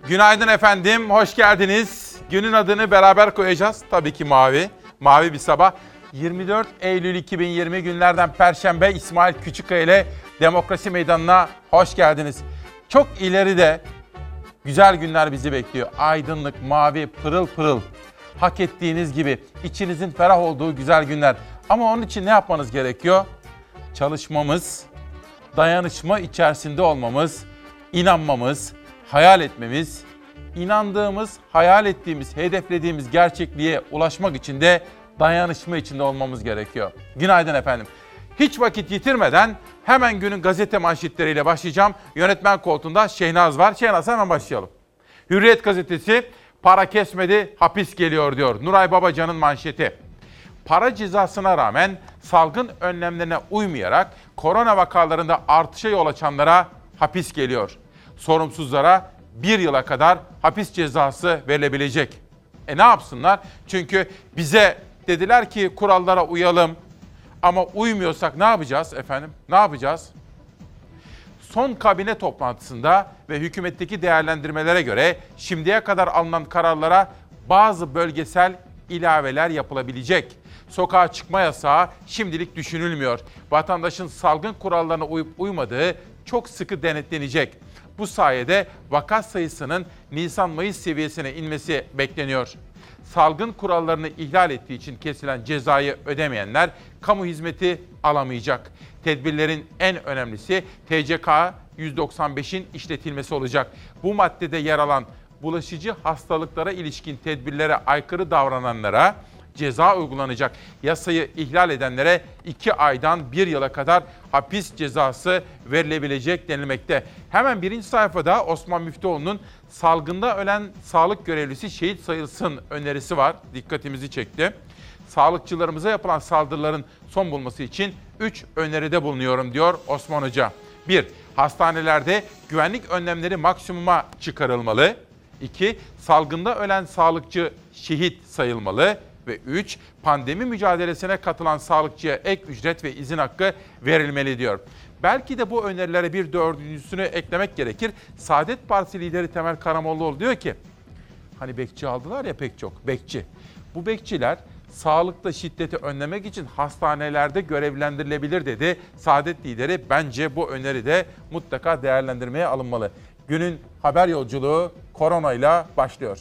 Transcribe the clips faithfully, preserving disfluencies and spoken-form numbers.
Günaydın efendim, hoş geldiniz. Günün adını beraber koyacağız. Tabii ki mavi. Mavi bir sabah. yirmi dört Eylül iki bin yirmi günlerden Perşembe, İsmail Küçükkaya ile Demokrasi Meydanı'na hoş geldiniz. Çok ileride güzel günler bizi bekliyor. Aydınlık, mavi, pırıl pırıl. Hak ettiğiniz gibi içinizin ferah olduğu güzel günler. Ama onun için ne yapmanız gerekiyor? Çalışmamız, dayanışma içerisinde olmamız, inanmamız, hayal etmemiz, inandığımız, hayal ettiğimiz, hedeflediğimiz gerçekliğe ulaşmak için de dayanışma içinde olmamız gerekiyor. Günaydın efendim. Hiç vakit yitirmeden hemen günün gazete manşetleriyle başlayacağım. Yönetmen koltuğunda Şehnaz var. Şehnaz, hemen başlayalım. Hürriyet gazetesi para kesmedi, hapis geliyor diyor. Nuray Babacan'ın manşeti. Para cezasına rağmen salgın önlemlerine uymayarak korona vakalarında artışa yol açanlara hapis geliyor. Sorumsuzlara bir yıla kadar hapis cezası verilebilecek. E ne yapsınlar? Çünkü bize dediler ki kurallara uyalım ama uymuyorsak ne yapacağız efendim? Ne yapacağız? Son kabine toplantısında ve hükümetteki değerlendirmelere göre şimdiye kadar alınan kararlara bazı bölgesel ilaveler yapılabilecek. Sokağa çıkma yasağı şimdilik düşünülmüyor. Vatandaşın salgın kurallarına uyup uymadığı çok sıkı denetlenecek. Bu sayede vaka sayısının Nisan-Mayıs seviyesine inmesi bekleniyor. Salgın kurallarını ihlal ettiği için kesilen cezayı ödemeyenler kamu hizmeti alamayacak. Tedbirlerin en önemlisi T C K yüz doksan beşin işletilmesi olacak. Bu maddede yer alan bulaşıcı hastalıklara ilişkin tedbirlere aykırı davrananlara ceza uygulanacak. Yasayı ihlal edenlere iki aydan bir yıla kadar hapis cezası verilebilecek denilmekte. Hemen birinci sayfada Osman Müftüoğlu'nun salgında ölen sağlık görevlisi şehit sayılsın önerisi var. Dikkatimizi çekti. Sağlıkçılarımıza yapılan saldırıların son bulması için üç öneride bulunuyorum diyor Osman Hoca. bir. Hastanelerde güvenlik önlemleri maksimuma çıkarılmalı. iki. Salgında ölen sağlıkçı şehit sayılmalı. Ve üç. Pandemi mücadelesine katılan sağlıkçıya ek ücret ve izin hakkı verilmeli diyor. Belki de bu önerilere bir dördüncüsünü eklemek gerekir. Saadet Partisi lideri Temel Karamollaoğlu diyor ki, hani bekçi aldılar ya pek çok, bekçi. Bu bekçiler sağlıkta şiddeti önlemek için hastanelerde görevlendirilebilir dedi. Saadet lideri bence bu öneri de mutlaka değerlendirmeye alınmalı. Günün haber yolculuğu koronayla başlıyor.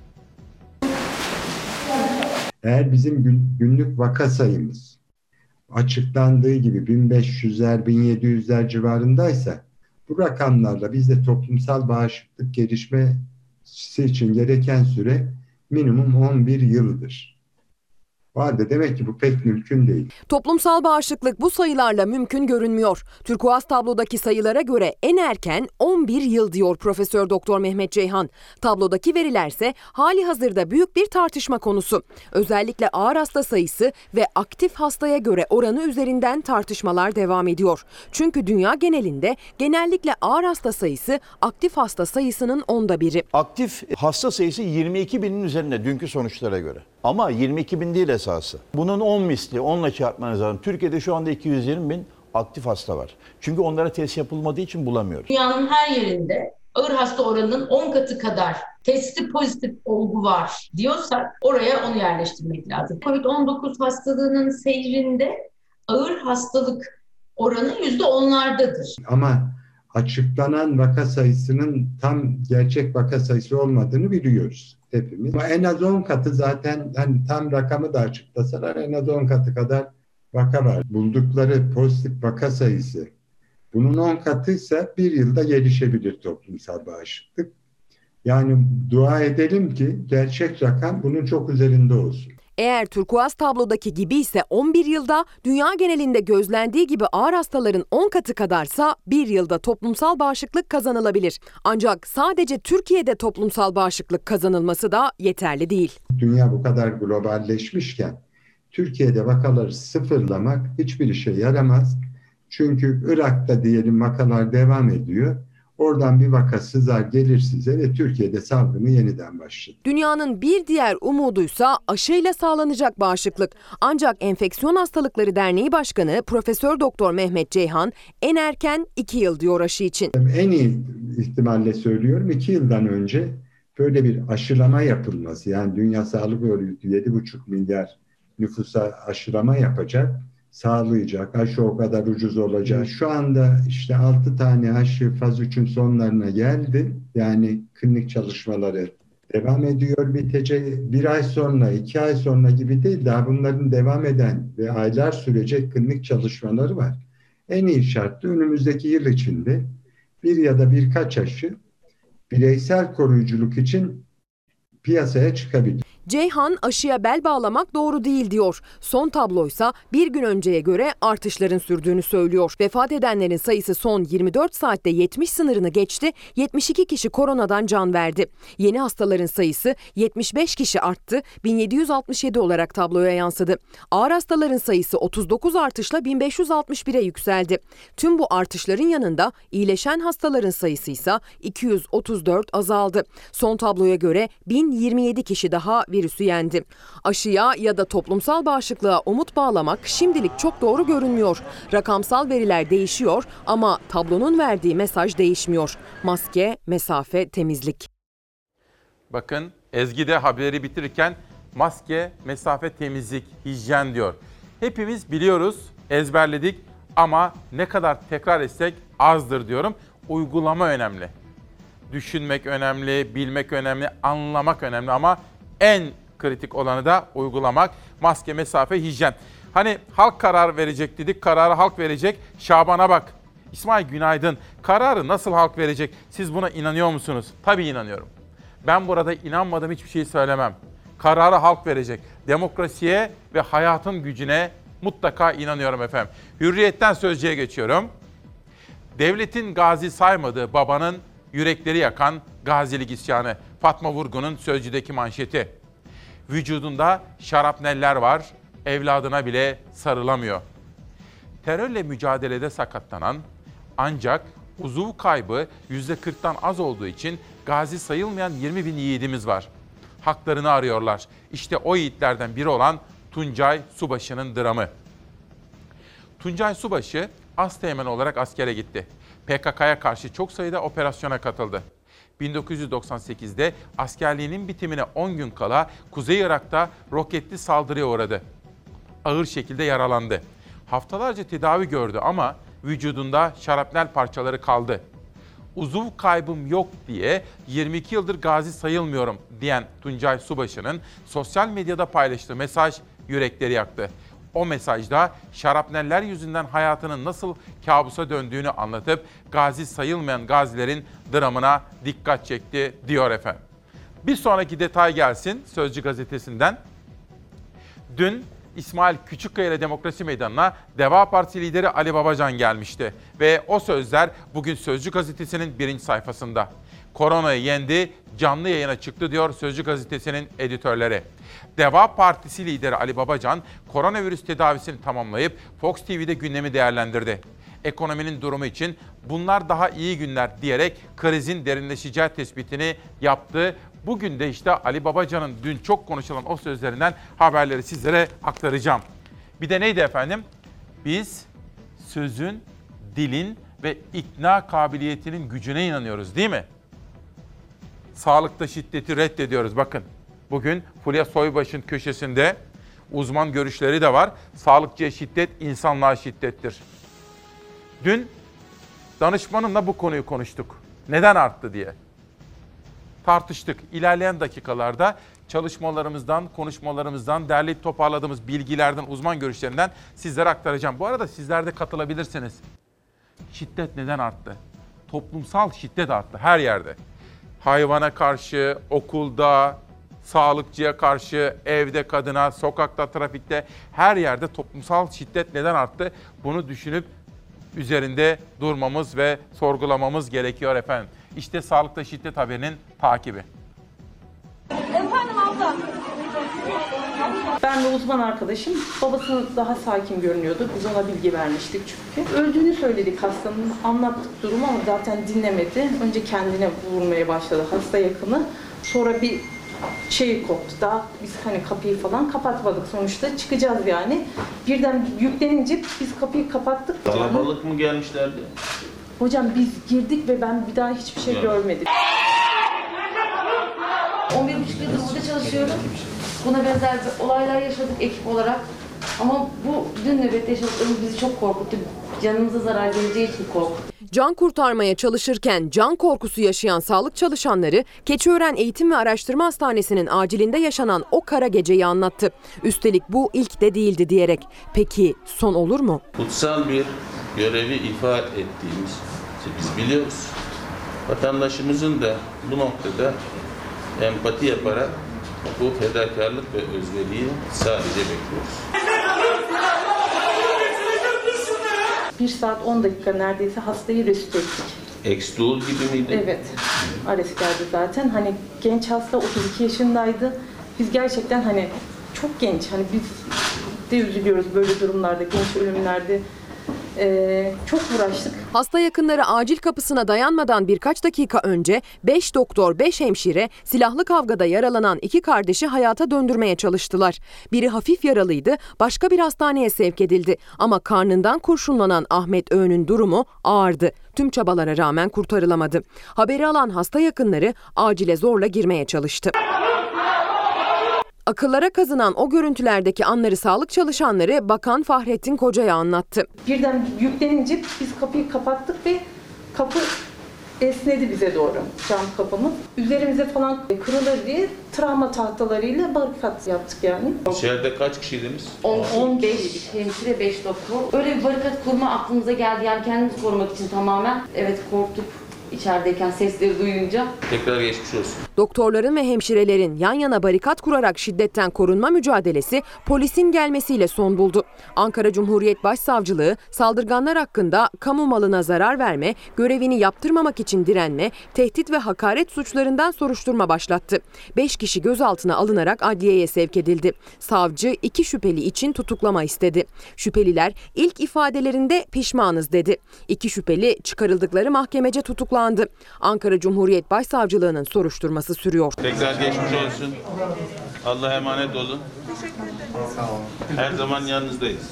Eğer bizim günlük vaka sayımız açıklandığı gibi bin beş yüzler, bin yedi yüzler civarındaysa bu rakamlarla bizde toplumsal bağışıklık gelişmesi için gereken süre minimum on bir yıldır. O halde demek ki bu pek mümkün değil. Toplumsal bağışıklık bu sayılarla mümkün görünmüyor. Turkuaz tablodaki sayılara göre en erken on bir yıl diyor Profesör Doktor Mehmet Ceyhan. Tablodaki verilerse hali hazırda büyük bir tartışma konusu. Özellikle ağır hasta sayısı ve aktif hastaya göre oranı üzerinden tartışmalar devam ediyor. Çünkü dünya genelinde genellikle ağır hasta sayısı aktif hasta sayısının onda biri. Aktif hasta sayısı yirmi iki binin üzerinde dünkü sonuçlara göre. Ama yirmi iki bin değil esası. Bunun on misli, onla çarpmanız lazım. Türkiye'de şu anda iki yüz yirmi bin aktif hasta var. Çünkü onlara test yapılmadığı için bulamıyoruz. Dünyanın her yerinde ağır hasta oranının on katı kadar testi pozitif olgu var diyorsak oraya onu yerleştirmek lazım. kovid on dokuz hastalığının seyrinde ağır hastalık oranı yüzde onlardadır. Ama açıklanan vaka sayısının tam gerçek vaka sayısı olmadığını biliyoruz hepimiz. Ama en az on katı zaten, hani tam rakamı da açıklasalar en az on katı kadar vaka var. Buldukları pozitif vaka sayısı bunun on katıysa bir yılda gelişebilir toplumsal bağışıklık. Yani dua edelim ki gerçek rakam bunun çok üzerinde olsun. Eğer turkuaz tablodaki gibi ise on bir yılda, dünya genelinde gözlendiği gibi ağır hastaların on katı kadarsa bir yılda toplumsal bağışıklık kazanılabilir. Ancak sadece Türkiye'de toplumsal bağışıklık kazanılması da yeterli değil. Dünya bu kadar globalleşmişken Türkiye'de vakaları sıfırlamak hiçbir işe yaramaz. Çünkü Irak'ta diyelim vakalar devam ediyor. Oradan bir vaka sızar gelir size ve Türkiye'de salgını yeniden başladı. Dünyanın bir diğer umuduysa aşıyla sağlanacak bağışıklık. Ancak Enfeksiyon Hastalıkları Derneği Başkanı Profesör Doktor Mehmet Ceyhan en erken iki yıl diyor aşı için. En iyi ihtimalle söylüyorum iki yıldan önce böyle bir aşılama yapılması, yani Dünya Sağlık Örgütü yedi buçuk milyar nüfusa aşılama yapacak, sağlayacak, aşı o kadar ucuz olacak. Şu anda işte altı tane aşı faz üçün sonlarına geldi. Yani klinik çalışmaları devam ediyor, bitecek. Bir ay sonra, iki ay sonra gibi değil, daha bunların devam eden ve aylar sürecek klinik çalışmaları var. En iyi şartlı önümüzdeki yıl içinde bir ya da birkaç aşı bireysel koruyuculuk için piyasaya çıkabilir. Ceyhan aşıya bel bağlamak doğru değil diyor. Son tabloysa bir gün önceye göre artışların sürdüğünü söylüyor. Vefat edenlerin sayısı son yirmi dört saatte yetmiş sınırını geçti. yetmiş iki kişi koronadan can verdi. Yeni hastaların sayısı yetmiş beş kişi arttı. bin yedi yüz altmış yedi olarak tabloya yansıdı. Ağır hastaların sayısı otuz dokuz artışla bin beş yüz altmış bire yükseldi. Tüm bu artışların yanında iyileşen hastaların sayısı ise iki yüz otuz dört azaldı. Son tabloya göre bin yirmi yedi kişi daha virüsü yendi. Aşıya ya da toplumsal bağışıklığa umut bağlamak şimdilik çok doğru görünmüyor. Rakamsal veriler değişiyor ama tablonun verdiği mesaj değişmiyor. Maske, mesafe, temizlik. Bakın Ezgi de haberi bitirirken maske, mesafe, temizlik, hijyen diyor. Hepimiz biliyoruz, ezberledik ama ne kadar tekrar etsek azdır diyorum. Uygulama önemli. Düşünmek önemli, bilmek önemli, anlamak önemli ama en kritik olanı da uygulamak. Maske, mesafe, hijyen. Hani halk karar verecek dedik, kararı halk verecek. Şaban'a bak. İsmail günaydın. Kararı nasıl halk verecek? Siz buna inanıyor musunuz? Tabii inanıyorum. Ben burada inanmadığım hiçbir şeyi söylemem. Kararı halk verecek. Demokrasiye ve hayatın gücüne mutlaka inanıyorum efendim. Hürriyetten Sözcü'ye geçiyorum. Devletin gazi saymadığı babanın yürekleri yakan gazilik isyanı. Fatma Vurgun'un Sözcü'deki manşeti. Vücudunda şarapneller var, evladına bile sarılamıyor. Terörle mücadelede sakatlanan ancak uzuv kaybı yüzde kırktan az olduğu için gazi sayılmayan yirmi bin yiğidimiz var. Haklarını arıyorlar. İşte o yiğitlerden biri olan Tuncay Subaşı'nın dramı. Tuncay Subaşı asteğmen olarak askere gitti. P K K'ya karşı çok sayıda operasyona katıldı. bin dokuz yüz doksan sekizde askerliğinin bitimine on gün kala Kuzey Irak'ta roketli saldırıya uğradı. Ağır şekilde yaralandı. Haftalarca tedavi gördü ama vücudunda şarapnel parçaları kaldı. Uzuv kaybım yok diye yirmi iki yıldır gazi sayılmıyorum diyen Tuncay Subaşı'nın sosyal medyada paylaştığı mesaj yürekleri yaktı. O mesajda şarapneller yüzünden hayatının nasıl kabusa döndüğünü anlatıp gazi sayılmayan gazilerin dramına dikkat çekti diyor efendim. Bir sonraki detay gelsin Sözcü gazetesinden. Dün İsmail Küçükkaya ile Demokrasi Meydanı'na Deva Partisi lideri Ali Babacan gelmişti. Ve o sözler bugün Sözcü gazetesinin birinci sayfasında. Koronayı yendi, canlı yayına çıktı diyor Sözcü gazetesinin editörleri. Deva Partisi lideri Ali Babacan, koronavirüs tedavisini tamamlayıp Fox T V'de gündemi değerlendirdi. Ekonominin durumu için bunlar daha iyi günler diyerek krizin derinleşeceği tespitini yaptı. Bugün de işte Ali Babacan'ın dün çok konuşulan o sözlerinden haberleri sizlere aktaracağım. Bir de neydi efendim? Biz sözün, dilin ve ikna kabiliyetinin gücüne inanıyoruz değil mi? Sağlıkta şiddeti reddediyoruz. Bakın bugün Fulya Soybaş'ın köşesinde uzman görüşleri de var. Sağlıkçıya şiddet, insanlığa şiddettir. Dün danışmanımla bu konuyu konuştuk. Neden arttı diye. Tartıştık. İlerleyen dakikalarda çalışmalarımızdan, konuşmalarımızdan, derleyip toparladığımız bilgilerden, uzman görüşlerinden sizlere aktaracağım. Bu arada sizler de katılabilirsiniz. Şiddet neden arttı? Toplumsal şiddet arttı her yerde. Hayvana karşı, okulda, sağlıkçıya karşı, evde kadına, sokakta, trafikte her yerde toplumsal şiddet neden arttı? Bunu düşünüp üzerinde durmamız ve sorgulamamız gerekiyor efendim. İşte sağlıkta şiddet haberinin takibi. Efendim abla. Ben ve uzman arkadaşım, babası daha sakin görünüyordu. Biz ona bilgi vermiştik çünkü. Öldüğünü söyledik hastanın, anlattık durumu ama zaten dinlemedi. Önce kendine vurmaya başladı hasta yakını. Sonra bir şey koptu. Daha biz hani kapıyı falan kapatmadık sonuçta. Çıkacağız yani. Birden yüklenince biz kapıyı kapattık. Kalabalık mı gelmişlerdi? Hocam biz girdik ve ben bir daha hiçbir şey Evet. görmedim. on bir buçuk yıldır burada çalışıyorum. Buna benzer olaylar yaşadık ekip olarak. Ama bu dün nöbette yaşadıklarımız bizi çok korkuttu. Canımıza zarar geleceği için korkuttu. Can kurtarmaya çalışırken can korkusu yaşayan sağlık çalışanları Keçiören Eğitim ve Araştırma Hastanesi'nin acilinde yaşanan o kara geceyi anlattı. Üstelik bu ilk de değildi diyerek. Peki son olur mu? Kutsal bir görevi ifa ettiğimiz, biz biliyoruz. Vatandaşımızın da bu noktada empati yaparak bu fedakarlık ve özveriyi sadece bekliyoruz. Bir saat on dakika neredeyse hastayı resusite ettik. Ekstool gibi miydi? Evet, Ares geldi zaten. Hani genç hasta otuz iki yaşındaydı. Biz gerçekten hani çok genç, hani biz de üzülüyoruz böyle durumlarda, genç ölümlerde. Ee, çok uğraştık. Hasta yakınları acil kapısına dayanmadan birkaç dakika önce beş doktor, beş hemşire silahlı kavgada yaralanan iki kardeşi hayata döndürmeye çalıştılar. Biri hafif yaralıydı, başka bir hastaneye sevk edildi. Ama karnından kurşunlanan Ahmet Öğün'ün durumu ağırdı. Tüm çabalara rağmen kurtarılamadı. Haberi alan hasta yakınları acile zorla girmeye çalıştı. Akıllara kazınan o görüntülerdeki anları sağlık çalışanları Bakan Fahrettin Koca'ya anlattı. Birden yüklenince biz kapıyı kapattık ve kapı esnedi bize doğru, cam kapımız. Üzerimize falan kırılır diye travma tahtalarıyla barikat yaptık yani. İçeride kaç kişiydiniz? on beş hemşire, beş doktor. Öyle bir barikat kurma aklımıza geldi. Yani kendimizi korumak için tamamen. Evet, korktuk içerideyken sesleri duyunca. Tekrar geçmiş olsun. Doktorların ve hemşirelerin yan yana barikat kurarak şiddetten korunma mücadelesi polisin gelmesiyle son buldu. Ankara Cumhuriyet Başsavcılığı saldırganlar hakkında kamu malına zarar verme, görevini yaptırmamak için direnme, tehdit ve hakaret suçlarından soruşturma başlattı. beş kişi gözaltına alınarak adliyeye sevk edildi. Savcı iki şüpheli için tutuklama istedi. Şüpheliler ilk ifadelerinde pişmanız dedi. İki şüpheli çıkarıldıkları mahkemece tutuklandı. Ankara Cumhuriyet Başsavcılığı'nın soruşturması sürüyor. Tekrar geçmiş olsun. Allah'a emanet olun. Her zaman yanınızdayız.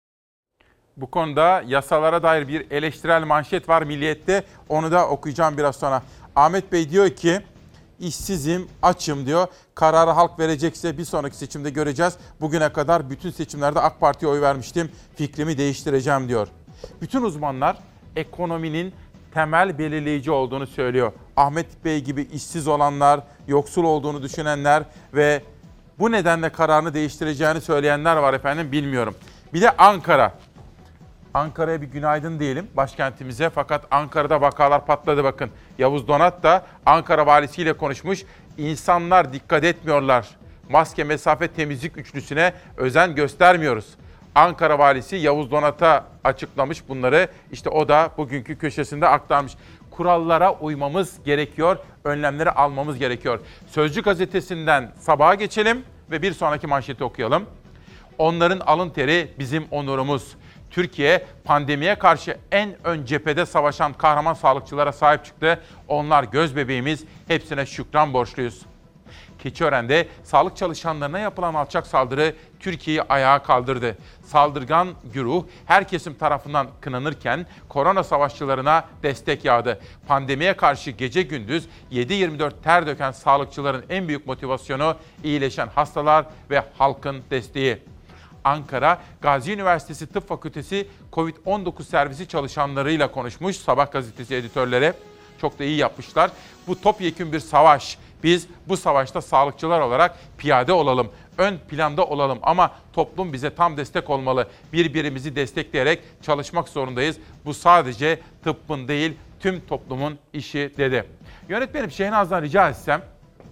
Bu konuda yasalara dair bir eleştirel manşet var Milliyet'te. Onu da okuyacağım biraz sonra. Ahmet Bey diyor ki, işsizim, açım diyor. Kararı halk verecekse bir sonraki seçimde göreceğiz. Bugüne kadar bütün seçimlerde AK Parti'ye oy vermiştim. Fikrimi değiştireceğim diyor. Bütün uzmanlar ekonominin temel belirleyici olduğunu söylüyor. Ahmet Bey gibi işsiz olanlar, yoksul olduğunu düşünenler ve bu nedenle kararını değiştireceğini söyleyenler var efendim, bilmiyorum. Bir de Ankara. Ankara'ya bir günaydın diyelim başkentimize, fakat Ankara'da vakalar patladı bakın. Yavuz Donat da Ankara valisiyle konuşmuş. İnsanlar dikkat etmiyorlar. Maske, mesafe, temizlik üçlüsüne özen göstermiyoruz. Ankara valisi Yavuz Donat'a açıklamış bunları. İşte o da bugünkü köşesinde aktarmış. Kurallara uymamız gerekiyor, önlemleri almamız gerekiyor. Sözcü gazetesinden Sabah'a geçelim ve bir sonraki manşeti okuyalım. Onların alın teri bizim onurumuz. Türkiye pandemiye karşı en ön cephede savaşan kahraman sağlıkçılara sahip çıktı. Onlar göz bebeğimiz, hepsine şükran borçluyuz. Keçiören'de sağlık çalışanlarına yapılan alçak saldırı Türkiye'yi ayağa kaldırdı. Saldırgan güruh her kesim tarafından kınanırken korona savaşçılarına destek yağdı. Pandemiye karşı gece gündüz yedi yirmi dört ter döken sağlıkçıların en büyük motivasyonu iyileşen hastalar ve halkın desteği. Ankara Gazi Üniversitesi Tıp Fakültesi kovid on dokuz servisi çalışanlarıyla konuşmuş Sabah gazetesi editörleri. Çok da iyi yapmışlar. Bu topyekün bir savaş. Biz bu savaşta sağlıkçılar olarak piyade olalım, ön planda olalım ama toplum bize tam destek olmalı. Birbirimizi destekleyerek çalışmak zorundayız. Bu sadece tıbbın değil, tüm toplumun işi dedi. Yönetmenim Şehnaz'dan rica etsem,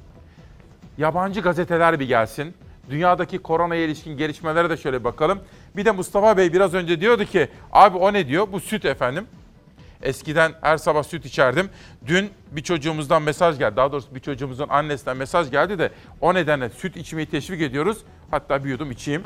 yabancı gazeteler bir gelsin. Dünyadaki koronaya ilişkin gelişmelere de şöyle bakalım. Bir de Mustafa Bey biraz önce diyordu ki, abi o ne diyor? Bu süt efendim. Eskiden her sabah süt içerdim. Dün bir çocuğumuzdan mesaj geldi. Daha doğrusu bir çocuğumuzun annesinden mesaj geldi de o nedenle süt içmeyi teşvik ediyoruz. Hatta bir yudum içeyim.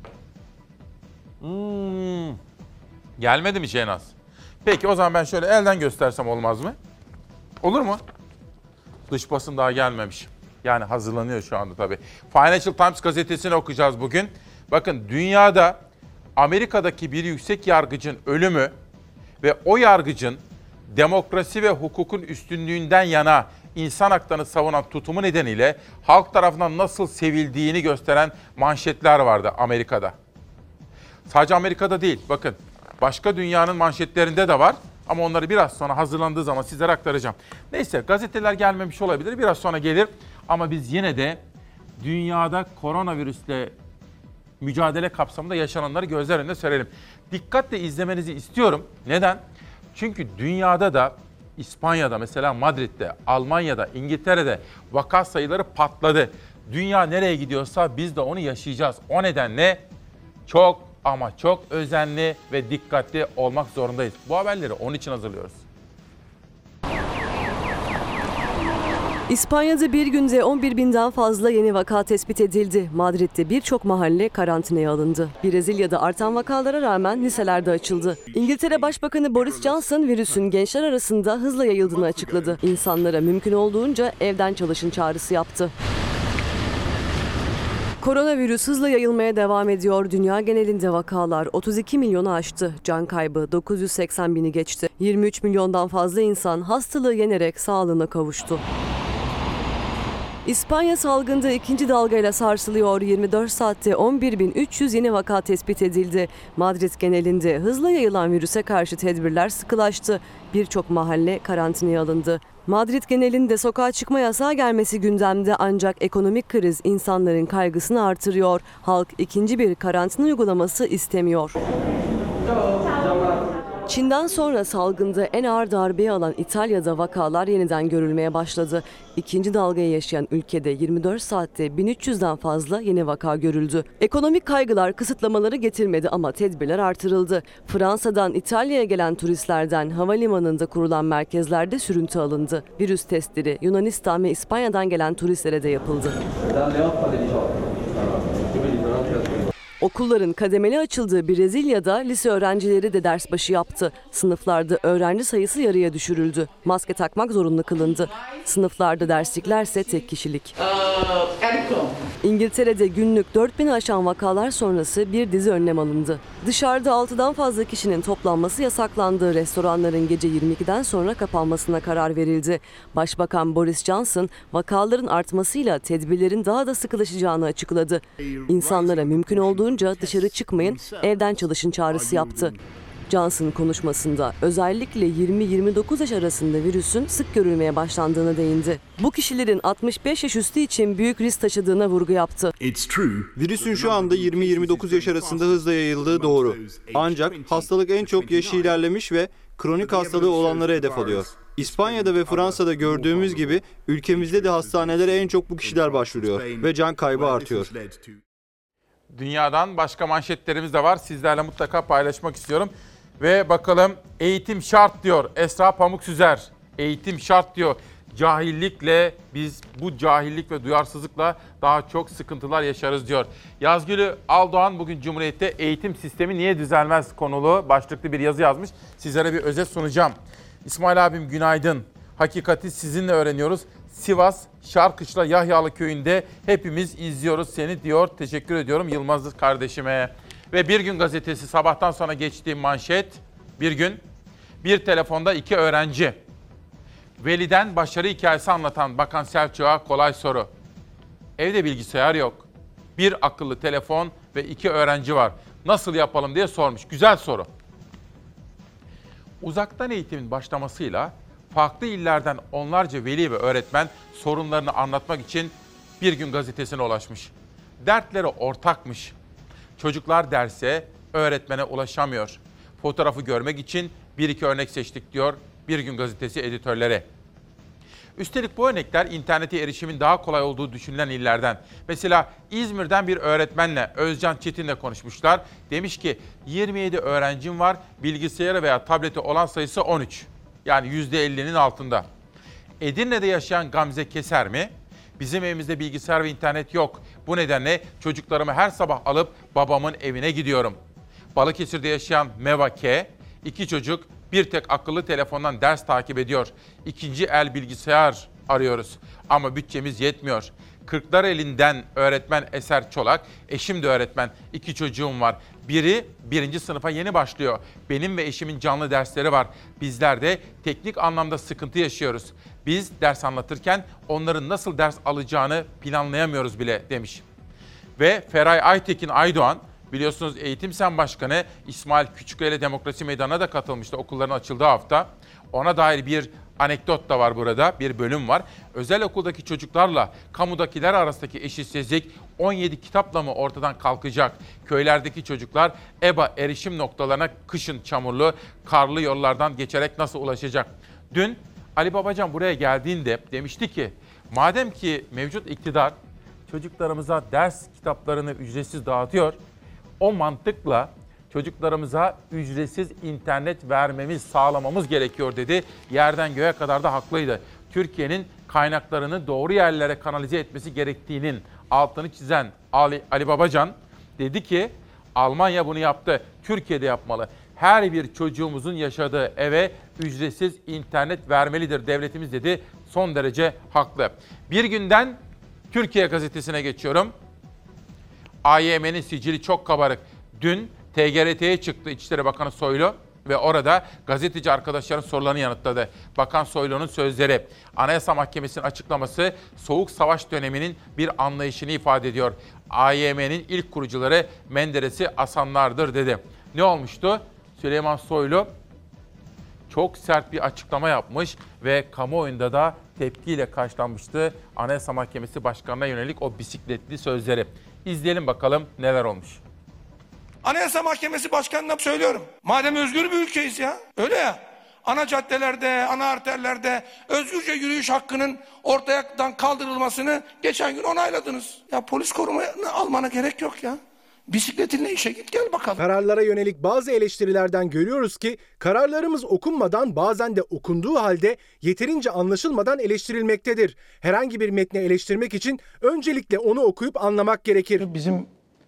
Hmm. Gelmedi mi Şehnaz? Peki o zaman ben şöyle elden göstersem olmaz mı? Olur mu? Dış basın daha gelmemiş. Yani hazırlanıyor şu anda tabii. Financial Times gazetesini okuyacağız bugün. Bakın dünyada Amerika'daki bir yüksek yargıcın ölümü ve o yargıcın demokrasi ve hukukun üstünlüğünden yana insan haklarını savunan tutumu nedeniyle halk tarafından nasıl sevildiğini gösteren manşetler vardı Amerika'da. Sadece Amerika'da değil, bakın başka dünyanın manşetlerinde de var ama onları biraz sonra hazırlandığı zaman sizlere aktaracağım. Neyse, gazeteler gelmemiş olabilir, biraz sonra gelir ama biz yine de dünyada koronavirüsle mücadele kapsamında yaşananları gözler önüne serelim. Dikkatle izlemenizi istiyorum. Neden? Çünkü dünyada da İspanya'da mesela Madrid'de, Almanya'da, İngiltere'de vaka sayıları patladı. Dünya nereye gidiyorsa biz de onu yaşayacağız. O nedenle çok ama çok özenli ve dikkatli olmak zorundayız. Bu haberleri onun için hazırlıyoruz. İspanya'da bir günde on bir binden fazla yeni vaka tespit edildi. Madrid'de birçok mahalle karantinaya alındı. Brezilya'da artan vakalara rağmen liseler de açıldı. İngiltere Başbakanı Boris Johnson virüsün gençler arasında hızla yayıldığını açıkladı. İnsanlara mümkün olduğunca evden çalışın çağrısı yaptı. Koronavirüs hızla yayılmaya devam ediyor. Dünya genelinde vakalar otuz iki milyonu aştı. Can kaybı dokuz yüz seksen bini geçti. yirmi üç milyondan fazla insan hastalığı yenerek sağlığına kavuştu. İspanya salgında ikinci dalgayla sarsılıyor. yirmi dört saatte on bir bin üç yüz yeni vaka tespit edildi. Madrid genelinde hızla yayılan virüse karşı tedbirler sıkılaştı. Birçok mahalle karantinaya alındı. Madrid genelinde sokağa çıkma yasağı gelmesi gündemde ancak ekonomik kriz insanların kaygısını artırıyor. Halk ikinci bir karantina uygulaması istemiyor. Çin'den sonra salgında en ağır darbeyi alan İtalya'da vakalar yeniden görülmeye başladı. İkinci dalgayı yaşayan ülkede yirmi dört saatte bin üç yüzden fazla yeni vaka görüldü. Ekonomik kaygılar kısıtlamaları getirmedi ama tedbirler artırıldı. Fransa'dan İtalya'ya gelen turistlerden havalimanında kurulan merkezlerde sürüntü alındı. Virüs testleri Yunanistan ve İspanya'dan gelen turistlere de yapıldı. Okulların kademeli açıldığı Brezilya'da lise öğrencileri de ders başı yaptı. Sınıflarda öğrenci sayısı yarıya düşürüldü. Maske takmak zorunlu kılındı. Sınıflarda dersliklerse tek kişilik. İngiltere'de günlük dört bini aşan vakalar sonrası bir dizi önlem alındı. Dışarıda altıdan fazla kişinin toplanması yasaklandı. Restoranların gece yirmi ikiden sonra kapanmasına karar verildi. Başbakan Boris Johnson vakaların artmasıyla tedbirlerin daha da sıkılaşacağını açıkladı. İnsanlara mümkün olduğunca dışarı çıkmayın, evden çalışın çağrısı yaptı. Johnson konuşmasında özellikle yirmi yirmi dokuz yaş arasında virüsün sık görülmeye başlandığına değindi. Bu kişilerin altmış beş yaş üstü için büyük risk taşıdığına vurgu yaptı. Virüsün şu anda yirmi yirmi dokuz yaş arasında hızla yayıldığı doğru. Ancak hastalık en çok yaşı ilerlemiş ve kronik hastalığı olanlara hedef alıyor. İspanya'da ve Fransa'da gördüğümüz gibi ülkemizde de hastanelere en çok bu kişiler başvuruyor ve can kaybı artıyor. Dünyadan başka manşetlerimiz de var. Sizlerle mutlaka paylaşmak istiyorum. Ve bakalım, eğitim şart diyor Esra Pamuksüzer. Eğitim şart diyor. Cahillikle biz bu cahillik ve duyarsızlıkla daha çok sıkıntılar yaşarız diyor. Yazgülü Aldoğan bugün Cumhuriyet'te eğitim sistemi niye düzelmez konulu başlıklı bir yazı yazmış. Sizlere bir özet sunacağım. İsmail abim günaydın. Hakikati sizinle öğreniyoruz. Sivas Şarkışla Yahyalı köyünde hepimiz izliyoruz seni diyor. Teşekkür ediyorum Yılmaz kardeşime. Ve Bir Gün gazetesi sabahtan sonra geçtiğim manşet. Bir gün bir telefonda iki öğrenci. Veliden başarı hikayesi anlatan Bakan Selçuk'a kolay soru. Evde bilgisayar yok. Bir akıllı telefon ve iki öğrenci var. Nasıl yapalım diye sormuş. Güzel soru. Uzaktan eğitimin başlamasıyla farklı illerden onlarca veli ve öğretmen sorunlarını anlatmak için Bir Gün gazetesine ulaşmış. Dertleri ortakmış. Çocuklar derse öğretmene ulaşamıyor. Fotoğrafı görmek için bir iki örnek seçtik diyor Bir Gün gazetesi editörleri. Üstelik bu örnekler internete erişimin daha kolay olduğu düşünülen illerden. Mesela İzmir'den bir öğretmenle, Özcan Çetin'le konuşmuşlar. Demiş ki yirmi yedi öğrencim var, bilgisayarı veya tableti olan sayısı on üç. Yani yüzde ellinin altında. Edirne'de yaşayan Gamze Keser mi? Bizim evimizde bilgisayar ve internet yok. Bu nedenle çocuklarımı her sabah alıp babamın evine gidiyorum. Balıkesir'de yaşayan Meva K, iki çocuk bir tek akıllı telefondan ders takip ediyor. İkinci el bilgisayar arıyoruz ama bütçemiz yetmiyor. Kırklareli'nden öğretmen Eser Çolak, eşim de öğretmen, iki çocuğum var. Biri birinci sınıfa yeni başlıyor. Benim ve eşimin canlı dersleri var. Bizler de teknik anlamda sıkıntı yaşıyoruz. Biz ders anlatırken onların nasıl ders alacağını planlayamıyoruz bile demiş. Ve Feray Aytekin Aydoğan, biliyorsunuz Eğitim Sen Başkanı İsmail Küçükkaya Demokrasi Meydanı'na da katılmıştı okulların açıldığı hafta. Ona dair bir anekdot da var burada, bir bölüm var. Özel okuldaki çocuklarla kamudakiler arasındaki eşitsizlik on yedi kitapla mı ortadan kalkacak? Köylerdeki çocuklar E B A erişim noktalarına kışın çamurlu, karlı yollardan geçerek nasıl ulaşacak? Dün Ali Babacan buraya geldiğinde demişti ki, madem ki mevcut iktidar çocuklarımıza ders kitaplarını ücretsiz dağıtıyor, o mantıkla çocuklarımıza ücretsiz internet vermemiz, sağlamamız gerekiyor dedi. Yerden göğe kadar da haklıydı. Türkiye'nin kaynaklarını doğru yerlere kanalize etmesi gerektiğinin altını çizen Ali, Ali Babacan dedi ki, Almanya bunu yaptı, Türkiye'de yapmalı. Her bir çocuğumuzun yaşadığı eve ücretsiz internet vermelidir devletimiz dedi. Son derece haklı. Bir günden Türkiye Gazetesi'ne geçiyorum. A Y M'nin sicili çok kabarık. Dün T G R T'ye çıktı İçişleri Bakanı Soylu ve orada gazeteci arkadaşların sorularını yanıtladı. Bakan Soylu'nun sözleri, Anayasa Mahkemesi'nin açıklaması Soğuk Savaş döneminin bir anlayışını ifade ediyor. A Y M'nin ilk kurucuları Menderes'i asanlardır dedi. Ne olmuştu? Süleyman Soylu çok sert bir açıklama yapmış ve kamuoyunda da tepkiyle karşılanmıştı Anayasa Mahkemesi Başkanı'na yönelik o bisikletli sözleri. İzleyelim bakalım neler olmuş. Anayasa Mahkemesi Başkanı'na söylüyorum. Madem özgür bir ülkeyiz ya, öyle ya. Ana caddelerde, ana arterlerde özgürce yürüyüş hakkının ortadan kaldırılmasını geçen gün onayladınız. Ya polis korumayı almana gerek yok ya. Bisikletinle işe git gel bakalım. Kararlara yönelik bazı eleştirilerden görüyoruz ki kararlarımız okunmadan, bazen de okunduğu halde yeterince anlaşılmadan eleştirilmektedir. Herhangi bir metni eleştirmek için öncelikle onu okuyup anlamak gerekir. Bizim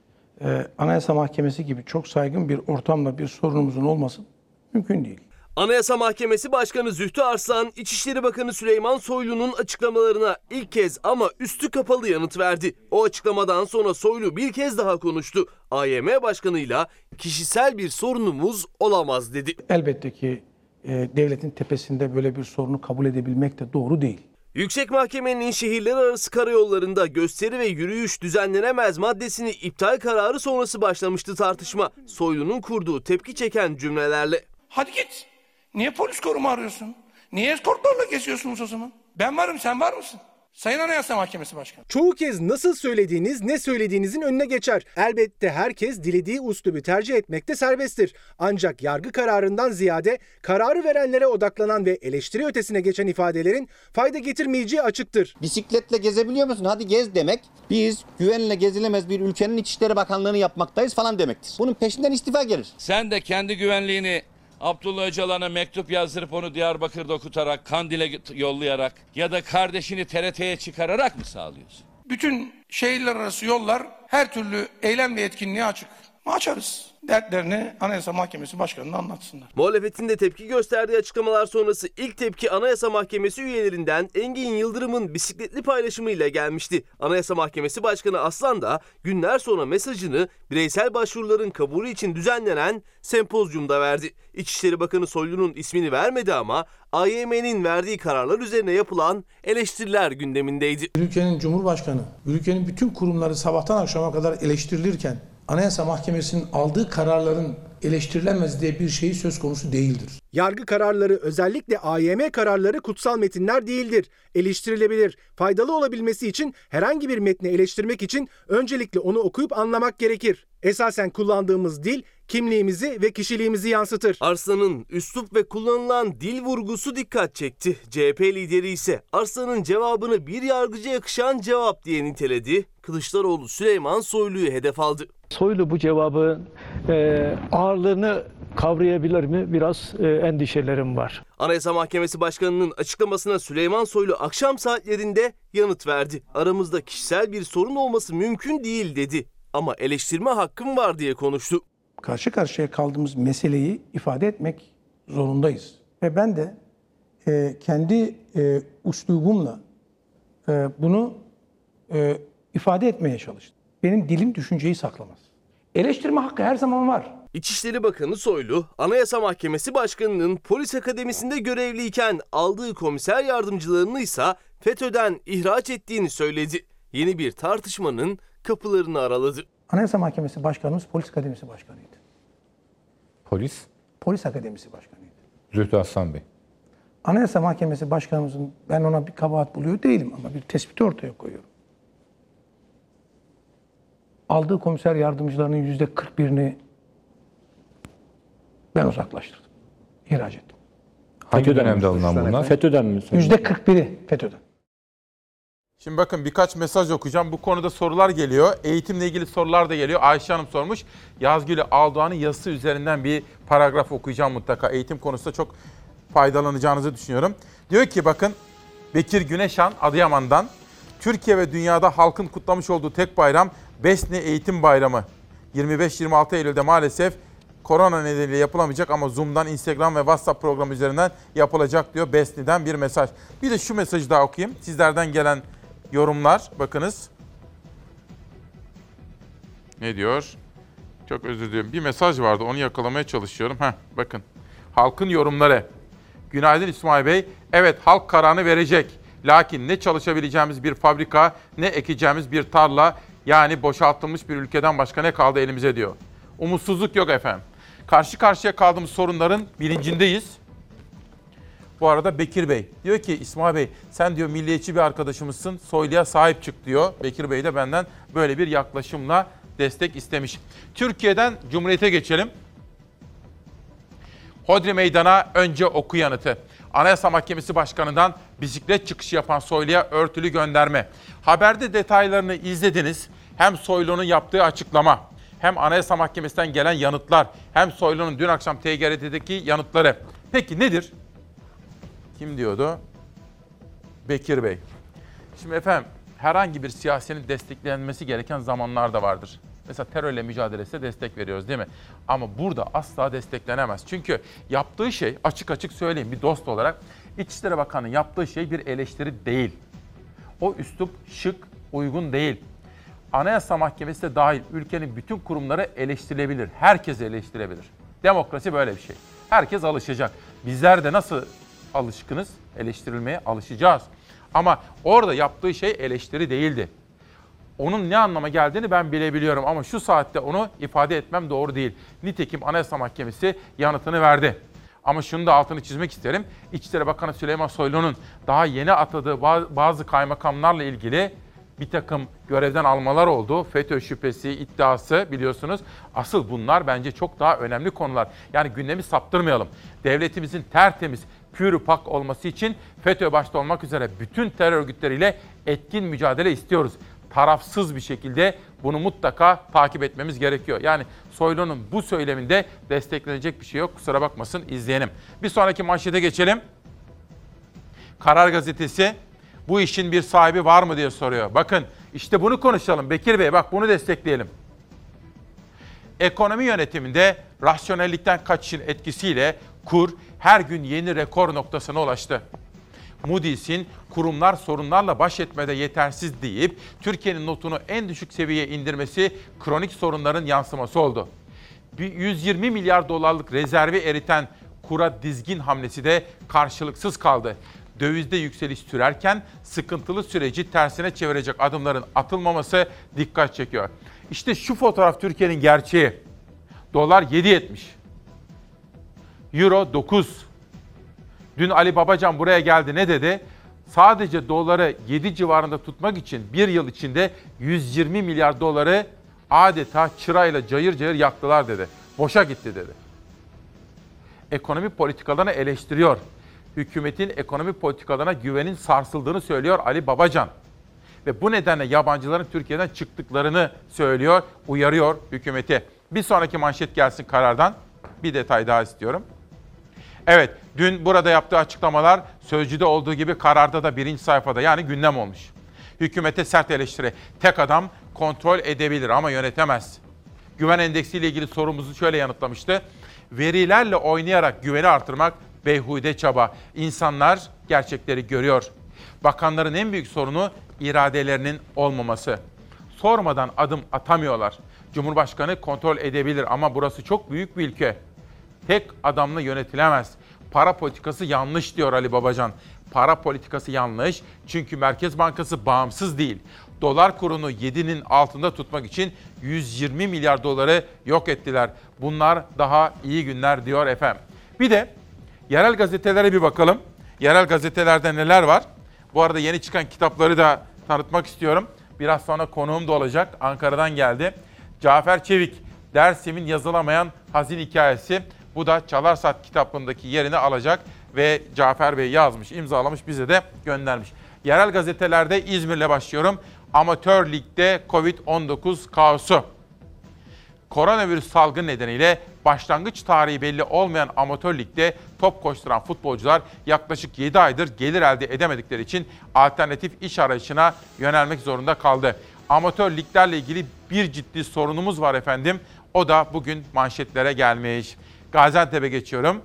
e, Anayasa Mahkemesi gibi çok saygın bir ortamda bir sorunumuzun olması mümkün değil. Anayasa Mahkemesi Başkanı Zühtü Arslan, İçişleri Bakanı Süleyman Soylu'nun açıklamalarına ilk kez ama üstü kapalı yanıt verdi. O açıklamadan sonra Soylu bir kez daha konuştu. A Y M Başkanı'yla kişisel bir sorunumuz olamaz dedi. Elbette ki e, devletin tepesinde böyle bir sorunu kabul edebilmek de doğru değil. Yüksek Mahkemenin şehirler arası karayollarında gösteri ve yürüyüş düzenlenemez maddesini iptal kararı sonrası başlamıştı tartışma. Soylu'nun kurduğu tepki çeken cümlelerle. Hadi git. Niye polis koruma arıyorsun? Niye eskortlarla geziyorsunuz o zaman? Ben varım, sen var mısın? Sayın Anayasa Mahkemesi Başkanı. Çoğu kez nasıl söylediğiniz, ne söylediğinizin önüne geçer. Elbette herkes dilediği üslubu tercih etmekte serbesttir. Ancak yargı kararından ziyade kararı verenlere odaklanan ve eleştiri ötesine geçen ifadelerin fayda getirmeyeceği açıktır. Bisikletle gezebiliyor musun? Hadi gez demek. Biz güvenle gezilemez bir ülkenin İçişleri Bakanlığı'nı yapmaktayız falan demektir. Bunun peşinden istifa gelir. Sen de kendi güvenliğini Abdullah Öcalan'a mektup yazdırıp onu Diyarbakır'da okutarak, Kandil'e yollayarak ya da kardeşini T R T'ye çıkararak mı sağlıyorsun? Bütün şehirler arası yollar her türlü eylem ve etkinliğe açık. Açarız. Dertlerini Anayasa Mahkemesi Başkanı'na anlatsınlar. Muhalefetin de tepki gösterdiği açıklamalar sonrası ilk tepki Anayasa Mahkemesi üyelerinden Engin Yıldırım'ın bisikletli paylaşımıyla gelmişti. Anayasa Mahkemesi Başkanı Aslan da günler sonra mesajını bireysel başvuruların kabulü için düzenlenen sempozyumda verdi. İçişleri Bakanı Soylu'nun ismini vermedi ama A Y M'nin verdiği kararlar üzerine yapılan eleştiriler gündemindeydi. Ülkenin Cumhurbaşkanı, ülkenin bütün kurumları sabahtan akşama kadar eleştirilirken Anayasa Mahkemesi'nin aldığı kararların eleştirilemez diye bir şey söz konusu değildir. Yargı kararları, özellikle A Y M kararları kutsal metinler değildir. Eleştirilebilir. Faydalı olabilmesi için herhangi bir metni eleştirmek için öncelikle onu okuyup anlamak gerekir. Esasen kullandığımız dil kimliğimizi ve kişiliğimizi yansıtır. Arslan'ın üslup ve kullanılan dil vurgusu dikkat çekti. C H P lideri ise Arslan'ın cevabını bir yargıca yakışan cevap diye niteledi. Kılıçdaroğlu Süleyman Soylu'yu hedef aldı. Soylu bu cevabın e, ağırlığını kavrayabilir mi? Biraz e, endişelerim var. Anayasa Mahkemesi Başkanı'nın açıklamasına Süleyman Soylu akşam saatlerinde yanıt verdi. Aramızda kişisel bir sorun olması mümkün değil dedi. Ama eleştirme hakkım var diye konuştu. Karşı karşıya kaldığımız meseleyi ifade etmek zorundayız. Ve ben de e, kendi e, üslubumla e, bunu e, ifade etmeye çalıştım. Benim dilim düşünceyi saklamaz. Eleştirme hakkı her zaman var. İçişleri Bakanı Soylu, Anayasa Mahkemesi Başkanı'nın polis akademisinde görevliyken aldığı komiser yardımcılarını ise FETÖ'den ihraç ettiğini söyledi. Yeni bir tartışmanın kapılarını araladı. Anayasa Mahkemesi Başkanımız Polis Akademisi Başkanı'ydı. Polis? Polis Akademisi Başkanı'ydı. Zühtü Aslan Bey. Anayasa Mahkemesi Başkanımızın, ben ona bir kabahat buluyor değilim ama bir tespiti ortaya koyuyorum. Aldığı komiser yardımcılarının yüzde kırk birini ben uzaklaştırdım. İhraç ettim. Hangi dönemde alınan bunlar? FETÖ'den mi? yüzde kırk biri FETÖ'den. Şimdi bakın birkaç mesaj okuyacağım. Bu konuda sorular geliyor. Eğitimle ilgili sorular da geliyor. Ayşe Hanım sormuş. Yazgül Aldoğan'ın yazısı üzerinden bir paragraf okuyacağım mutlaka. Eğitim konusunda çok faydalanacağınızı düşünüyorum. Diyor ki bakın Bekir Güneşan Adıyaman'dan Türkiye ve dünyada halkın kutlamış olduğu tek bayram Besni Eğitim Bayramı. yirmi beş yirmi altı Eylül'de maalesef korona nedeniyle yapılamayacak ama Zoom'dan, Instagram ve WhatsApp programı üzerinden yapılacak diyor Besni'den bir mesaj. Bir de şu mesajı daha okuyayım. Sizlerden gelen yorumlar bakınız. Ne diyor? Çok özür diliyorum. Bir mesaj vardı onu yakalamaya çalışıyorum. Heh, bakın. Halkın yorumları. Günaydın İsmail Bey. Evet halk kararını verecek. Lakin ne çalışabileceğimiz bir fabrika, ne ekeceğimiz bir tarla, yani boşaltılmış bir ülkeden başka ne kaldı elimize diyor. Umutsuzluk yok efendim. Karşı karşıya kaldığımız sorunların bilincindeyiz. Bu arada Bekir Bey diyor ki İsmail Bey sen diyor milliyetçi bir arkadaşımızsın, Soylu'ya sahip çık diyor. Bekir Bey de benden böyle bir yaklaşımla destek istemiş. Türkiye'den Cumhuriyet'e geçelim. Hodri Meydan'a önce oku yanıtı. Anayasa Mahkemesi Başkanı'ndan bisiklet çıkışı yapan Soylu'ya örtülü gönderme. Haberde detaylarını izlediniz. Hem Soylu'nun yaptığı açıklama, hem Anayasa Mahkemesi'nden gelen yanıtlar, hem Soylu'nun dün akşam T G R T'deki yanıtları. Peki nedir? Kim diyordu? Bekir Bey. Şimdi efendim herhangi bir siyasetin desteklenmesi gereken zamanlar da vardır. Mesela terörle mücadelesine destek veriyoruz değil mi? Ama burada asla desteklenemez. Çünkü yaptığı şey açık açık söyleyeyim bir dost olarak İçişleri Bakanı'nın yaptığı şey bir eleştiri değil. O üslup şık, uygun değil. Anayasa Mahkemesi de dahil ülkenin bütün kurumları eleştirilebilir. Herkes eleştirebilir. Demokrasi böyle bir şey. Herkes alışacak. Bizler de nasıl alışkınız? Eleştirilmeye alışacağız. Ama orada yaptığı şey eleştiri değildi. Onun ne anlama geldiğini ben bilebiliyorum ama şu saatte onu ifade etmem doğru değil. Nitekim Anayasa Mahkemesi yanıtını verdi. Ama şunu da altını çizmek isterim. İçişleri Bakanı Süleyman Soylu'nun daha yeni atadığı bazı kaymakamlarla ilgili bir takım görevden almalar oldu. FETÖ şüphesi, iddiası biliyorsunuz. Asıl bunlar bence çok daha önemli konular. Yani gündemi saptırmayalım. Devletimizin tertemiz, pür pak olması için FETÖ başta olmak üzere bütün terör örgütleriyle etkin mücadele istiyoruz. Tarafsız bir şekilde bunu mutlaka takip etmemiz gerekiyor. Yani Soylu'nun bu söyleminde desteklenecek bir şey yok. Kusura bakmasın izleyelim. Bir sonraki manşete geçelim. Karar Gazetesi bu işin bir sahibi var mı diye soruyor. Bakın işte bunu konuşalım Bekir Bey, bak bunu destekleyelim. Ekonomi yönetiminde rasyonellikten kaçışın etkisiyle kur her gün yeni rekor noktasına ulaştı. Moody's'in kurumlar sorunlarla baş etmede yetersiz deyip Türkiye'nin notunu en düşük seviyeye indirmesi kronik sorunların yansıması oldu. yüz yirmi milyar dolarlık rezervi eriten kura dizgin hamlesi de karşılıksız kaldı. Dövizde yükseliş sürerken sıkıntılı süreci tersine çevirecek adımların atılmaması dikkat çekiyor. İşte şu fotoğraf Türkiye'nin gerçeği. Dolar yedi yetmiş. Euro dokuz. Dün Ali Babacan buraya geldi, ne dedi? Sadece doları yedi civarında tutmak için bir yıl içinde yüz yirmi milyar doları adeta çırayla cayır cayır yaktılar dedi. Boşa gitti dedi. Ekonomi politikalarını eleştiriyor. Hükümetin ekonomi politikalarına güvenin sarsıldığını söylüyor Ali Babacan. Ve bu nedenle yabancıların Türkiye'den çıktıklarını söylüyor, uyarıyor hükümeti. Bir sonraki manşet gelsin Karar'dan. Bir detay daha istiyorum. Evet, dün burada yaptığı açıklamalar Sözcü'de olduğu gibi Karar'da da birinci sayfada, yani gündem olmuş. Hükümete sert eleştiri. Tek adam kontrol edebilir ama yönetemez. Güven endeksiyle ilgili sorumuzu şöyle yanıtlamıştı. Verilerle oynayarak güveni artırmak beyhude çaba. İnsanlar gerçekleri görüyor. Bakanların en büyük sorunu iradelerinin olmaması. Sormadan adım atamıyorlar. Cumhurbaşkanı kontrol edebilir ama burası çok büyük bir ülke. Tek adamla yönetilemez. Para politikası yanlış diyor Ali Babacan. Para politikası yanlış çünkü Merkez Bankası bağımsız değil. Dolar kurunu yedinin altında tutmak için yüz yirmi milyar doları yok ettiler. Bunlar daha iyi günler diyor efendim. Bir de yerel gazetelere bir bakalım. Yerel gazetelerde neler var? Bu arada yeni çıkan kitapları da tanıtmak istiyorum. Biraz sonra konuğum da olacak. Ankara'dan geldi. Cafer Çevik, Dersim'in yazılamayan hazin hikayesi. Bu da Çalar Saat kitaplığındaki yerini alacak ve Cafer Bey yazmış, imzalamış, bize de göndermiş. Yerel gazetelerde İzmir'le başlıyorum. Amatör Lig'de kovid on dokuz kaosu. Koronavirüs salgını nedeniyle başlangıç tarihi belli olmayan amatör ligde top koşturan futbolcular yaklaşık yedi aydır gelir elde edemedikleri için alternatif iş arayışına yönelmek zorunda kaldı. Amatör liglerle ilgili bir ciddi sorunumuz var efendim. O da bugün manşetlere gelmiş. Gaziantep'e geçiyorum.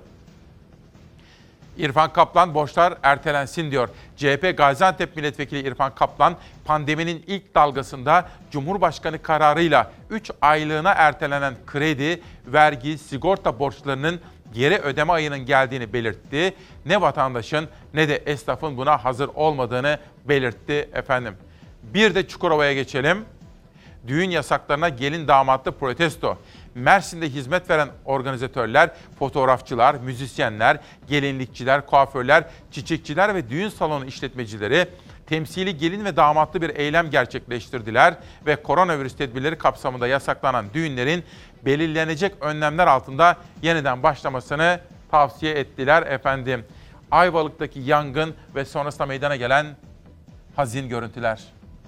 İrfan Kaplan borçlar ertelensin diyor. C H P Gaziantep Milletvekili İrfan Kaplan pandeminin ilk dalgasında Cumhurbaşkanı kararıyla üç aylığına ertelenen kredi, vergi, sigorta borçlarının geri ödeme ayının geldiğini belirtti. Ne vatandaşın ne de esnafın buna hazır olmadığını belirtti efendim. Bir de Çukurova'ya geçelim. Düğün yasaklarına gelin damatlı protesto. Mersin'de hizmet veren organizatörler, fotoğrafçılar, müzisyenler, gelinlikçiler, kuaförler, çiçekçiler ve düğün salonu işletmecileri temsili gelin ve damatlı bir eylem gerçekleştirdiler ve koronavirüs tedbirleri kapsamında yasaklanan düğünlerin belirlenecek önlemler altında yeniden başlamasını tavsiye ettiler efendim. Ayvalık'taki yangın ve sonrasında meydana gelen hazin görüntüler.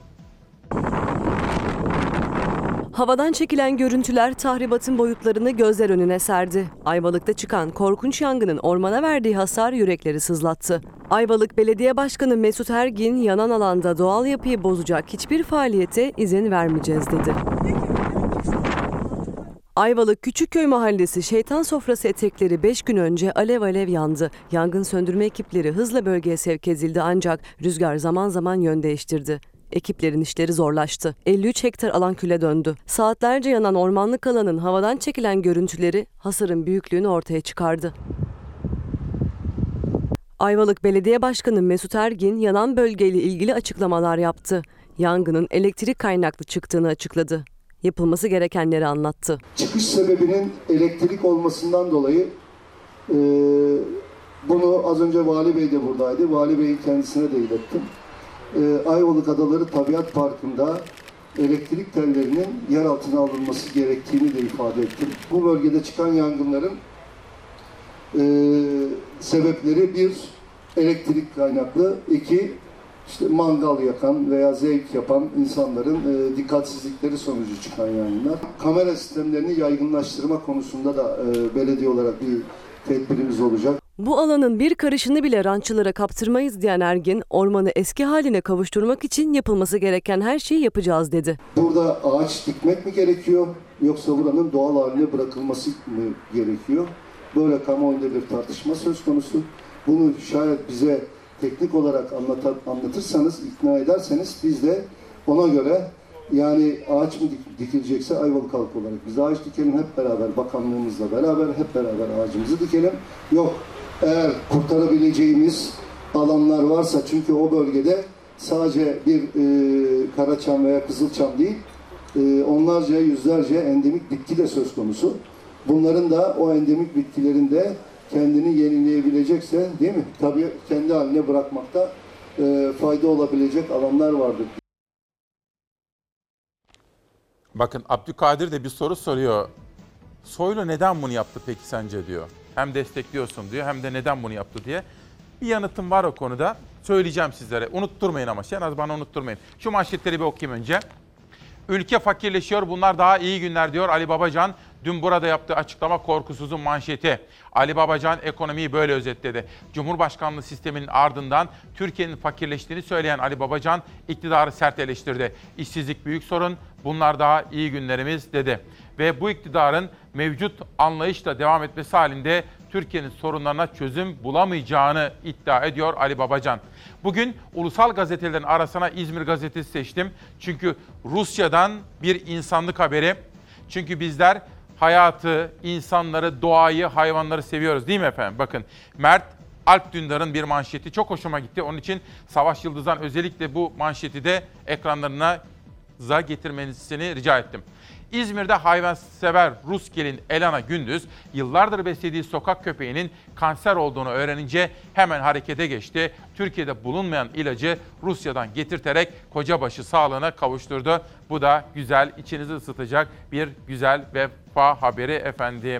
Havadan çekilen görüntüler tahribatın boyutlarını gözler önüne serdi. Ayvalık'ta çıkan korkunç yangının ormana verdiği hasar yürekleri sızlattı. Ayvalık Belediye Başkanı Mesut Ergin, yanan alanda doğal yapıyı bozacak hiçbir faaliyete izin vermeyeceğiz dedi. Ayvalık Küçükköy Mahallesi Şeytan Sofrası etekleri beş gün önce alev alev yandı. Yangın söndürme ekipleri hızla bölgeye sevk edildi ancak rüzgar zaman zaman yön değiştirdi. Ekiplerin işleri zorlaştı. elli üç hektar alan küle döndü. Saatlerce yanan ormanlık alanın havadan çekilen görüntüleri hasarın büyüklüğünü ortaya çıkardı. Ayvalık Belediye Başkanı Mesut Ergin yanan bölgeyle ilgili açıklamalar yaptı. Yangının elektrik kaynaklı çıktığını açıkladı. Yapılması gerekenleri anlattı. Çıkış sebebinin elektrik olmasından dolayı e, bunu az önce Vali Bey de buradaydı. Vali Bey'in kendisine de ilettim. E, Ayvalık Adaları Tabiat Parkı'nda elektrik tellerinin yer altına alınması gerektiğini de ifade ettim. Bu bölgede çıkan yangınların e, sebepleri bir, elektrik kaynaklı, iki, işte mangal yakan veya zevk yapan insanların e, dikkatsizlikleri sonucu çıkan yangınlar. Kamera sistemlerini yaygınlaştırma konusunda da e, belediye olarak bir tedbirimiz olacak. Bu alanın bir karışını bile ranççılara kaptırmayız diyen Ergin, ormanı eski haline kavuşturmak için yapılması gereken her şeyi yapacağız dedi. Burada ağaç dikmek mi gerekiyor yoksa buranın doğal haline bırakılması mı gerekiyor? Böyle kamuoyunda bir tartışma söz konusu. Bunu şayet bize teknik olarak anlatar, anlatırsanız, ikna ederseniz biz de ona göre, yani ağaç mı dikilecekse Ayvalık halkı olarak biz ağaç dikelim hep beraber, bakanlığımızla beraber hep beraber ağacımızı dikelim. Yok, eğer kurtarabileceğimiz alanlar varsa, çünkü o bölgede sadece bir e, karaçam veya kızılçam değil, e, onlarca, yüzlerce endemik bitki de söz konusu. Bunların da o endemik bitkilerin de kendini yenileyebilecekse değil mi? Tabii kendi haline bırakmakta e, fayda olabilecek alanlar vardır. Bakın Abdülkadir de bir soru soruyor. Soylu neden bunu yaptı peki sence diyor. Hem destekliyorsun diyor hem de neden bunu yaptı diye. Bir yanıtım var o konuda. Söyleyeceğim sizlere. Unutturmayın ama. En az bana unutturmayın. Şu manşetleri bir okuyayım önce. Ülke fakirleşiyor. Bunlar daha iyi günler diyor Ali Babacan. Dün burada yaptığı açıklama korkusuzun manşeti. Ali Babacan ekonomiyi böyle özetledi. Cumhurbaşkanlığı sisteminin ardından Türkiye'nin fakirleştiğini söyleyen Ali Babacan iktidarı sert eleştirdi. İşsizlik büyük sorun. Bunlar daha iyi günlerimiz dedi. Ve bu iktidarın mevcut anlayışla devam etmesi halinde Türkiye'nin sorunlarına çözüm bulamayacağını iddia ediyor Ali Babacan. Bugün ulusal gazetelerin arasına İzmir Gazetesi seçtim. Çünkü Rusya'dan bir insanlık haberi. Çünkü bizler hayatı, insanları, doğayı, hayvanları seviyoruz değil mi efendim? Bakın Mert Alp Dündar'ın bir manşeti çok hoşuma gitti. Onun için Savaş Yıldız'dan özellikle bu manşeti de ekranlarına getirmesini rica ettim. İzmir'de hayvansever Rus gelin Elana Gündüz yıllardır beslediği sokak köpeğinin kanser olduğunu öğrenince hemen harekete geçti. Türkiye'de bulunmayan ilacı Rusya'dan getirterek kocabaşı sağlığına kavuşturdu. Bu da güzel, içinizi ısıtacak bir güzel vefa haberi efendim.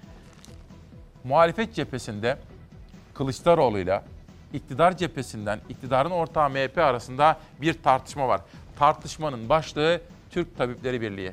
Muhalefet cephesinde Kılıçdaroğlu'yla iktidar cephesinden iktidarın ortağı M H P arasında bir tartışma var. Tartışmanın başlığı Türk Tabipleri Birliği.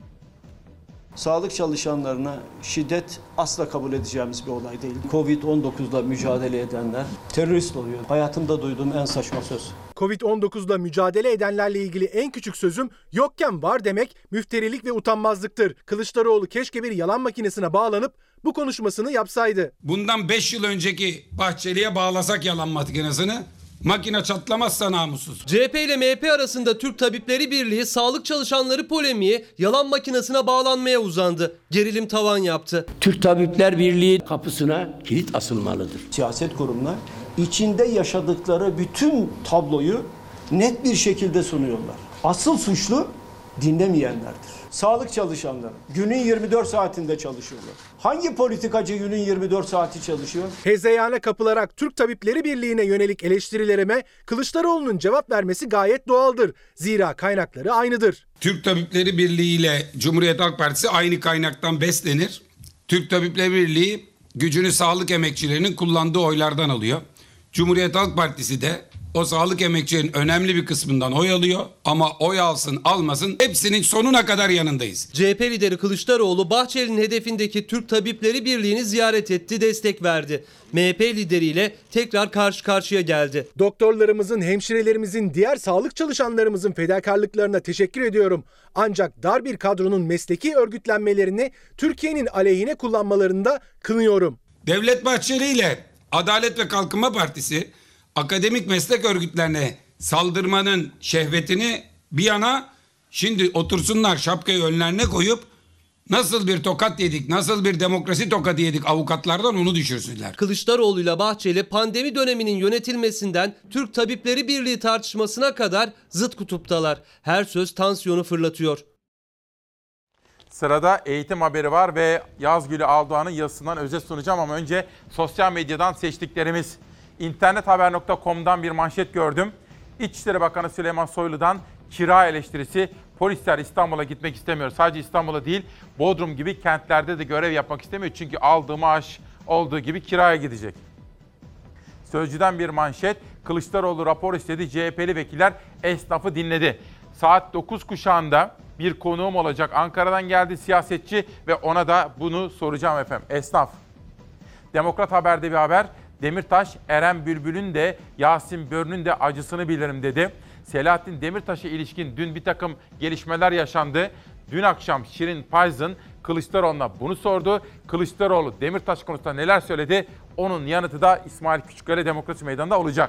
Sağlık çalışanlarına şiddet asla kabul edeceğimiz bir olay değil. kovid on dokuzla mücadele edenler terörist oluyor. Hayatımda duyduğum en saçma söz. kovid on dokuzla mücadele edenlerle ilgili en küçük sözüm yokken var demek müfterilik ve utanmazlıktır. Kılıçdaroğlu keşke bir yalan makinesine bağlanıp bu konuşmasını yapsaydı. Bundan beş yıl önceki Bahçeli'ye bağlasak yalan makinesini, makine çatlamazsa namussuz. C H P ile M H P arasında Türk Tabipleri Birliği sağlık çalışanları polemiği yalan makinesine bağlanmaya uzandı. Gerilim tavan yaptı. Türk Tabipler Birliği kapısına kilit asılmalıdır. Siyaset kurumlar içinde yaşadıkları bütün tabloyu net bir şekilde sunuyorlar. Asıl suçlu dinlemeyenlerdir. Sağlık çalışanları günün yirmi dört saatinde çalışıyorlar. Hangi politikacı günün yirmi dört saati çalışıyor? Hezeyana kapılarak Türk Tabipleri Birliği'ne yönelik eleştirilerime Kılıçdaroğlu'nun cevap vermesi gayet doğaldır. Zira kaynakları aynıdır. Türk Tabipleri Birliği ile Cumhuriyet Halk Partisi aynı kaynaktan beslenir. Türk Tabipleri Birliği gücünü sağlık emekçilerinin kullandığı oylardan alıyor. Cumhuriyet Halk Partisi de o sağlık emekçilerin önemli bir kısmından oy alıyor ama oy alsın almasın hepsinin sonuna kadar yanındayız. C H P lideri Kılıçdaroğlu Bahçeli'nin hedefindeki Türk Tabipleri Birliği'ni ziyaret etti, destek verdi. M H P lideriyle tekrar karşı karşıya geldi. Doktorlarımızın, hemşirelerimizin, diğer sağlık çalışanlarımızın fedakarlıklarına teşekkür ediyorum. Ancak dar bir kadronun mesleki örgütlenmelerini Türkiye'nin aleyhine kullanmalarını da kınıyorum. Devlet Bahçeli ile Adalet ve Kalkınma Partisi akademik meslek örgütlerine saldırmanın şehvetini bir yana şimdi otursunlar şapkayı önlerine koyup nasıl bir tokat yedik, nasıl bir demokrasi tokadı yedik avukatlardan onu düşürsünler. Kılıçdaroğlu ile Bahçeli pandemi döneminin yönetilmesinden Türk Tabipleri Birliği tartışmasına kadar zıt kutuptalar. Her söz tansiyonu fırlatıyor. Sırada eğitim haberi var ve Yazgül'ü Aldoğan'ın yazısından özet sunacağım ama önce sosyal medyadan seçtiklerimiz. internethaber nokta com'dan bir manşet gördüm. İçişleri Bakanı Süleyman Soylu'dan kira eleştirisi. Polisler İstanbul'a gitmek istemiyor. Sadece İstanbul'a değil, Bodrum gibi kentlerde de görev yapmak istemiyor. Çünkü aldığı maaş olduğu gibi kiraya gidecek. Sözcü'den bir manşet. Kılıçdaroğlu rapor istedi. C H P'li vekiller esnafı dinledi. Saat dokuz kuşağında bir konuğum olacak. Ankara'dan geldi siyasetçi ve ona da bunu soracağım efendim. Esnaf. Demokrat Haber'de bir haber. Demirtaş, Eren Bülbül'ün de Yasin Börü'nün de acısını bilirim dedi. Selahattin Demirtaş'a ilişkin dün bir takım gelişmeler yaşandı. Dün akşam Şirin Payzın Kılıçdaroğlu'na bunu sordu. Kılıçdaroğlu Demirtaş konusunda neler söyledi? Onun yanıtı da İsmail Küçükkaya Demokrasi Meydanı'nda olacak.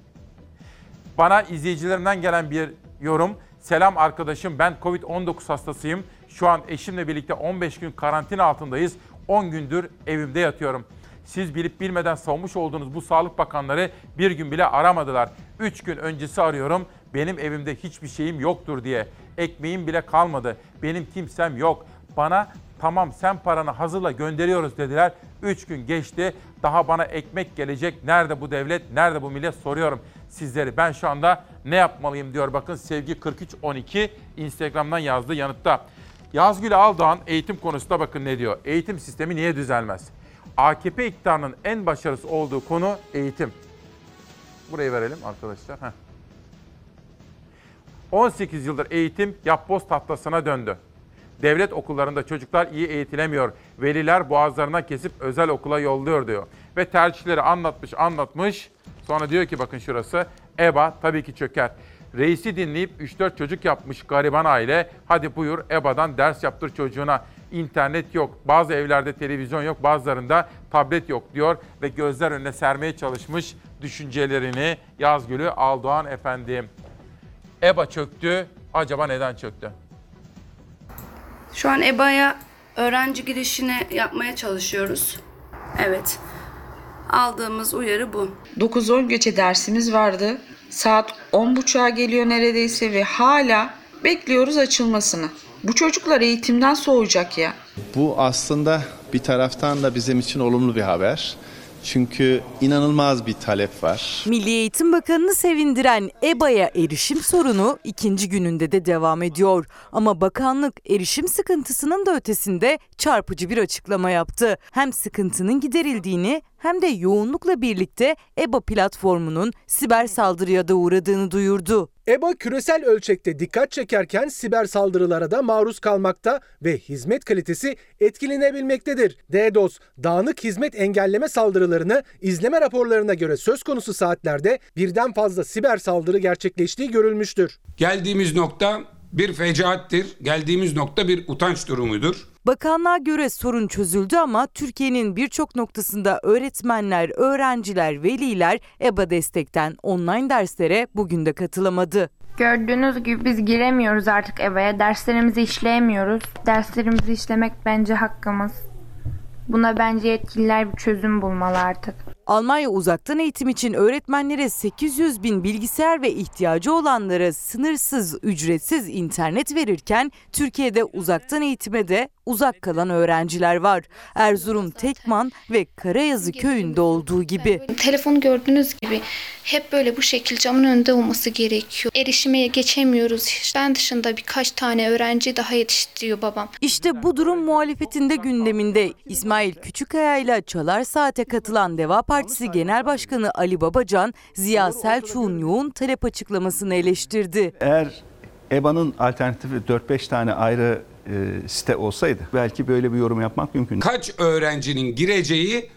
Bana izleyicilerimden gelen bir yorum. Selam arkadaşım, ben kovid on dokuz hastasıyım. Şu an eşimle birlikte on beş gün karantina altındayız. on gündür evimde yatıyorum. Siz bilip bilmeden savunmuş olduğunuz bu sağlık bakanları bir gün bile aramadılar. üç gün öncesi arıyorum. Benim evimde hiçbir şeyim yoktur diye. Ekmeğim bile kalmadı. Benim kimsem yok. Bana Tamam sen paranı hazırla gönderiyoruz dediler. üç gün geçti. Daha bana ekmek gelecek. Nerede bu devlet? Nerede bu millet? Soruyorum sizleri. Ben şu anda ne yapmalıyım diyor. Bakın Sevgi kırk üç on iki Instagram'dan yazdığı yanıtta. Yazgül Aldoğan eğitim konusunda bakın ne diyor. Eğitim sistemi niye düzelmez? A K P iktidarının en başarısız olduğu konu eğitim. Burayı verelim arkadaşlar. Heh. on sekiz yıldır eğitim yapboz tahtasına döndü. Devlet okullarında çocuklar iyi eğitilemiyor. Veliler boğazlarından kesip özel okula yolluyor diyor. Ve tercihleri anlatmış anlatmış. Sonra diyor ki bakın şurası E B A tabii ki çöker. Reisi dinleyip üç dört çocuk yapmış gariban aile. Hadi buyur E B A'dan ders yaptır çocuğuna. İnternet yok. Bazı evlerde televizyon yok. Bazılarında tablet yok diyor. Ve gözler önüne sermeye çalışmış düşüncelerini Yazgül'ü Aldoğan efendim. E B A çöktü. Acaba neden çöktü? Şu an E B A'ya öğrenci girişini yapmaya çalışıyoruz. Evet. Aldığımız uyarı bu. dokuz on gece dersimiz vardı. Saat on buçuğa geliyor neredeyse ve hala bekliyoruz açılmasını. Bu çocuklar eğitimden soğuyacak ya. Bu aslında bir taraftan da bizim için olumlu bir haber. Çünkü inanılmaz bir talep var. Milli Eğitim Bakanı'nı sevindiren E B A'ya erişim sorunu ikinci gününde de devam ediyor. Ama bakanlık erişim sıkıntısının da ötesinde çarpıcı bir açıklama yaptı. Hem sıkıntının giderildiğini hem de yoğunlukla birlikte E B A platformunun siber saldırıya da uğradığını duyurdu. E B A küresel ölçekte dikkat çekerken siber saldırılara da maruz kalmakta ve hizmet kalitesi etkilenebilmektedir. DDoS, dağınık hizmet engelleme saldırılarını izleme raporlarına göre söz konusu saatlerde birden fazla siber saldırı gerçekleştiği görülmüştür. Geldiğimiz nokta bir fecaattir. Geldiğimiz nokta bir utanç durumudur. Bakanlığa göre sorun çözüldü ama Türkiye'nin birçok noktasında öğretmenler, öğrenciler, veliler E B A destekten online derslere bugün de katılamadı. Gördüğünüz gibi biz giremiyoruz artık E B A'ya. Derslerimizi işleyemiyoruz. Derslerimizi işlemek bence hakkımız. Buna bence yetkililer bir çözüm bulmalı artık. Almanya uzaktan eğitim için öğretmenlere sekiz yüz bin bilgisayar ve ihtiyacı olanlara sınırsız, ücretsiz internet verirken Türkiye'de uzaktan eğitime de uzak kalan öğrenciler var. Erzurum, Tekman ve Karayazı köyünde olduğu gibi. Telefonu gördüğünüz gibi hep böyle bu şekil camın önünde olması gerekiyor. Erişime geçemiyoruz. Ben dışında birkaç tane öğrenci daha yetiştiriyor babam. İşte bu durum muhalefetinde gündeminde. İsmail Küçükkaya ile Çalar Saat'e katılan Deva Partisi Genel Başkanı Ali Babacan, Ziya Selçuk'un yoğun talep açıklamasını eleştirdi. Eğer E B A'nın alternatifi dört beş tane ayrı e, site olsaydı belki böyle bir yorum yapmak mümkün. Kaç öğrencinin gireceği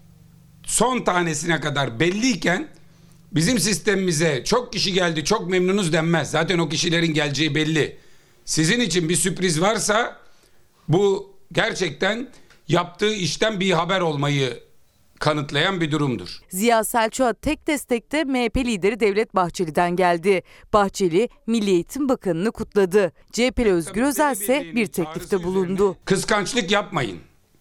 son tanesine kadar belliyken bizim sistemimize çok kişi geldi, çok memnunuz denmez. Zaten o kişilerin geleceği belli. Sizin için bir sürpriz varsa bu gerçekten yaptığı işten bir haber olmayı kanıtlayan bir durumdur. Ziya Selçuk'a tek destek de M H P lideri Devlet Bahçeli'den geldi. Bahçeli, Milli Eğitim Bakanı'nı kutladı. C H P'li Özgür Özel ise bir teklifte bulundu. Kıskançlık yapmayın.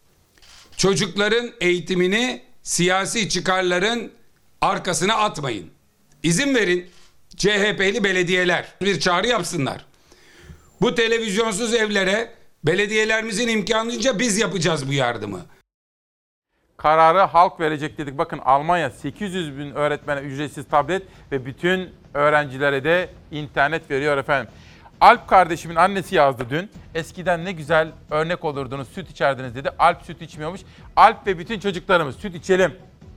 Çocukların eğitimini siyasi çıkarların arkasına atmayın. İzin verin C H P'li belediyeler bir çağrı yapsınlar. Bu televizyonsuz evlere belediyelerimizin imkanınca biz yapacağız bu yardımı. Kararı halk verecek dedik. Bakın Almanya sekiz yüz bin öğretmene ücretsiz tablet ve bütün öğrencilere de internet veriyor efendim. Alp kardeşimin annesi yazdı dün. Eskiden ne güzel örnek olurdunuz, süt içerdiniz dedi. Alp süt içmiyormuş. Alp ve bütün çocuklarımız süt içelim.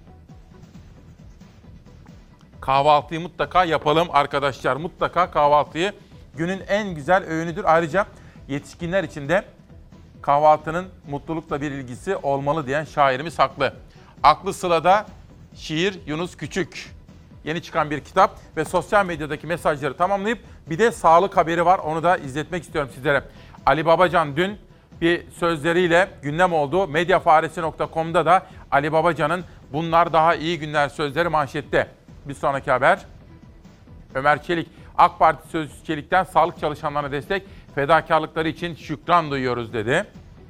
Kahvaltıyı mutlaka yapalım arkadaşlar. Mutlaka kahvaltıyı günün en güzel öğünüdür. Ayrıca yetişkinler için de kahvaltının mutlulukla bir ilgisi olmalı diyen şairimiz haklı. Aklı Sıla'da şiir Yunus Küçük. Yeni çıkan bir kitap ve sosyal medyadaki mesajları tamamlayıp bir de sağlık haberi var. Onu da izletmek istiyorum sizlere. Ali Babacan dün bir sözleriyle gündem oldu. medyafaresi nokta com'da da Ali Babacan'ın "Bunlar daha iyi günler" sözleri manşette. Bir sonraki haber. Ömer Çelik, AK Parti Sözcüsü Çelik'ten sağlık çalışanlarına destek, fedakarlıkları için şükran duyuyoruz dedi.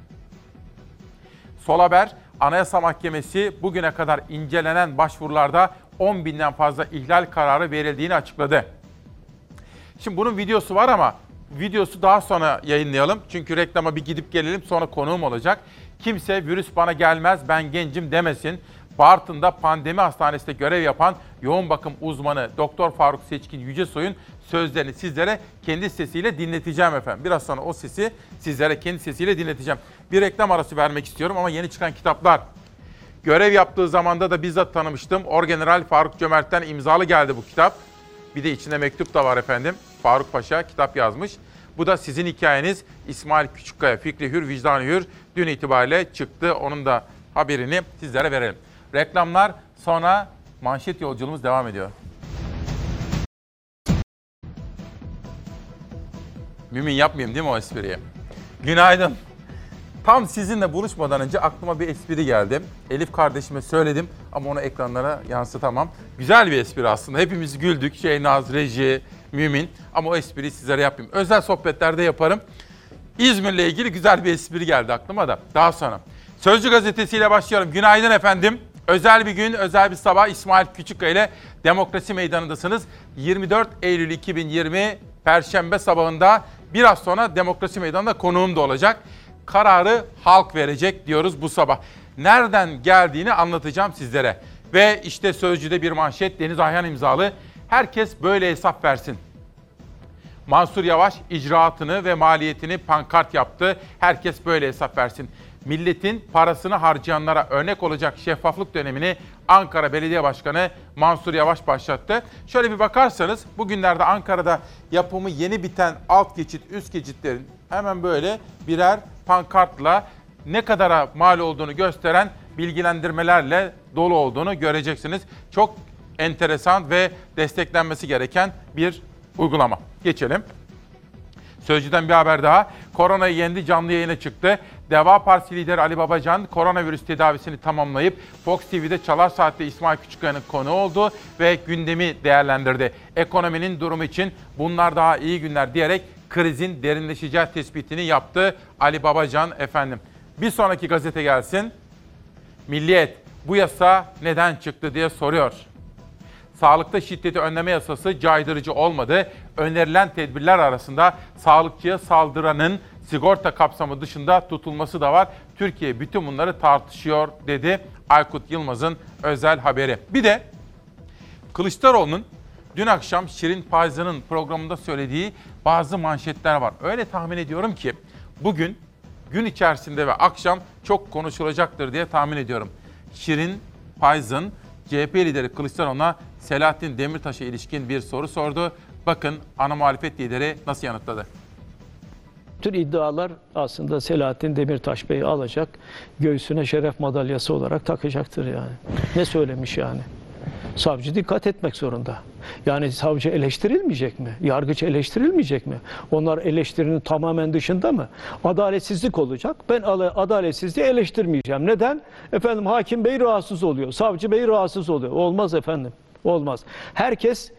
Sol Haber, Anayasa Mahkemesi bugüne kadar incelenen başvurularda on binden fazla ihlal kararı verildiğini açıkladı. Şimdi bunun videosu var ama videosu daha sonra yayınlayalım. Çünkü reklama bir gidip gelelim, sonra konuğum olacak. Kimse virüs bana gelmez, ben gencim demesin. Bartın'da pandemi hastanesinde görev yapan yoğun bakım uzmanı Doktor Faruk Seçkin Yücesoy'un sözlerini sizlere kendi sesiyle dinleteceğim efendim. Biraz sonra o sesi sizlere kendi sesiyle dinleteceğim. Bir reklam arası vermek istiyorum ama yeni çıkan kitaplar. Görev yaptığı zamanda da bizzat tanımıştım. Orgeneral Faruk Cömert'ten imzalı geldi bu kitap. Bir de içinde mektup da var efendim. Faruk Paşa kitap yazmış. Bu da sizin hikayeniz. İsmail Küçükkaya, Fikri Hür, Vicdanı Hür dün itibariyle çıktı. Onun da haberini sizlere verelim. Reklamlar, sonra manşet yolculuğumuz devam ediyor. Mümin yapmayayım değil mi o espriyi? Günaydın. Tam sizinle buluşmadan önce aklıma bir espri geldi. Elif kardeşime söyledim ama onu ekranlara yansıtamam. Güzel bir espri aslında. Hepimiz güldük. Şeynaz, Reji, Mümin. Ama o espriyi sizlere yapayım. Özel sohbetlerde yaparım. İzmir'le ilgili güzel bir espri geldi aklıma da. Daha sonra. Sözcü gazetesiyle başlıyorum. Günaydın efendim. Özel bir gün, özel bir sabah. İsmail Küçükkaya ile Demokrasi Meydanı'ndasınız. yirmi dört Eylül iki bin yirmi Perşembe sabahında biraz sonra Demokrasi Meydanı'nda konuğum da olacak. Kararı halk verecek diyoruz bu sabah. Nereden geldiğini anlatacağım sizlere. Ve işte Sözcü'de bir manşet, Deniz Ayhan imzalı. Herkes böyle hesap versin. Mansur Yavaş icraatını ve maliyetini pankart yaptı. Herkes böyle hesap versin. Milletin parasını harcayanlara örnek olacak şeffaflık dönemini Ankara Belediye Başkanı Mansur Yavaş başlattı. Şöyle bir bakarsanız bugünlerde Ankara'da yapımı yeni biten alt geçit, üst geçitlerin hemen böyle birer pankartla ne kadara mal olduğunu gösteren bilgilendirmelerle dolu olduğunu göreceksiniz. Çok enteresan ve desteklenmesi gereken bir uygulama. Geçelim. Sözcü'den bir haber daha. Koronayı yendi, canlı yayına çıktı. Deva Partisi lideri Ali Babacan koronavirüs tedavisini tamamlayıp Fox T V'de Çalar Saat'te İsmail Küçükkaya'nın konuğu oldu ve gündemi değerlendirdi. Ekonominin durumu için bunlar daha iyi günler diyerek krizin derinleşeceği tespitini yaptı Ali Babacan efendim. Bir sonraki gazete gelsin. Milliyet, bu yasa neden çıktı diye soruyor. Sağlıkta şiddeti önleme yasası caydırıcı olmadı. Önerilen tedbirler arasında sağlıkçıya saldıranın sigorta kapsamı dışında tutulması da var. Türkiye bütün bunları tartışıyor dedi Aykut Yılmaz'ın özel haberi. Bir de Kılıçdaroğlu'nun dün akşam Şirin Payza'nın programında söylediği bazı manşetler var. Öyle tahmin ediyorum ki bugün gün içerisinde ve akşam çok konuşulacaktır diye tahmin ediyorum. Şirin Payza'nın C H P lideri Kılıçdaroğlu'na Selahattin Demirtaş'a ilişkin bir soru sordu. Bakın ana muhalefet lideri nasıl yanıtladı. Tüm iddialar aslında Selahattin Demirtaş Bey'i alacak, göğsüne şeref madalyası olarak takacaktır yani. Ne söylemiş yani? Savcı dikkat etmek zorunda. Yani savcı eleştirilmeyecek mi? Yargıç eleştirilmeyecek mi? Onlar eleştirinin tamamen dışında mı? Adaletsizlik olacak. Ben adaletsizliği eleştirmeyeceğim. Neden? Efendim hakim bey rahatsız oluyor. Savcı bey rahatsız oluyor. Olmaz efendim. Olmaz. Herkes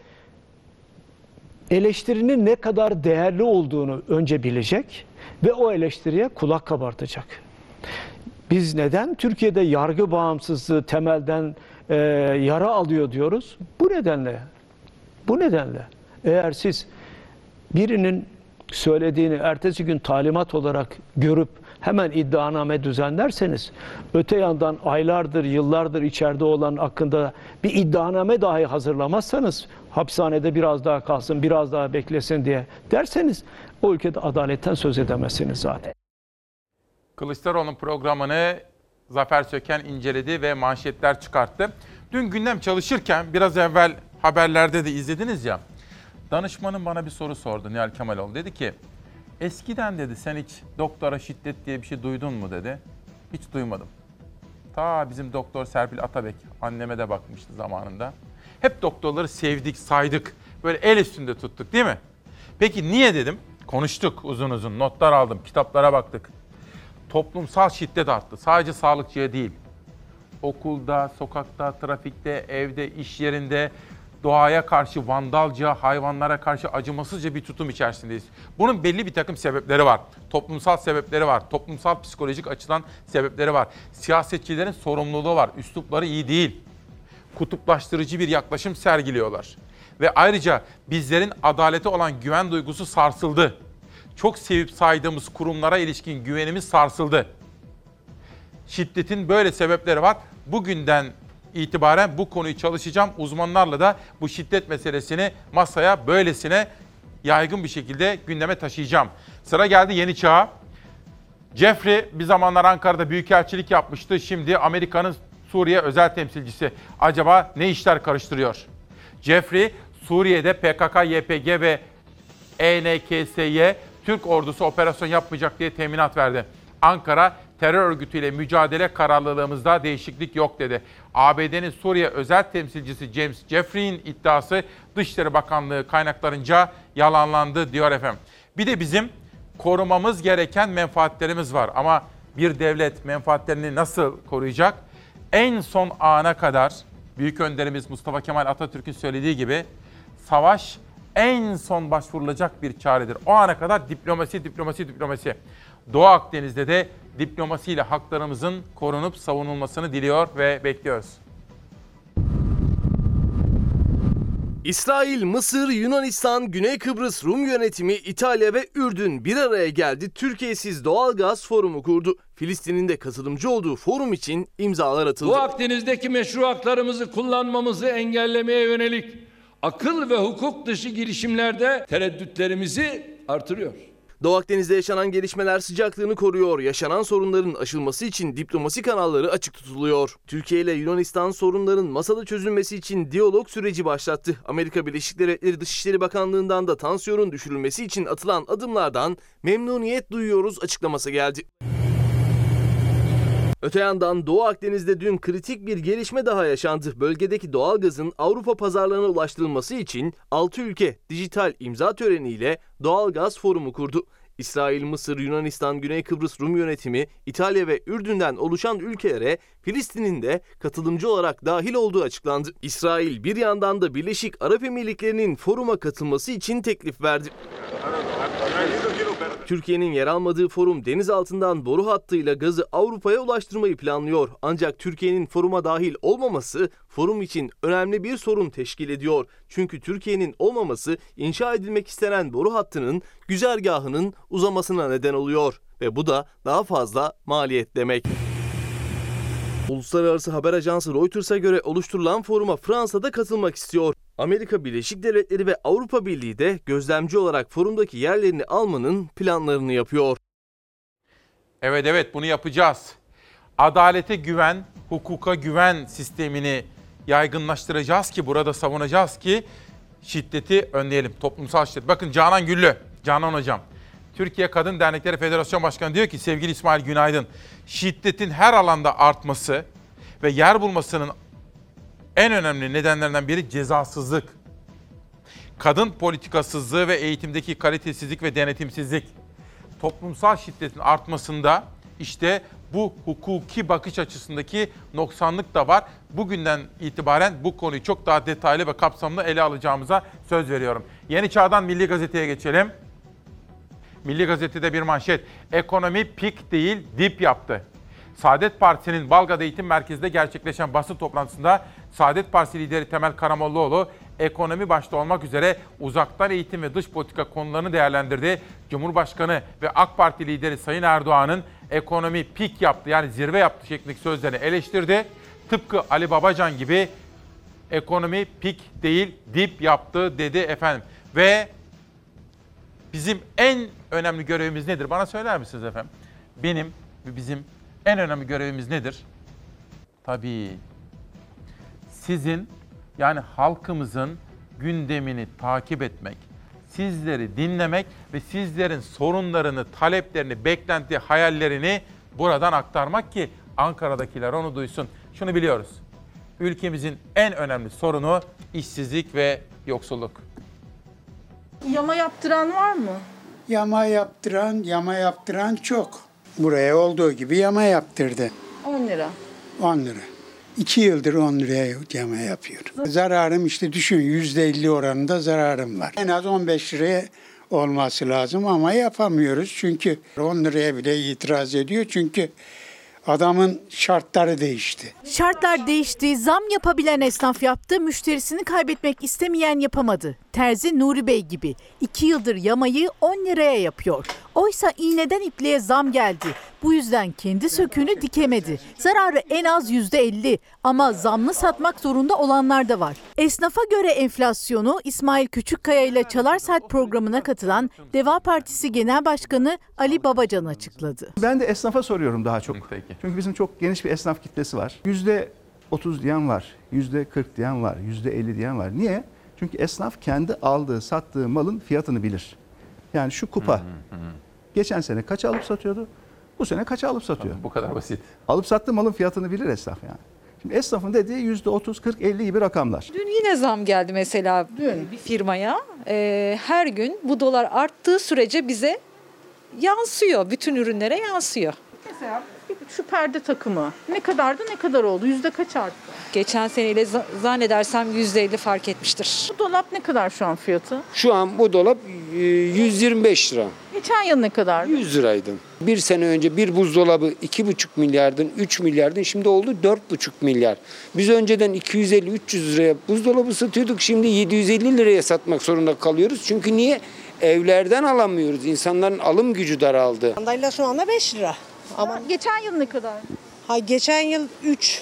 eleştirinin ne kadar değerli olduğunu önce bilecek ve o eleştiriye kulak kabartacak. Biz neden Türkiye'de yargı bağımsızlığı temelden e, yara alıyor diyoruz? Bu nedenle. Bu nedenle. Eğer siz birinin söylediğini ertesi gün talimat olarak görüp hemen iddianame düzenlerseniz, öte yandan aylardır, yıllardır içeride olan hakkında bir iddianame dahi hazırlamazsanız, hapishanede biraz daha kalsın, biraz daha beklesin diye derseniz, o ülkede adaletten söz edemezsiniz zaten. Kılıçdaroğlu'nun programını Zafer Söken inceledi ve manşetler çıkarttı. Dün gündem çalışırken biraz evvel haberlerde de izlediniz ya, danışmanım bana bir soru sordu, Nihal Kemaloğlu. Dedi ki, eskiden dedi sen hiç doktora şiddet diye bir şey duydun mu dedi. Hiç duymadım. Ta bizim doktor Serpil Atabek anneme de bakmıştı zamanında. Hep doktorları sevdik, saydık. Böyle el üstünde tuttuk değil mi? Peki niye dedim? Konuştuk uzun uzun, notlar aldım, kitaplara baktık. Toplumsal şiddet arttı. Sadece sağlıkçıya değil. Okulda, sokakta, trafikte, evde, iş yerinde doğaya karşı vandalca, hayvanlara karşı acımasızca bir tutum içerisindeyiz. Bunun belli bir takım sebepleri var. Toplumsal sebepleri var. Toplumsal psikolojik açıdan sebepleri var. Siyasetçilerin sorumluluğu var. Üslupları iyi değil. Kutuplaştırıcı bir yaklaşım sergiliyorlar. Ve ayrıca bizlerin adalete olan güven duygusu sarsıldı. çok sevip saydığımız kurumlara ilişkin güvenimiz sarsıldı. Şiddetin böyle sebepleri var. Bugünden itibaren bu konuyu çalışacağım. Uzmanlarla da bu şiddet meselesini masaya böylesine yaygın bir şekilde gündeme taşıyacağım. Sıra geldi Yeni Çağ'a. Jeffrey bir zamanlar Ankara'da büyükelçilik yapmıştı. Şimdi Amerika'nın Suriye özel temsilcisi. Acaba ne işler karıştırıyor? Jeffrey, Suriye'de P K K, Y P G ve E N K S'ye Türk ordusu operasyon yapmayacak diye teminat verdi. Ankara, terör örgütüyle mücadele kararlılığımızda değişiklik yok dedi. A B D'nin Suriye özel temsilcisi James Jeffrey'in iddiası Dışişleri Bakanlığı kaynaklarınca yalanlandı diyor efendim. Bir de bizim korumamız gereken menfaatlerimiz var. Ama bir devlet menfaatlerini nasıl koruyacak? En son ana kadar büyük önderimiz Mustafa Kemal Atatürk'ün söylediği gibi savaş en son başvurulacak bir çaredir. O ana kadar diplomasi, diplomasi, diplomasi. Doğu Akdeniz'de de diplomasiyle haklarımızın korunup savunulmasını diliyor ve bekliyoruz. İsrail, Mısır, Yunanistan, Güney Kıbrıs Rum yönetimi, İtalya ve Ürdün bir araya geldi. Türkiye'siz doğalgaz forumu kurdu. Filistin'in de katılımcı olduğu forum için imzalar atıldı. Bu Akdeniz'deki meşru haklarımızı kullanmamızı engellemeye yönelik akıl ve hukuk dışı girişimlerde tereddütlerimizi artırıyor. Doğu Akdeniz'de yaşanan gelişmeler sıcaklığını koruyor. Yaşanan sorunların aşılması için diplomasi kanalları açık tutuluyor. Türkiye ile Yunanistan sorunların masada çözülmesi için diyalog süreci başlattı. Amerika Birleşik Devletleri Dışişleri Bakanlığı'ndan da tansiyonun düşürülmesi için atılan adımlardan memnuniyet duyuyoruz açıklaması geldi. Öte yandan Doğu Akdeniz'de dün kritik bir gelişme daha yaşandı. Bölgedeki doğalgazın Avrupa pazarlarına ulaştırılması için altı ülke dijital imza töreniyle doğalgaz forumu kurdu. İsrail, Mısır, Yunanistan, Güney Kıbrıs Rum yönetimi, İtalya ve Ürdün'den oluşan ülkelere Filistin'in de katılımcı olarak dahil olduğu açıklandı. İsrail bir yandan da Birleşik Arap Emirlikleri'nin foruma katılması için teklif verdi. Türkiye'nin yer almadığı forum deniz altından boru hattıyla gazı Avrupa'ya ulaştırmayı planlıyor. Ancak Türkiye'nin foruma dahil olmaması forum için önemli bir sorun teşkil ediyor. Çünkü Türkiye'nin olmaması inşa edilmek istenen boru hattının güzergahının uzamasına neden oluyor. Ve bu da daha fazla maliyet demek. Uluslararası haber ajansı Reuters'a göre oluşturulan foruma Fransa'da katılmak istiyor. Amerika Birleşik Devletleri ve Avrupa Birliği de gözlemci olarak forumdaki yerlerini almanın planlarını yapıyor. Evet evet bunu yapacağız. Adalete güven, hukuka güven sistemini yaygınlaştıracağız ki burada savunacağız ki şiddeti önleyelim. Toplumsal şiddet. Bakın Canan Güllü, Canan Hocam. Türkiye Kadın Dernekleri Federasyon Başkanı diyor ki sevgili İsmail Günaydın, şiddetin her alanda artması ve yer bulmasının en önemli nedenlerinden biri cezasızlık. Kadın politikasızlığı ve eğitimdeki kalitesizlik ve denetimsizlik. Toplumsal şiddetin artmasında işte bu hukuki bakış açısındaki noksanlık da var. Bugünden itibaren bu konuyu çok daha detaylı ve kapsamlı ele alacağımıza söz veriyorum. Yeni Çağ'dan Milli Gazete'ye geçelim. Milli Gazete'de bir manşet. Ekonomi pik değil dip yaptı. Saadet Partisi'nin Balga'da Eğitim Merkezi'nde gerçekleşen basın toplantısında Saadet Partisi lideri Temel Karamollaoğlu ekonomi başta olmak üzere uzaktan eğitim ve dış politika konularını değerlendirdi. Cumhurbaşkanı ve AK Parti lideri Sayın Erdoğan'ın ekonomi pik yaptı yani zirve yaptı şeklindeki sözlerini eleştirdi. Tıpkı Ali Babacan gibi ekonomi pik değil dip yaptı dedi efendim. Ve bizim en önemli görevimiz nedir? Bana söyler misiniz efendim? Benim ve bizim en önemli görevimiz nedir? Tabii sizin yani halkımızın gündemini takip etmek, sizleri dinlemek ve sizlerin sorunlarını, taleplerini, beklenti, hayallerini buradan aktarmak ki Ankara'dakiler onu duysun. Şunu biliyoruz. Ülkemizin en önemli sorunu işsizlik ve yoksulluk. Yama yaptıran var mı? Yama yaptıran, yama yaptıran çok. Buraya olduğu gibi yama yaptırdı. on lira. on lira. İki yıldır on liraya yama yapıyor. Zararım işte düşün yüzde elli oranında zararım var. En az on beş liraya olması lazım ama yapamıyoruz. Çünkü on liraya bile itiraz ediyor. Çünkü Adamın şartları değişti. Şartlar değişti, zam yapabilen esnaf yaptı, müşterisini kaybetmek istemeyen yapamadı. Terzi Nuri Bey gibi iki yıldır yamayı on liraya yapıyor. Oysa iğneden ipliğe zam geldi. Bu yüzden kendi söküğünü dikemedi. Zararı en az yüzde elli ama zamlı satmak zorunda olanlar da var. Esnafa göre enflasyonu İsmail Küçükkaya ile Çalar Saat programına katılan Deva Partisi Genel Başkanı Ali Babacan açıkladı. Ben de esnafa soruyorum daha çok. Çünkü bizim çok geniş bir esnaf kitlesi var. yüzde otuz diyen var, yüzde kırk diyen var, yüzde elli diyen var. Niye? Çünkü esnaf kendi aldığı, sattığı malın fiyatını bilir. Yani şu kupa geçen sene kaça alıp satıyordu? Bu sene kaça alıp satıyor? Tamam, bu kadar basit. Alıp sattığı malın fiyatını bilir esnaf yani. Şimdi esnafın dediği yüzde otuz, kırk, elli gibi rakamlar. Dün yine zam geldi mesela Dün. bir firmaya. Ee, her gün bu dolar arttığı sürece bize yansıyor. Bütün ürünlere yansıyor. Mesela şu perde takımı ne kadardı, ne kadar oldu? Yüzde kaç arttı? Geçen seneyle zannedersem yüzde elli fark etmiştir. Bu dolap ne kadar şu an fiyatı? Şu an bu dolap yüz yirmi beş lira. Geçen yıl ne kadar? yüz liraydı. Bir sene önce bir buzdolabı iki buçuk milyardın, üç milyardın, şimdi oldu dört buçuk milyar. Biz önceden iki yüz elli üç yüz liraya buzdolabı satıyorduk, şimdi yedi yüz elli liraya satmak zorunda kalıyoruz. Çünkü niye? Evlerden alamıyoruz. İnsanların alım gücü daraldı. Sandalye şu anda beş lira. Ama geçen yıl ne kadar? Ha, geçen yıl üç.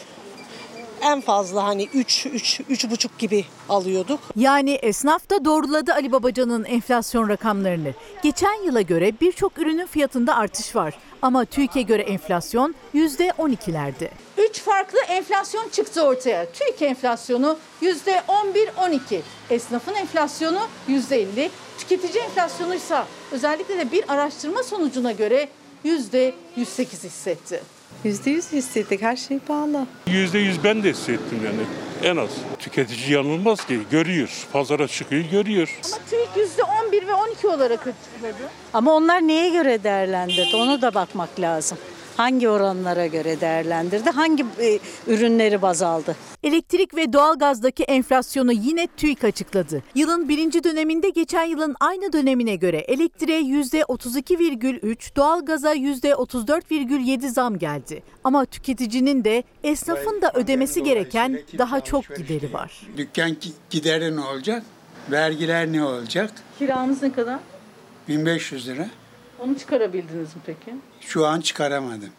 En fazla hani üç, üç, üç buçuk gibi alıyorduk. Yani esnaf da doğruladı Ali Babacan'ın enflasyon rakamlarını. Geçen yıla göre birçok ürünün fiyatında artış var. Ama TÜİK'e göre enflasyon yüzde on ikilerde. Üç farklı enflasyon çıktı ortaya. TÜİK enflasyonu yüzde on bir on iki. Esnafın enflasyonu yüzde elli. Tüketici enflasyonu ise özellikle de bir araştırma sonucuna göre yüzde yüz sekiz hissetti. Yüzde yüz hissettik, her şey pahalı. Yüzde yüz ben de hissettim yani en az. Tüketici yanılmaz ki, görüyor. Pazara çıkıyor, görüyor. Ama TÜİK yüzde on bir ve on iki olarak açıkladı. Ama onlar neye göre değerlendirdi? Ona da bakmak lazım. Hangi oranlara göre değerlendirdi? Hangi e, ürünleri baz aldı? Elektrik ve doğalgazdaki enflasyonu yine TÜİK açıkladı. Yılın birinci döneminde geçen yılın aynı dönemine göre elektriğe yüzde otuz iki virgül üç, doğalgaza yüzde otuz dört virgül yedi zam geldi. Ama tüketicinin de esnafın da ödemesi gereken daha çok gideri var. Dükkan gideri ne olacak? Vergiler ne olacak? Kiramız ne kadar? bin beş yüz lira. Onu çıkarabildiniz mi peki? Şu an çıkaramadım.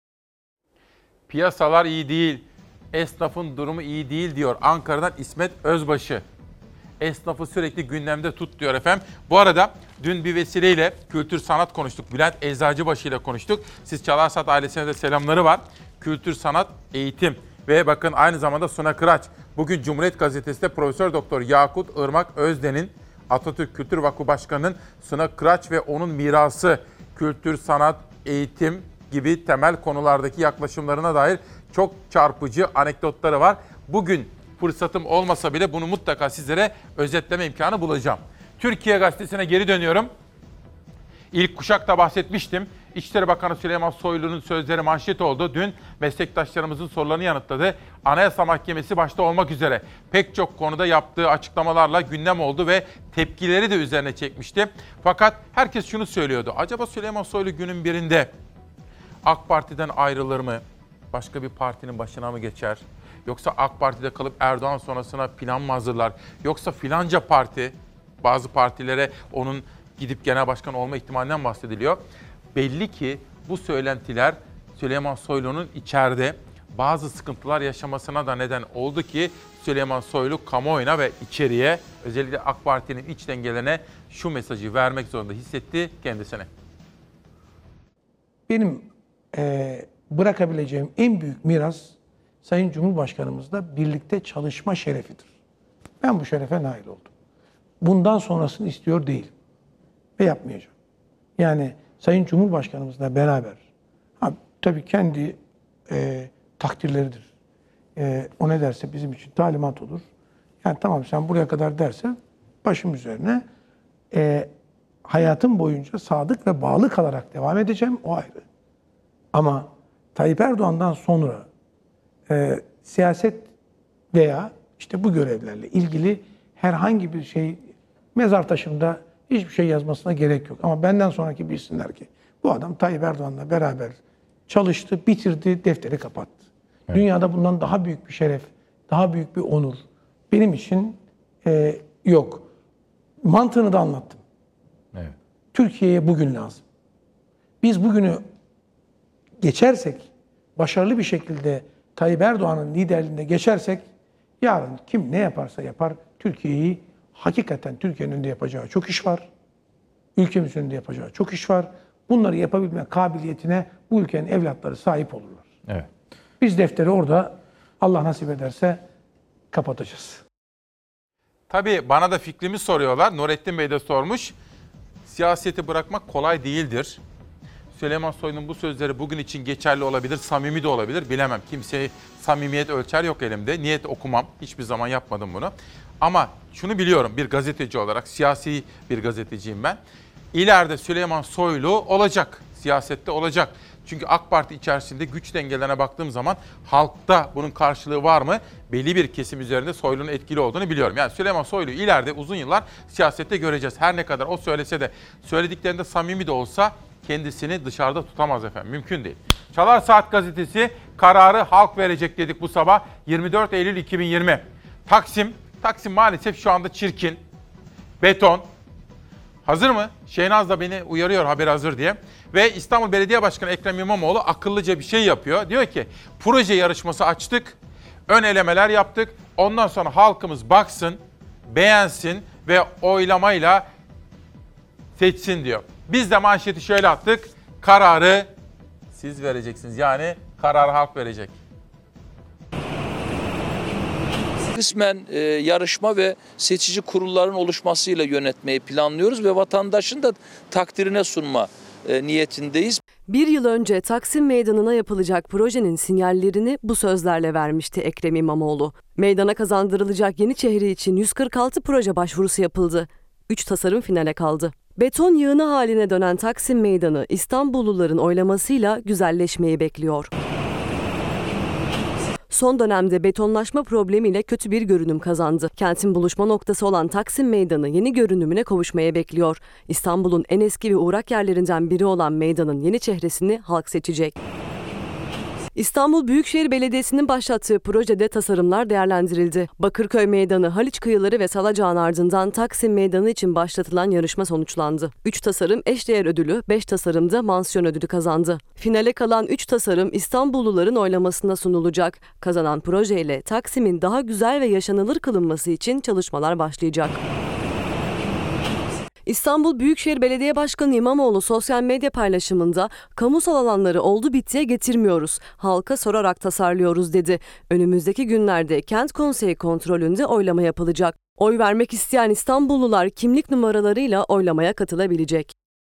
Piyasalar iyi değil, esnafın durumu iyi değil diyor Ankara'dan İsmet Özbaşı. Esnafı sürekli gündemde tut diyor efendim. Bu arada dün bir vesileyle kültür sanat konuştuk. Bülent Eczacıbaşı ile konuştuk. Siz Çalar Saat ailesine de selamları var. Kültür, sanat, eğitim ve bakın aynı zamanda Suna Kıraç. Bugün Cumhuriyet Gazetesi'nde Profesör Doktor Yakut Irmak Özden'in, Atatürk Kültür Vakfı Başkanı'nın Suna Kıraç ve onun mirası, kültür, sanat, eğitim gibi temel konulardaki yaklaşımlarına dair çok çarpıcı anekdotları var. Bugün fırsatım olmasa bile bunu mutlaka sizlere özetleme imkanı bulacağım. Türkiye Gazetesi'ne geri dönüyorum. İlk kuşakta bahsetmiştim. İçişleri Bakanı Süleyman Soylu'nun sözleri manşet oldu. Dün meslektaşlarımızın sorularını yanıtladı. Anayasa Mahkemesi başta olmak üzere pek çok konuda yaptığı açıklamalarla gündem oldu ve tepkileri de üzerine çekmişti. Fakat herkes şunu söylüyordu. Acaba Süleyman Soylu günün birinde AK Parti'den ayrılır mı? Başka bir partinin başına mı geçer? Yoksa AK Parti'de kalıp Erdoğan sonrasına plan mı hazırlar? Yoksa filanca parti, bazı partilere onun gidip genel başkan olma ihtimalinden bahsediliyor. Belli ki bu söylentiler Süleyman Soylu'nun içeride bazı sıkıntılar yaşamasına da neden oldu ki Süleyman Soylu kamuoyuna ve içeriye, özellikle AK Parti'nin iç dengelerine şu mesajı vermek zorunda hissetti kendisine. Benim e, bırakabileceğim en büyük miras Sayın Cumhurbaşkanımızla birlikte çalışma şerefidir. Ben bu şerefe nail oldum. Bundan sonrasını istiyor değilim ve yapmayacağım. Yani Sayın Cumhurbaşkanımızla beraber, ha, tabii kendi e, takdirleridir. E, o ne derse bizim için talimat olur. Yani tamam sen buraya kadar derse başım üzerine e, hayatım boyunca sadık ve bağlı kalarak devam edeceğim, o ayrı. Ama Tayyip Erdoğan'dan sonra e, siyaset veya işte bu görevlerle ilgili herhangi bir şey mezar taşında hiçbir şey yazmasına gerek yok. Ama benden sonraki bilsinler ki bu adam Tayyip Erdoğan'la beraber çalıştı, bitirdi, defteri kapattı. Evet. Dünyada bundan daha büyük bir şeref, daha büyük bir onur benim için e, yok. Mantığını da anlattım. Evet. Türkiye'ye bugün lazım. Biz bugünü geçersek, başarılı bir şekilde Tayyip Erdoğan'ın liderliğinde geçersek, yarın kim ne yaparsa yapar, Türkiye'yi hakikaten Türkiye'nin önünde yapacağı çok iş var. Ülkemizin önünde yapacağı çok iş var. Bunları yapabilme kabiliyetine bu ülkenin evlatları sahip olurlar. Evet. Biz defteri orada Allah nasip ederse kapatacağız. Tabii bana da fikrimi soruyorlar. Nurettin Bey de sormuş. Siyaseti bırakmak kolay değildir. Süleyman Soylu'nun bu sözleri bugün için geçerli olabilir, samimi de olabilir. Bilemem. Kimseye samimiyet ölçer yok elimde. Niyet okumam. Hiçbir zaman yapmadım bunu. Ama şunu biliyorum bir gazeteci olarak, siyasi bir gazeteciyim ben. İleride Süleyman Soylu olacak. Siyasette olacak. Çünkü AK Parti içerisinde güç dengelerine baktığım zaman halkta bunun karşılığı var mı? Belli bir kesim üzerinde Soylu'nun etkili olduğunu biliyorum. Yani Süleyman Soylu ileride uzun yıllar siyasette göreceğiz. Her ne kadar o söylese de söylediklerinde samimi de olsa kendisini dışarıda tutamaz efendim. Mümkün değil. Çalar Saat gazetesi kararı halk verecek dedik bu sabah. yirmi dört Eylül iki bin yirmi. Taksim, Taksim maalesef şu anda çirkin. Beton. Hazır mı? Şehnaz da beni uyarıyor haber hazır diye. Ve İstanbul Belediye Başkanı Ekrem İmamoğlu akıllıca bir şey yapıyor. Diyor ki proje yarışması açtık, ön elemeler yaptık. Ondan sonra halkımız baksın, beğensin ve oylamayla seçsin diyor. Biz de manşeti şöyle attık. Kararı siz vereceksiniz. Yani kararı halk verecek. Kısmen e, yarışma ve seçici kurulların oluşmasıyla yönetmeyi planlıyoruz ve vatandaşın da takdirine sunma e, niyetindeyiz. Bir yıl önce Taksim Meydanı'na yapılacak projenin sinyallerini bu sözlerle vermişti Ekrem İmamoğlu. Meydana kazandırılacak Yeniçehre için yüz kırk altı proje başvurusu yapıldı. üç tasarım finale kaldı. Beton yığını haline dönen Taksim Meydanı İstanbulluların oylamasıyla güzelleşmeyi bekliyor. Son dönemde betonlaşma problemiyle kötü bir görünüm kazandı. Kentin buluşma noktası olan Taksim Meydanı yeni görünümüne kavuşmaya bekliyor. İstanbul'un en eski ve uğrak yerlerinden biri olan meydanın yeni çehresini halk seçecek. İstanbul Büyükşehir Belediyesi'nin başlattığı projede tasarımlar değerlendirildi. Bakırköy Meydanı, Haliç Kıyıları ve Salacağın ardından Taksim Meydanı için başlatılan yarışma sonuçlandı. üç tasarım eşdeğer ödülü, beş tasarımda mansiyon ödülü kazandı. Finale kalan üç tasarım İstanbulluların oylamasına sunulacak. Kazanan projeyle Taksim'in daha güzel ve yaşanılır kılınması için çalışmalar başlayacak. İstanbul Büyükşehir Belediye Başkanı İmamoğlu sosyal medya paylaşımında kamusal alanları oldu bittiye getirmiyoruz, halka sorarak tasarlıyoruz dedi. Önümüzdeki günlerde kent konseyi kontrolünde oylama yapılacak. Oy vermek isteyen İstanbullular kimlik numaralarıyla oylamaya katılabilecek.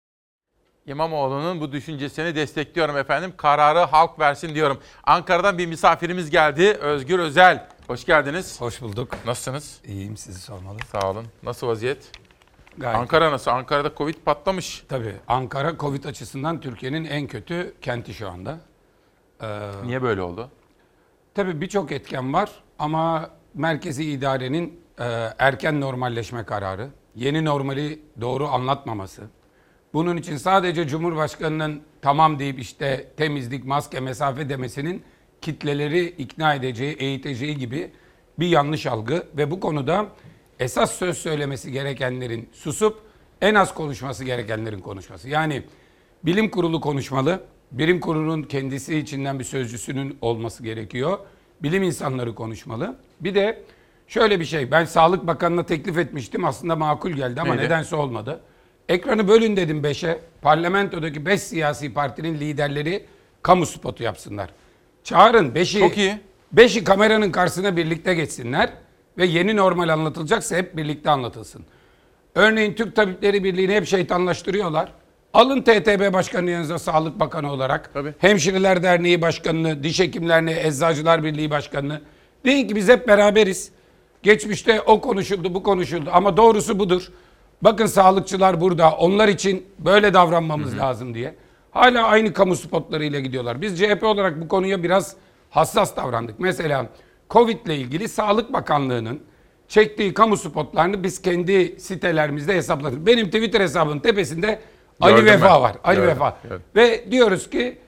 İmamoğlu'nun bu düşüncesini destekliyorum efendim. Kararı halk versin diyorum. Ankara'dan bir misafirimiz geldi. Özgür Özel. Hoş geldiniz. Hoş bulduk. Nasılsınız? İyiyim, sizi sormalı. Sağ olun. Nasıl vaziyet? Gayet Ankara nasıl? Ankara'da Covid patlamış. Tabii. Ankara Covid açısından Türkiye'nin en kötü kenti şu anda. Ee, Niye böyle oldu? Tabii birçok etken var ama merkezi idarenin e, erken normalleşme kararı, yeni normali doğru anlatmaması. Bunun için sadece Cumhurbaşkanı'nın tamam deyip işte temizlik, maske, mesafe demesinin kitleleri ikna edeceği, eğiteceği gibi bir yanlış algı ve bu konuda esas söz söylemesi gerekenlerin susup en az konuşması gerekenlerin konuşması. Yani bilim kurulu konuşmalı, bilim kurulunun kendisi içinden bir sözcüsünün olması gerekiyor. Bilim insanları konuşmalı. Bir de şöyle bir şey, ben Sağlık Bakanı'na teklif etmiştim, aslında makul geldi ama Neydi? nedense olmadı. Ekranı bölün dedim beşe, parlamentodaki beş siyasi partinin liderleri kamu spotu yapsınlar. Çağırın beşi, Çok iyi. beşi kameranın karşısına birlikte geçsinler ve yeni normal anlatılacaksa hep birlikte anlatılsın. Örneğin Türk Tabipleri Birliği'ni hep şeytanlaştırıyorlar. Alın T T B Başkanı yanınıza Sağlık Bakanı olarak, Tabii. Hemşireler Derneği Başkanı'nı, Diş Hekimlerine, Eczacılar Birliği Başkanı'nı. Deyin ki biz hep beraberiz. Geçmişte o konuşuldu, bu konuşuldu ama doğrusu budur. Bakın sağlıkçılar burada, onlar için böyle davranmamız hı hı. lazım diye. Hala aynı kamu spotlarıyla gidiyorlar. Biz C H P olarak bu konuya biraz hassas davrandık. Mesela Covid ile ilgili Sağlık Bakanlığı'nın çektiği kamu spotlarını biz kendi sitelerimizde hesapladık. Benim Twitter hesabımın tepesinde Ali Gördüm Vefa ben. var. Ali Gördüm, Vefa. gördüm. Ve diyoruz ki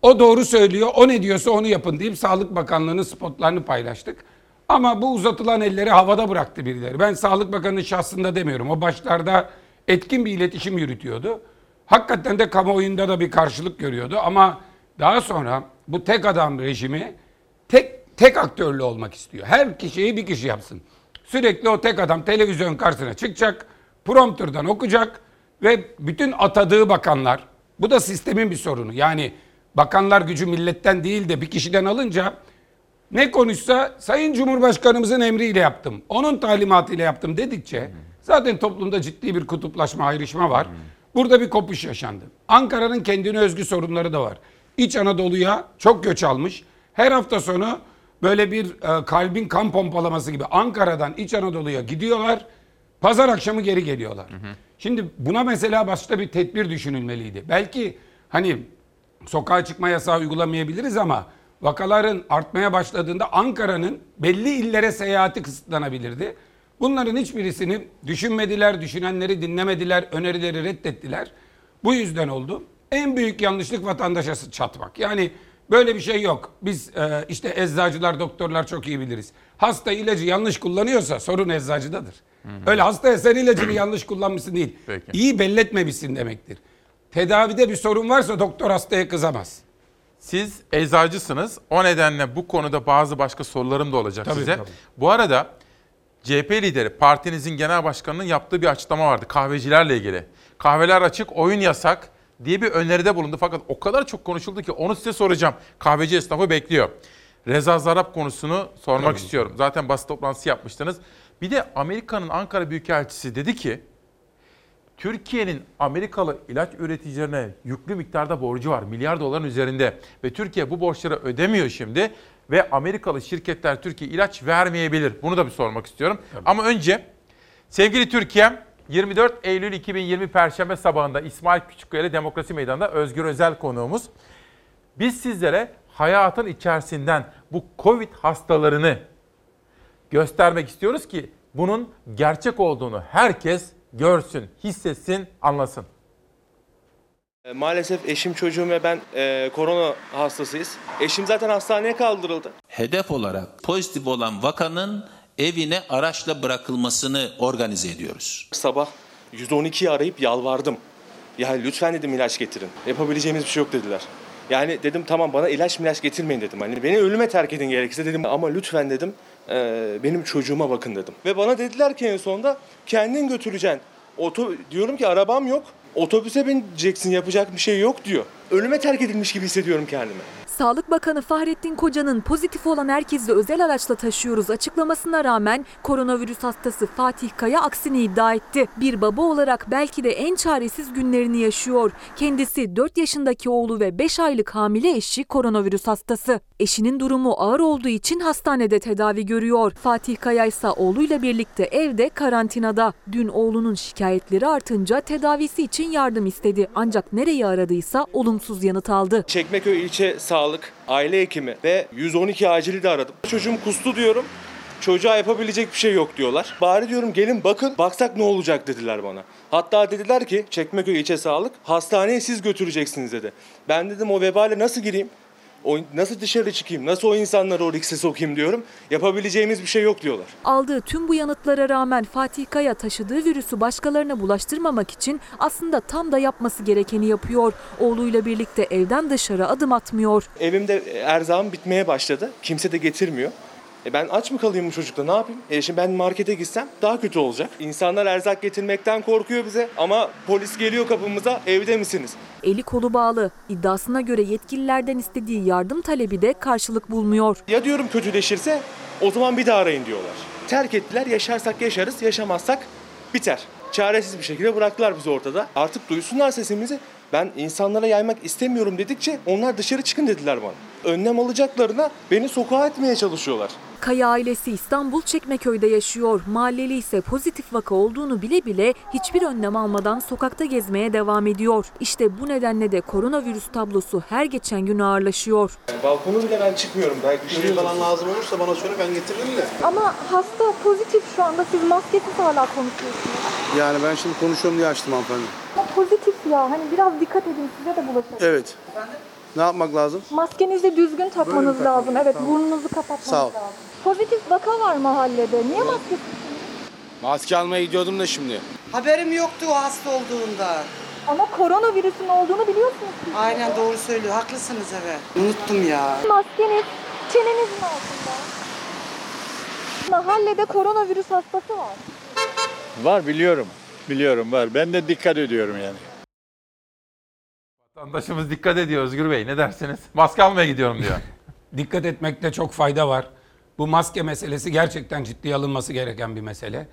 O doğru söylüyor, o ne diyorsa onu yapın deyip Sağlık Bakanlığı'nın spotlarını paylaştık. Ama bu uzatılan elleri havada bıraktı birileri. Ben Sağlık Bakanı'nın şahsında demiyorum. O başlarda etkin bir iletişim yürütüyordu. Hakikaten de kamuoyunda da bir karşılık görüyordu. Ama daha sonra bu tek adam rejimi tek tek aktörlü olmak istiyor. Her kişiyi bir kişi yapsın. Sürekli o tek adam televizyon karşısına çıkacak, prompterdan okuyacak ve bütün atadığı bakanlar, bu da sistemin bir sorunu. Yani bakanlar gücü milletten değil de bir kişiden alınca ne konuşsa Sayın Cumhurbaşkanımızın emriyle yaptım, onun talimatıyla yaptım dedikçe zaten toplumda ciddi bir kutuplaşma, ayrışma var. Burada bir kopuş yaşandı. Ankara'nın kendine özgü sorunları da var. İç Anadolu'ya çok göç almış. Her hafta sonu böyle bir e, kalbin kan pompalaması gibi Ankara'dan İç Anadolu'ya gidiyorlar. Pazar akşamı geri geliyorlar. Hı hı. Şimdi buna mesela başta bir tedbir düşünülmeliydi. Belki hani sokağa çıkma yasağı uygulamayabiliriz ama vakaların artmaya başladığında Ankara'nın belli illere seyahati kısıtlanabilirdi. Bunların hiçbirisini düşünmediler, düşünenleri dinlemediler, önerileri reddettiler. Bu yüzden oldu. En büyük yanlışlık vatandaşa çatmak. Yani böyle bir şey yok. Biz e, işte eczacılar, doktorlar çok iyi biliriz. Hasta ilacı yanlış kullanıyorsa sorun eczacıdadır. Hı hı. Öyle hastaya sen ilacını yanlış kullanmışsın değil. Peki. İyi belletmemişsin demektir. Tedavide bir sorun varsa doktor hastaya kızamaz. Siz eczacısınız. O nedenle bu konuda bazı başka sorularım da olacak Tabii, size. tabii. Bu arada C H P lideri, partinizin genel başkanının yaptığı bir açıklama vardı kahvecilerle ilgili. Kahveler açık, oyun yasak diye bir öneride bulundu. Fakat o kadar çok konuşuldu ki onu size soracağım. Kahveci esnafı bekliyor. Reza Zarrab konusunu sormak Tabii. istiyorum. Zaten basın toplantısı yapmıştınız. Bir de Amerika'nın Ankara Büyükelçisi dedi ki, Türkiye'nin Amerikalı ilaç üreticilerine yüklü miktarda borcu var. Milyar doların üzerinde. Ve Türkiye bu borçları ödemiyor şimdi. Ve Amerikalı şirketler Türkiye ilaç vermeyebilir. Bunu da bir sormak istiyorum. Tabii. Ama önce sevgili Türkiye'm, yirmi dört Eylül iki bin yirmi Perşembe sabahında İsmail Küçükkaya ile Demokrasi Meydanı'nda Özgür Özel konuğumuz. Biz sizlere hayatın içerisinden bu Covid hastalarını göstermek istiyoruz ki bunun gerçek olduğunu herkes görsün, hissetsin, anlasın. Maalesef eşim, çocuğum ve ben e, korona hastasıyız. Eşim zaten hastaneye kaldırıldı. Hedef olarak pozitif olan vakanın evine araçla bırakılmasını organize ediyoruz. Sabah yüz on ikiyi arayıp yalvardım. Ya lütfen dedim ilaç getirin. Yapabileceğimiz bir şey yok dediler. Yani dedim tamam bana ilaç ilaç getirmeyin dedim. Hani beni ölüme terk edin gerekirse dedim. Ama lütfen dedim e, benim çocuğuma bakın dedim. Ve bana dediler ki en sonunda kendin götüreceksin. Oto, diyorum ki arabam yok. Otobüse bineceksin, yapacak bir şey yok diyor. Ölüme terk edilmiş gibi hissediyorum kendimi. Sağlık Bakanı Fahrettin Koca'nın pozitif olan herkesi özel araçla taşıyoruz açıklamasına rağmen koronavirüs hastası Fatih Kaya aksini iddia etti. Bir baba olarak belki de en çaresiz günlerini yaşıyor. Kendisi dört yaşındaki oğlu ve beş aylık hamile eşi koronavirüs hastası. Eşinin durumu ağır olduğu için hastanede tedavi görüyor. Fatih Kaya ise oğluyla birlikte evde karantinada. Dün oğlunun şikayetleri artınca tedavisi için yardım istedi. Ancak nereyi aradıysa olumsuz yanıt aldı. Çekmeköy ilçe sağlık, aile hekimi ve yüz on iki acili de aradım. Çocuğum kustu diyorum. Çocuğa yapabilecek bir şey yok diyorlar. Bari diyorum gelin bakın, baksak ne olacak dediler bana. Hatta dediler ki Çekmeköy ilçe sağlık hastaneye siz götüreceksiniz dedi. Ben dedim o vebale nasıl gireyim? O, nasıl dışarı çıkayım, nasıl o insanları o riske sokayım diyorum. Yapabileceğimiz bir şey yok diyorlar. Aldığı tüm bu yanıtlara rağmen Fatih Kaya taşıdığı virüsü başkalarına bulaştırmamak için aslında tam da yapması gerekeni yapıyor. Oğluyla birlikte evden dışarı adım atmıyor. Evimde erzağım bitmeye başladı. Kimse de getirmiyor. E ben aç mı kalayım bu çocukla, ne yapayım? E şimdi ben markete gitsem daha kötü olacak. İnsanlar erzak getirmekten korkuyor bize ama polis geliyor kapımıza, evde misiniz? Eli kolu bağlı. İddiasına göre yetkililerden istediği yardım talebi de karşılık bulmuyor. Ya diyorum kötüleşirse o zaman bir daha arayın diyorlar. Terk ettiler, yaşarsak yaşarız, yaşamazsak biter. Çaresiz bir şekilde bıraktılar bizi ortada. Artık duysunlar sesimizi. Ben insanlara yaymak istemiyorum dedikçe onlar dışarı çıkın dediler bana. Önlem alacaklarına beni sokağa etmeye çalışıyorlar. Kaya ailesi İstanbul Çekmeköy'de yaşıyor. Mahalleli ise pozitif vaka olduğunu bile bile hiçbir önlem almadan sokakta gezmeye devam ediyor. İşte bu nedenle de koronavirüs tablosu her geçen gün ağırlaşıyor. Yani balkonu bile ben çıkmıyorum. Belki bir şey falan lazım olursa bana söyle, ben getiririm de. Ama hasta pozitif şu anda, siz maskesiz hala konuşuyorsunuz. Yani ben şimdi konuşuyorum diye açtım hanımefendi. Ama pozitif ya, hani biraz dikkat edin, size de bulaşır. Evet. Efendim? Ne yapmak lazım? Maskenizi düzgün takmanız Böyle mi lazım. takmam? Evet, Tamam. burnunuzu kapatmanız Sağ ol. lazım. Pozitif vaka var mahallede. Niye maske? Maske almaya gidiyordum da şimdi. Haberim yoktu o hasta olduğunda. Ama koronavirüsün olduğunu biliyorsunuz. Aynen doğru söylüyor. Haklısınız evet. Unuttum ya. Maskeniz çenenizin altında. Mahallede koronavirüs hastası var. Var biliyorum. Biliyorum var. Ben de dikkat ediyorum yani. Vatandaşımız dikkat ediyor Özgür Bey. Ne dersiniz? Maske almaya gidiyorum diyor. Dikkat etmekte çok fayda var. Bu maske meselesi gerçekten ciddiye alınması gereken bir mesele.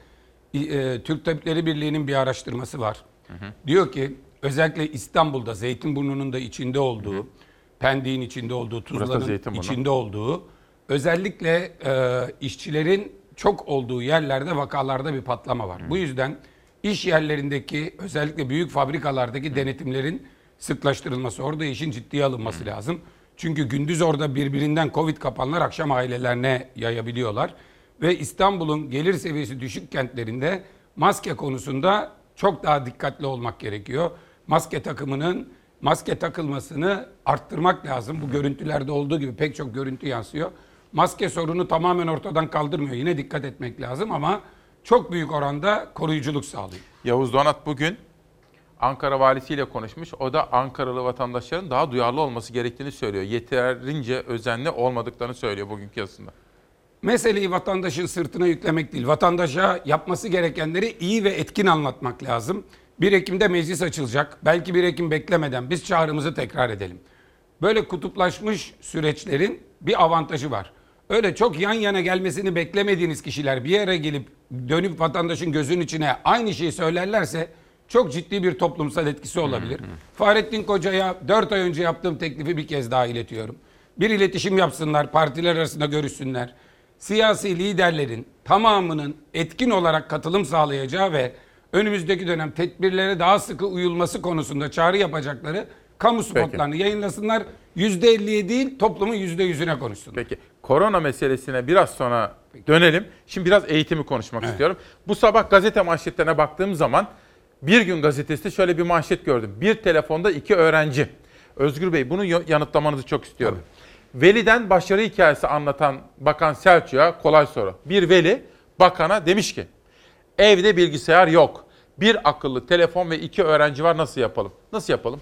E, Türk Tabipleri Birliği'nin bir araştırması var. Hı hı. Diyor ki özellikle İstanbul'da Zeytinburnu'nun da içinde olduğu, hı hı. Pendik'in içinde olduğu, Tuzla'nın içinde olduğu, özellikle e, işçilerin çok olduğu yerlerde vakalarda bir patlama var. Hı. Bu yüzden iş yerlerindeki özellikle büyük fabrikalardaki hı. denetimlerin sıklaştırılması, orada işin ciddiye alınması hı. lazım. Çünkü gündüz orada birbirinden Covid kapanlar akşam ailelerine yayabiliyorlar. Ve İstanbul'un gelir seviyesi düşük kentlerinde maske konusunda çok daha dikkatli olmak gerekiyor. Maske takımının maske takılmasını arttırmak lazım. Bu görüntülerde olduğu gibi pek çok görüntü yansıyor. Maske sorunu tamamen ortadan kaldırmıyor. Yine dikkat etmek lazım ama çok büyük oranda koruyuculuk sağlıyor. Yavuz Donat bugün Ankara valisiyle konuşmuş. O da Ankaralı vatandaşların daha duyarlı olması gerektiğini söylüyor. Yeterince özenli olmadıklarını söylüyor bugünkü yazısında. Meseleyi vatandaşın sırtına yüklemek değil. Vatandaşa yapması gerekenleri iyi ve etkin anlatmak lazım. bir Ekim'de meclis açılacak. Belki bir Ekim beklemeden biz çağrımızı tekrar edelim. Böyle kutuplaşmış süreçlerin bir avantajı var. Öyle çok yan yana gelmesini beklemediğiniz kişiler bir yere gelip dönüp vatandaşın gözünün içine aynı şeyi söylerlerse çok ciddi bir toplumsal etkisi olabilir. Hı hı. Fahrettin Koca'ya dört ay önce yaptığım teklifi bir kez daha iletiyorum. Bir iletişim yapsınlar, partiler arasında görüşsünler. Siyasi liderlerin tamamının etkin olarak katılım sağlayacağı ve önümüzdeki dönem tedbirlere daha sıkı uyulması konusunda çağrı yapacakları kamu spotlarını Peki. yayınlasınlar. yüzde elliye değil toplumun yüzde yüzüne konuşsunlar. Peki korona meselesine biraz sonra Peki. dönelim. Şimdi biraz eğitimi konuşmak evet. istiyorum. Bu sabah gazete manşetlerine baktığım zaman Bir Gün gazetesi şöyle bir manşet gördüm. Bir telefonda iki öğrenci. Özgür Bey bunu yanıtlamanızı çok istiyorum. Tabii. Veliden başarı hikayesi anlatan Bakan Selçuk'a kolay soru. Bir veli bakana demiş ki evde bilgisayar yok. Bir akıllı telefon ve iki öğrenci var, nasıl yapalım? Nasıl yapalım?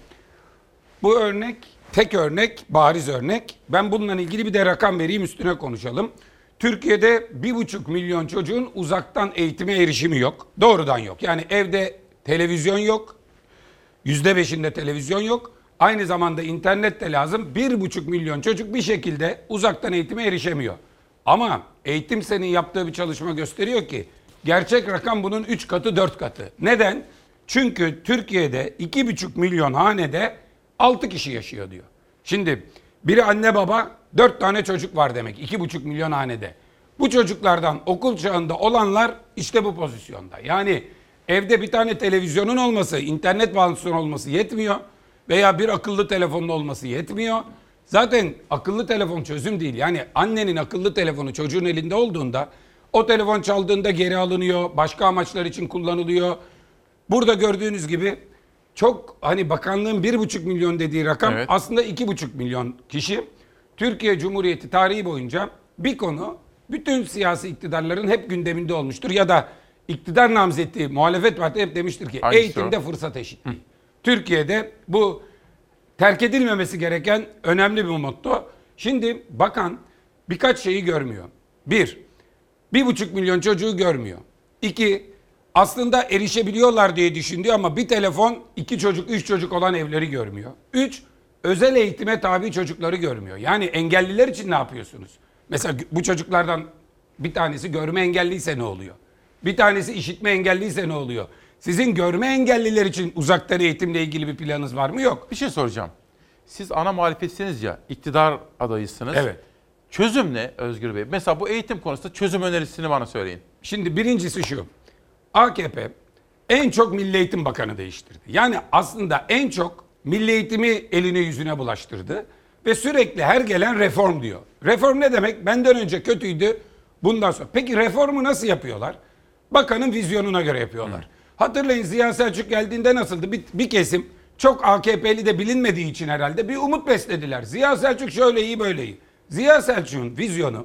Bu örnek tek örnek, bariz örnek. Ben bununla ilgili bir de rakam vereyim, üstüne konuşalım. Türkiye'de bir buçuk milyon çocuğun uzaktan eğitime erişimi yok. Doğrudan yok. Yani evde televizyon yok. Yüzde beşinde televizyon yok. Aynı zamanda internet de lazım. Bir buçuk milyon çocuk bir şekilde uzaktan eğitime erişemiyor. Ama Eğitim Sen'in yaptığı bir çalışma gösteriyor ki gerçek rakam bunun üç katı dört katı. Neden? Çünkü Türkiye'de iki buçuk milyon hanede altı kişi yaşıyor diyor. Şimdi biri anne baba, dört tane çocuk var demek iki buçuk milyon hanede. Bu çocuklardan okul çağında olanlar işte bu pozisyonda. Yani evde bir tane televizyonun olması, internet bağlantısının olması yetmiyor. Veya bir akıllı telefonun olması yetmiyor. Zaten akıllı telefon çözüm değil. Yani annenin akıllı telefonu çocuğun elinde olduğunda o telefon çaldığında geri alınıyor. Başka amaçlar için kullanılıyor. Burada gördüğünüz gibi çok hani bakanlığın bir buçuk milyon dediği rakam evet. aslında iki buçuk milyon kişi. Türkiye Cumhuriyeti tarihi boyunca bir konu bütün siyasi iktidarların hep gündeminde olmuştur. Ya da iktidar namzeti muhalefet parti hep demiştir ki Hangisi eğitimde o? fırsat eşitliği. Hı. Türkiye'de bu terk edilmemesi gereken önemli bir motto. Şimdi bakan birkaç şeyi görmüyor. Bir, bir buçuk milyon çocuğu görmüyor. İki, aslında erişebiliyorlar diye düşünüyor ama bir telefon iki çocuk, üç çocuk olan evleri görmüyor. Üç, özel eğitime tabi çocukları görmüyor. Yani engelliler için ne yapıyorsunuz? Mesela bu çocuklardan bir tanesi görme engelliyse ne oluyor? Bir tanesi işitme engelliyse ne oluyor? Sizin görme engelliler için uzaktan eğitimle ilgili bir planınız var mı? Yok. Bir şey soracağım. Siz ana muhalefetsiniz ya, iktidar adayısınız. Evet. Çözüm ne Özgür Bey? Mesela bu eğitim konusunda çözüm önerisini bana söyleyin. Şimdi birincisi şu. A K P en çok Milli Eğitim Bakanı değiştirdi. Yani aslında en çok Milli Eğitimi eline yüzüne bulaştırdı. Ve sürekli her gelen reform diyor. Reform ne demek? Benden önce kötüydü, bundan sonra. Peki reformu nasıl yapıyorlar? Bakanın vizyonuna göre yapıyorlar. Hı. Hatırlayın Ziya Selçuk geldiğinde nasıldı? Bir, bir kesim çok A K P'li de bilinmediği için herhalde bir umut beslediler. Ziya Selçuk şöyle iyi böyle iyi. Ziya Selçuk'un vizyonu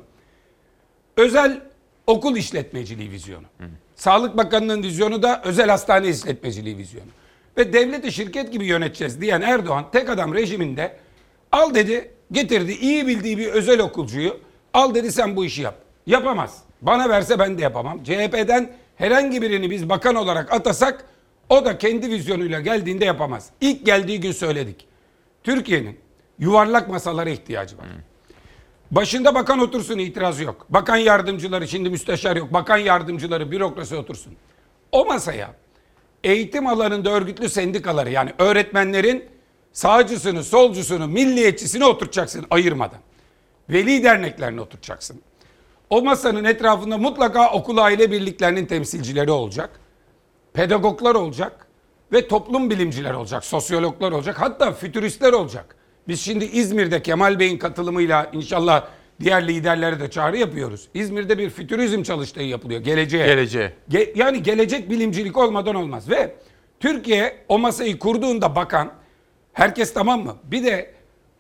özel okul işletmeciliği vizyonu. Hı. Sağlık Bakanı'nın vizyonu da özel hastane işletmeciliği vizyonu. Ve devleti şirket gibi yöneteceğiz diyen Erdoğan tek adam rejiminde al dedi, getirdi iyi bildiği bir özel okulcuyu, al dedi sen bu işi yap. Yapamaz. Bana verse ben de yapamam. C H P'den herhangi birini biz bakan olarak atasak o da kendi vizyonuyla geldiğinde yapamaz. İlk geldiği gün söyledik. Türkiye'nin yuvarlak masalara ihtiyacı var. Hmm. Başında bakan otursun, itiraz yok. Bakan yardımcıları, şimdi müsteşar yok. Bakan yardımcıları, bürokrasi otursun. O masaya eğitim alanında örgütlü sendikaları, yani öğretmenlerin sağcısını, solcusunu, milliyetçisini oturtacaksın ayırmadan. Veli derneklerini oturtacaksın. O masanın etrafında mutlaka okul aile birliklerinin temsilcileri olacak. Pedagoglar olacak ve toplum bilimciler olacak, sosyologlar olacak, hatta fütüristler olacak. Biz şimdi İzmir'de Kemal Bey'in katılımıyla inşallah diğer liderlere de çağrı yapıyoruz. İzmir'de bir fütürizm çalıştığı yapılıyor geleceğe. Geleceğe. Ge- yani gelecek bilimcilik olmadan olmaz ve Türkiye o masayı kurduğunda bakan, herkes tamam mı? Bir de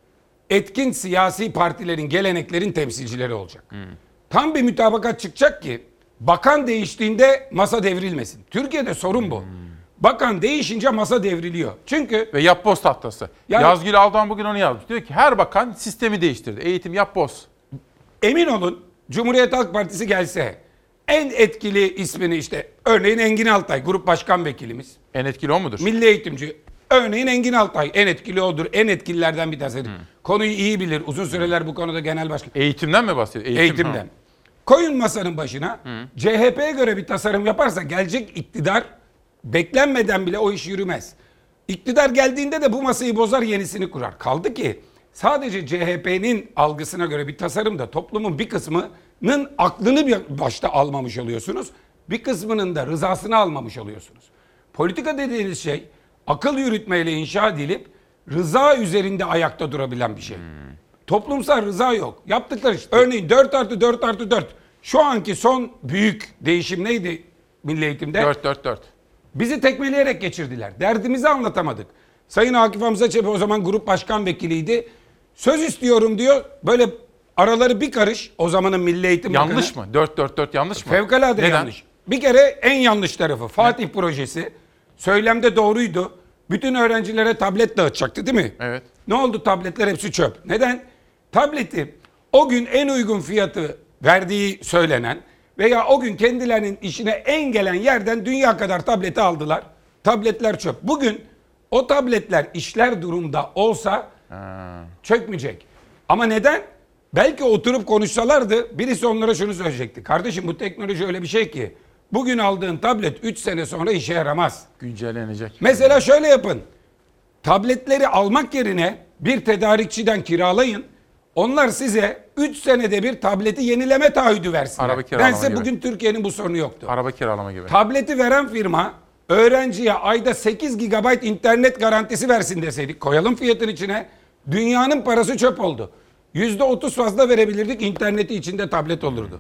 etkin siyasi partilerin, geleneklerin temsilcileri olacak. Hmm. Tam bir mütabakat çıkacak ki bakan değiştiğinde masa devrilmesin. Türkiye'de sorun bu. Hmm. Bakan değişince masa devriliyor. Çünkü... Ve yapboz tahtası. Yani, Yazgül Aldoğan bugün onu yazmış. Diyor ki her bakan sistemi değiştirdi. Eğitim yapboz. Emin olun Cumhuriyet Halk Partisi gelse en etkili ismini işte örneğin Engin Altay grup başkan vekilimiz. En etkili o mudur? Milli eğitimci. Örneğin Engin Altay en etkili odur. En etkililerden bir tanesidir. Hmm. Konuyu iyi bilir. Uzun süreler bu konuda genel başkan. Eğitimden mi bahsediyor? Eğitim, Eğitimden. Ha. Koyun masanın başına. Hmm. C H P'ye göre bir tasarım yaparsa gelecek iktidar beklenmeden bile o iş yürümez. İktidar geldiğinde de bu masayı bozar, yenisini kurar. Kaldı ki sadece C H P'nin algısına göre bir tasarımda toplumun bir kısmının aklını başta almamış oluyorsunuz. Bir kısmının da rızasını almamış oluyorsunuz. Politika dediğiniz şey akıl yürütmeyle inşa edilip rıza üzerinde ayakta durabilen bir şey. Hmm. Toplumsal rıza yok. Yaptıkları işte. Örneğin dört artı dört artı dört. Şu anki son büyük değişim neydi milli eğitimde? dört dört dört. Bizi tekmeleyerek geçirdiler. Derdimizi anlatamadık. Sayın Akif Hamza Çebi o zaman grup başkan vekiliydi. Söz istiyorum diyor. Böyle araları bir karış. O zamanın Milli Eğitim Bakanı. Yanlış mı? dört dört dört yanlış mı? Fevkalade Neden? yanlış. Bir kere en yanlış tarafı Fatih ne? projesi. Söylemde doğruydu. Bütün öğrencilere tablet dağıtacaktı değil mi? Evet. Ne oldu? Tabletler hepsi çöp. Neden? Tableti o gün en uygun fiyatı verdiği söylenen veya o gün kendilerinin işine en gelen yerden dünya kadar tableti aldılar. Tabletler çöp. Bugün o tabletler işler durumda olsa ha. çökmeyecek. Ama neden? Belki oturup konuşsalardı birisi onlara şunu söyleyecekti. Kardeşim bu teknoloji öyle bir şey ki bugün aldığın tablet üç sene sonra işe yaramaz. Güncellenecek. Mesela şöyle yapın. Tabletleri almak yerine bir tedarikçiden kiralayın. Onlar size üç senede bir tableti yenileme taahhüdü versinler. Araba kiralama Bense gibi. Bugün Türkiye'nin bu sorunu yoktu. Araba kiralama gibi. Tableti veren firma öğrenciye ayda sekiz gigabayt internet garantisi versin deseydik. Koyalım fiyatın içine. Dünyanın parası çöp oldu. yüzde otuz fazla verebilirdik, interneti içinde tablet olurdu.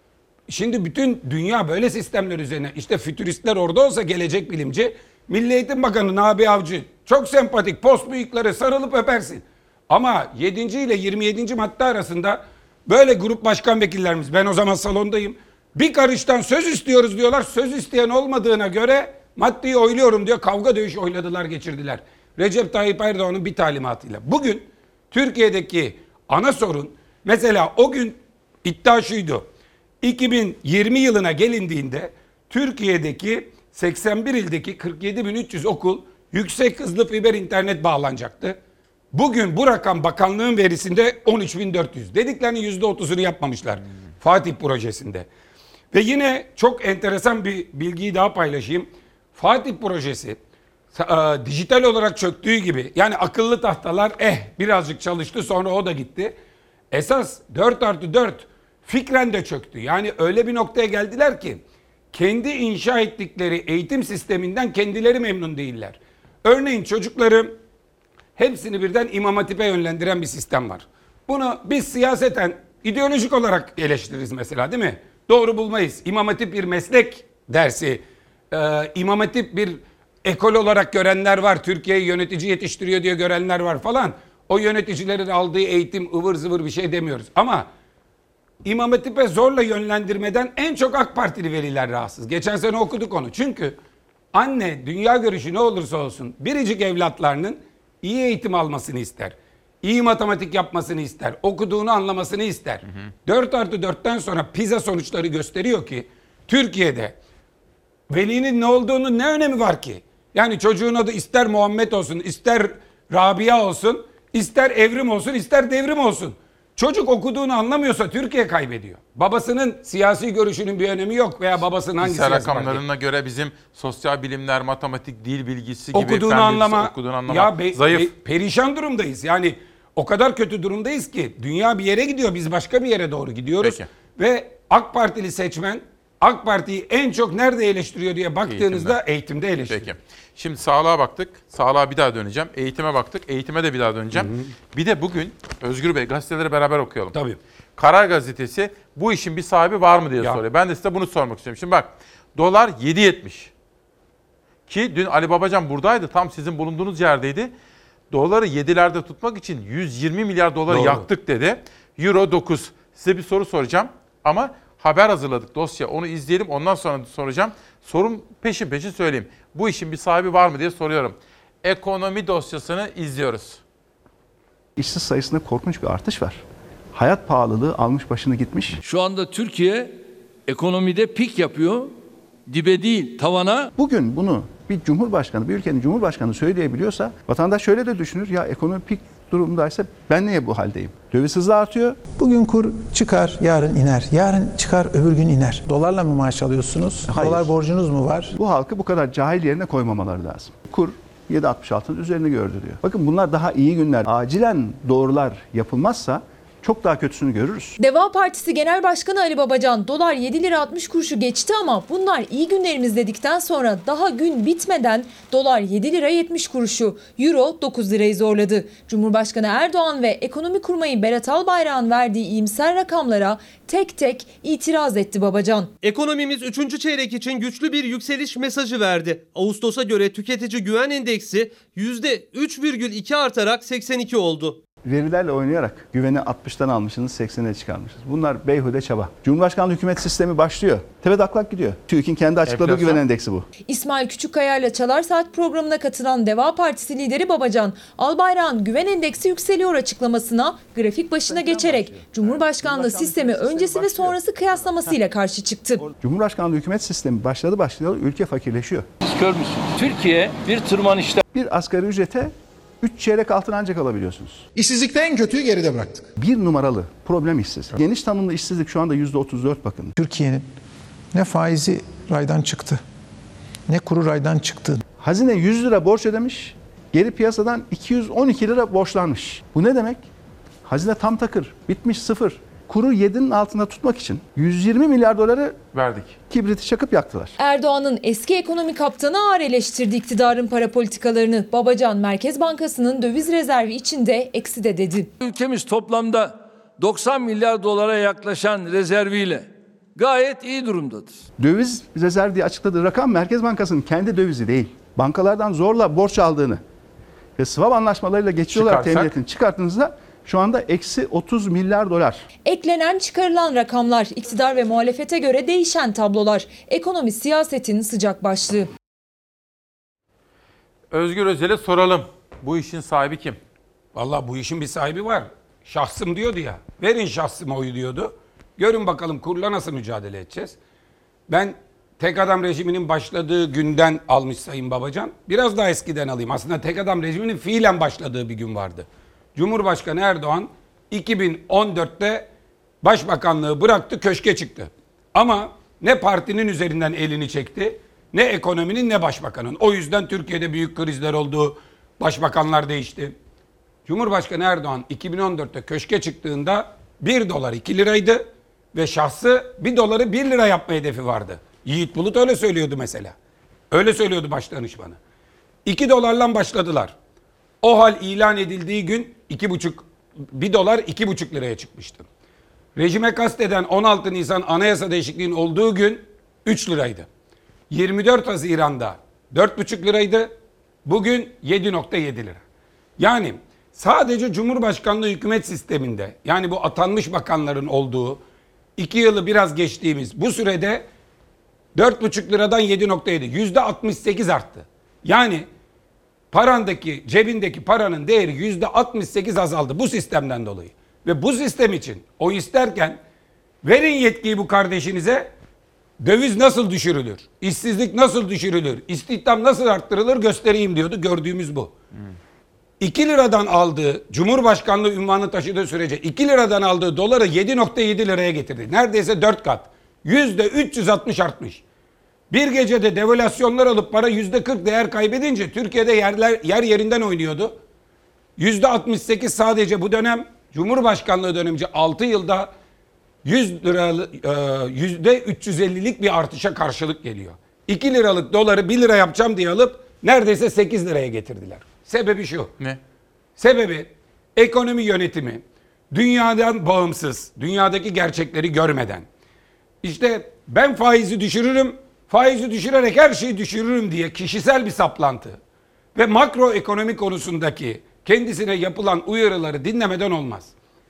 Şimdi bütün dünya böyle sistemler üzerine. İşte fütüristler orada olsa gelecek bilimci. Milli Eğitim Bakanı Nabi Avcı çok sempatik post bıyıkları sarılıp öpersin. Ama yedinci ile yirmi yedinci madde arasında böyle grup başkan vekillerimiz, ben o zaman salondayım, bir karıştan söz istiyoruz diyorlar. Söz isteyen olmadığına göre maddeyi oyluyorum diyor. Kavga dövüş oyladılar, geçirdiler. Recep Tayyip Erdoğan'ın bir talimatıyla. Bugün Türkiye'deki ana sorun, mesela o gün iddia şuydu. iki bin yirmi yılına gelindiğinde Türkiye'deki seksen bir ildeki kırk yedi bin üç yüz okul yüksek hızlı fiber internet bağlanacaktı. Bugün bu rakam bakanlığın verisinde on üç bin dört yüz. Dediklerinin yüzde otuzunu yapmamışlar hmm. Fatih projesinde. Ve yine çok enteresan bir bilgiyi daha paylaşayım. Fatih projesi e, dijital olarak çöktüğü gibi, yani akıllı tahtalar eh birazcık çalıştı sonra o da gitti. Esas dört artı dört fikren de çöktü. Yani öyle bir noktaya geldiler ki kendi inşa ettikleri eğitim sisteminden kendileri memnun değiller. Örneğin çocukları hepsini birden İmam Hatip'e yönlendiren bir sistem var. Bunu biz siyaseten ideolojik olarak eleştiririz mesela, değil mi? Doğru bulmayız. İmam Hatip bir meslek dersi, ee, İmam Hatip bir ekol olarak görenler var. Türkiye'yi yönetici yetiştiriyor diye görenler var falan. O yöneticilerin aldığı eğitim ıvır zıvır bir şey demiyoruz. Ama İmam Hatip'e zorla yönlendirmeden en çok AK Partili veliler rahatsız. Geçen sene okuduk onu. Çünkü anne dünya görüşü ne olursa olsun biricik evlatlarının iyi eğitim almasını ister. İyi matematik yapmasını ister. Okuduğunu anlamasını ister. Hı hı. dört artı dörtten sonra PISA sonuçları gösteriyor ki Türkiye'de velinin ne olduğunu ne önemi var ki? Yani çocuğun adı ister Muhammed olsun, ister Rabia olsun, ister Evrim olsun, ister Devrim olsun. Çocuk okuduğunu anlamıyorsa Türkiye kaybediyor. Babasının siyasi görüşünün bir önemi yok veya babasının hangi İhtisas siyasi rakamlarına göre bizim sosyal bilimler, matematik, dil bilgisi gibi okuduğunu fen anlama, bilgisi, okuduğunu anlama ya be, zayıf. Be, perişan durumdayız. Yani o kadar kötü durumdayız ki dünya bir yere gidiyor, biz başka bir yere doğru gidiyoruz. Peki. Ve AK Partili seçmen AK Parti'yi en çok nerede eleştiriyor diye baktığınızda eğitimde, eğitimde eleştiriyor. Peki. Şimdi sağlığa baktık. Sağlığa bir daha döneceğim. Eğitime baktık. Eğitime de bir daha döneceğim. Hı hı. Bir de bugün Özgür Bey gazeteleri beraber okuyalım. Tabii. Karar Gazetesi bu işin bir sahibi var mı diye ya. soruyor. Ben de size bunu sormak istiyorum. Şimdi bak dolar yedi yetmiş. Ki dün Ali Babacan buradaydı. Tam sizin bulunduğunuz yerdeydi. Doları yedilerde tutmak için yüz yirmi milyar doları Doğru. yaktık dedi. Euro dokuz. Size bir soru soracağım ama haber hazırladık dosya. Onu izleyelim ondan sonra soracağım. Sorum peşin peşin söyleyeyim. Bu işin bir sahibi var mı diye soruyorum. Ekonomi dosyasını izliyoruz. İşsiz sayısında korkunç bir artış var. Hayat pahalılığı almış başını gitmiş. Şu anda Türkiye ekonomide pik yapıyor. Dibe değil tavana. Bugün bunu bir cumhurbaşkanı, bir ülkenin cumhurbaşkanı söyleyebiliyorsa vatandaş şöyle de düşünür. Ya ekonomi pik durumdaysa ben niye bu haldeyim? Döviz hızla artıyor. Bugün kur çıkar, yarın iner. Yarın çıkar, öbür gün iner. Dolarla mı maaş alıyorsunuz? Hayır. Dolar borcunuz mu var? Bu halkı bu kadar cahil yerine koymamaları lazım. Kur yedi altmış altının üzerini gördü diyor. Bakın bunlar daha iyi günler. Acilen doğrular yapılmazsa çok daha kötüsünü görürüz. Deva Partisi Genel Başkanı Ali Babacan dolar yedi lira altmış kuruşu geçti ama bunlar iyi günlerimiz dedikten sonra daha gün bitmeden dolar yedi lira yetmiş kuruşu, euro dokuz lirayı zorladı. Cumhurbaşkanı Erdoğan ve ekonomi kurmayı Berat Albayrak'ın verdiği iyimser rakamlara tek tek itiraz etti Babacan. Ekonomimiz üçüncü çeyrek için güçlü bir yükseliş mesajı verdi. Ağustos'a göre tüketici güven endeksi yüzde üç virgül iki artarak seksen iki oldu. Verilerle oynayarak güveni altmıştan almışsınız, seksene çıkarmışsınız. Bunlar beyhude çaba. Cumhurbaşkanlığı hükümet sistemi başlıyor. Tepetaklak gidiyor. TÜİK'in kendi açıkladığı Enflasyon. Güven endeksi bu. İsmail Küçükkaya ile Çalar Saat programına katılan Deva Partisi lideri Babacan, Albayrak'ın güven endeksi yükseliyor açıklamasına grafik başına geçerek Cumhurbaşkanlığı sistemi öncesi ve sonrası kıyaslamasıyla karşı çıktı. Cumhurbaşkanlığı hükümet sistemi başladı başlıyor, ülke fakirleşiyor. Siz görmüşsünüz. Türkiye bir tırmanışta. Bir asgari ücrete üç çeyrek altın ancak alabiliyorsunuz. İşsizlikte en kötüyü geride bıraktık. Bir numaralı problem işsiz. Geniş tanımlı işsizlik şu anda yüzde otuz dört bakın. Türkiye'nin ne faizi raydan çıktı, ne kuru raydan çıktı. Hazine yüz lira borç ödemiş, geri piyasadan iki yüz on iki lira borçlanmış. Bu ne demek? Hazine tam takır, bitmiş sıfır. Kuru yedinin altında tutmak için yüz yirmi milyar doları verdik. Kibriti çakıp yaktılar. Erdoğan'ın eski ekonomi kaptanı ağır eleştirdi iktidarın para politikalarını. Babacan Merkez Bankası'nın döviz rezervi içinde eksi de dedi. Ülkemiz toplamda doksan milyar dolara yaklaşan rezerviyle gayet iyi durumdadır. Döviz rezervi diye açıkladığı rakam Merkez Bankası'nın kendi dövizi değil. Bankalardan zorla borç aldığını ve swap anlaşmalarıyla geçiyorlar teminiyetin çıkarttığınızda şu anda eksi otuz milyar dolar. Eklenen çıkarılan rakamlar, iktidar ve muhalefete göre değişen tablolar. Ekonomi siyasetin sıcak başlığı. Özgür Özel'e soralım. Bu işin sahibi kim? Vallahi bu işin bir sahibi var. Şahsım diyordu ya. Verin şahsıma oyu diyordu. Görün bakalım kurla nasıl mücadele edeceğiz. Ben tek adam rejiminin başladığı günden almış Sayın Babacan. Biraz daha eskiden alayım. Aslında tek adam rejiminin fiilen başladığı bir gün vardı. Cumhurbaşkanı Erdoğan iki bin on dörtte başbakanlığı bıraktı, köşke çıktı. Ama ne partinin üzerinden elini çekti, ne ekonominin ne başbakanın. O yüzden Türkiye'de büyük krizler oldu, başbakanlar değişti. Cumhurbaşkanı Erdoğan iki bin on dörtte köşke çıktığında bir dolar iki liraydı ve şahsı bir doları bir lira yapma hedefi vardı. Yiğit Bulut öyle söylüyordu mesela. Öyle söylüyordu başdanışmanı. iki dolarla başladılar. O hal ilan edildiği gün iki buçuk, bir dolar iki buçuk liraya çıkmıştı. Rejime kasteden on altı Nisan anayasa değişikliğinin olduğu gün üç liraydı. yirmi dört Haziran'da dört buçuk liraydı. Bugün yedi nokta yedi lira. Yani sadece Cumhurbaşkanlığı hükümet sisteminde, yani bu atanmış bakanların olduğu iki yılı biraz geçtiğimiz bu sürede dört buçuk liradan yedi nokta yedi, yüzde altmış sekiz arttı. Yani parandaki, cebindeki paranın değeri yüzde altmış sekiz azaldı bu sistemden dolayı. Ve bu sistem için o isterken verin yetkiyi bu kardeşinize, döviz nasıl düşürülür, işsizlik nasıl düşürülür, istihdam nasıl arttırılır göstereyim diyordu. Gördüğümüz bu. Hmm. iki liradan aldığı, Cumhurbaşkanlığı unvanı taşıdığı sürece iki liradan aldığı doları yedi nokta yedi liraya getirdi. Neredeyse dört kat. yüzde üç yüz altmış artmış. Bir gecede devalüasyonlar alıp para yüzde kırk değer kaybedince Türkiye'de yerler yer yerinden oynuyordu. yüzde altmış sekiz sadece bu dönem, Cumhurbaşkanlığı dönemince altı yılda yüz liralık, yüzde üç yüz ellilik bir artışa karşılık geliyor. iki liralık doları bir lira yapacağım diye alıp neredeyse sekiz liraya getirdiler. Sebebi şu. Ne? Sebebi ekonomi yönetimi dünyadan bağımsız, dünyadaki gerçekleri görmeden. İşte ben faizi düşürürüm, faizi düşürerek her şeyi düşürürüm diye kişisel bir saplantı ve makro ekonomi konusundaki kendisine yapılan uyarıları dinlemeden olmaz.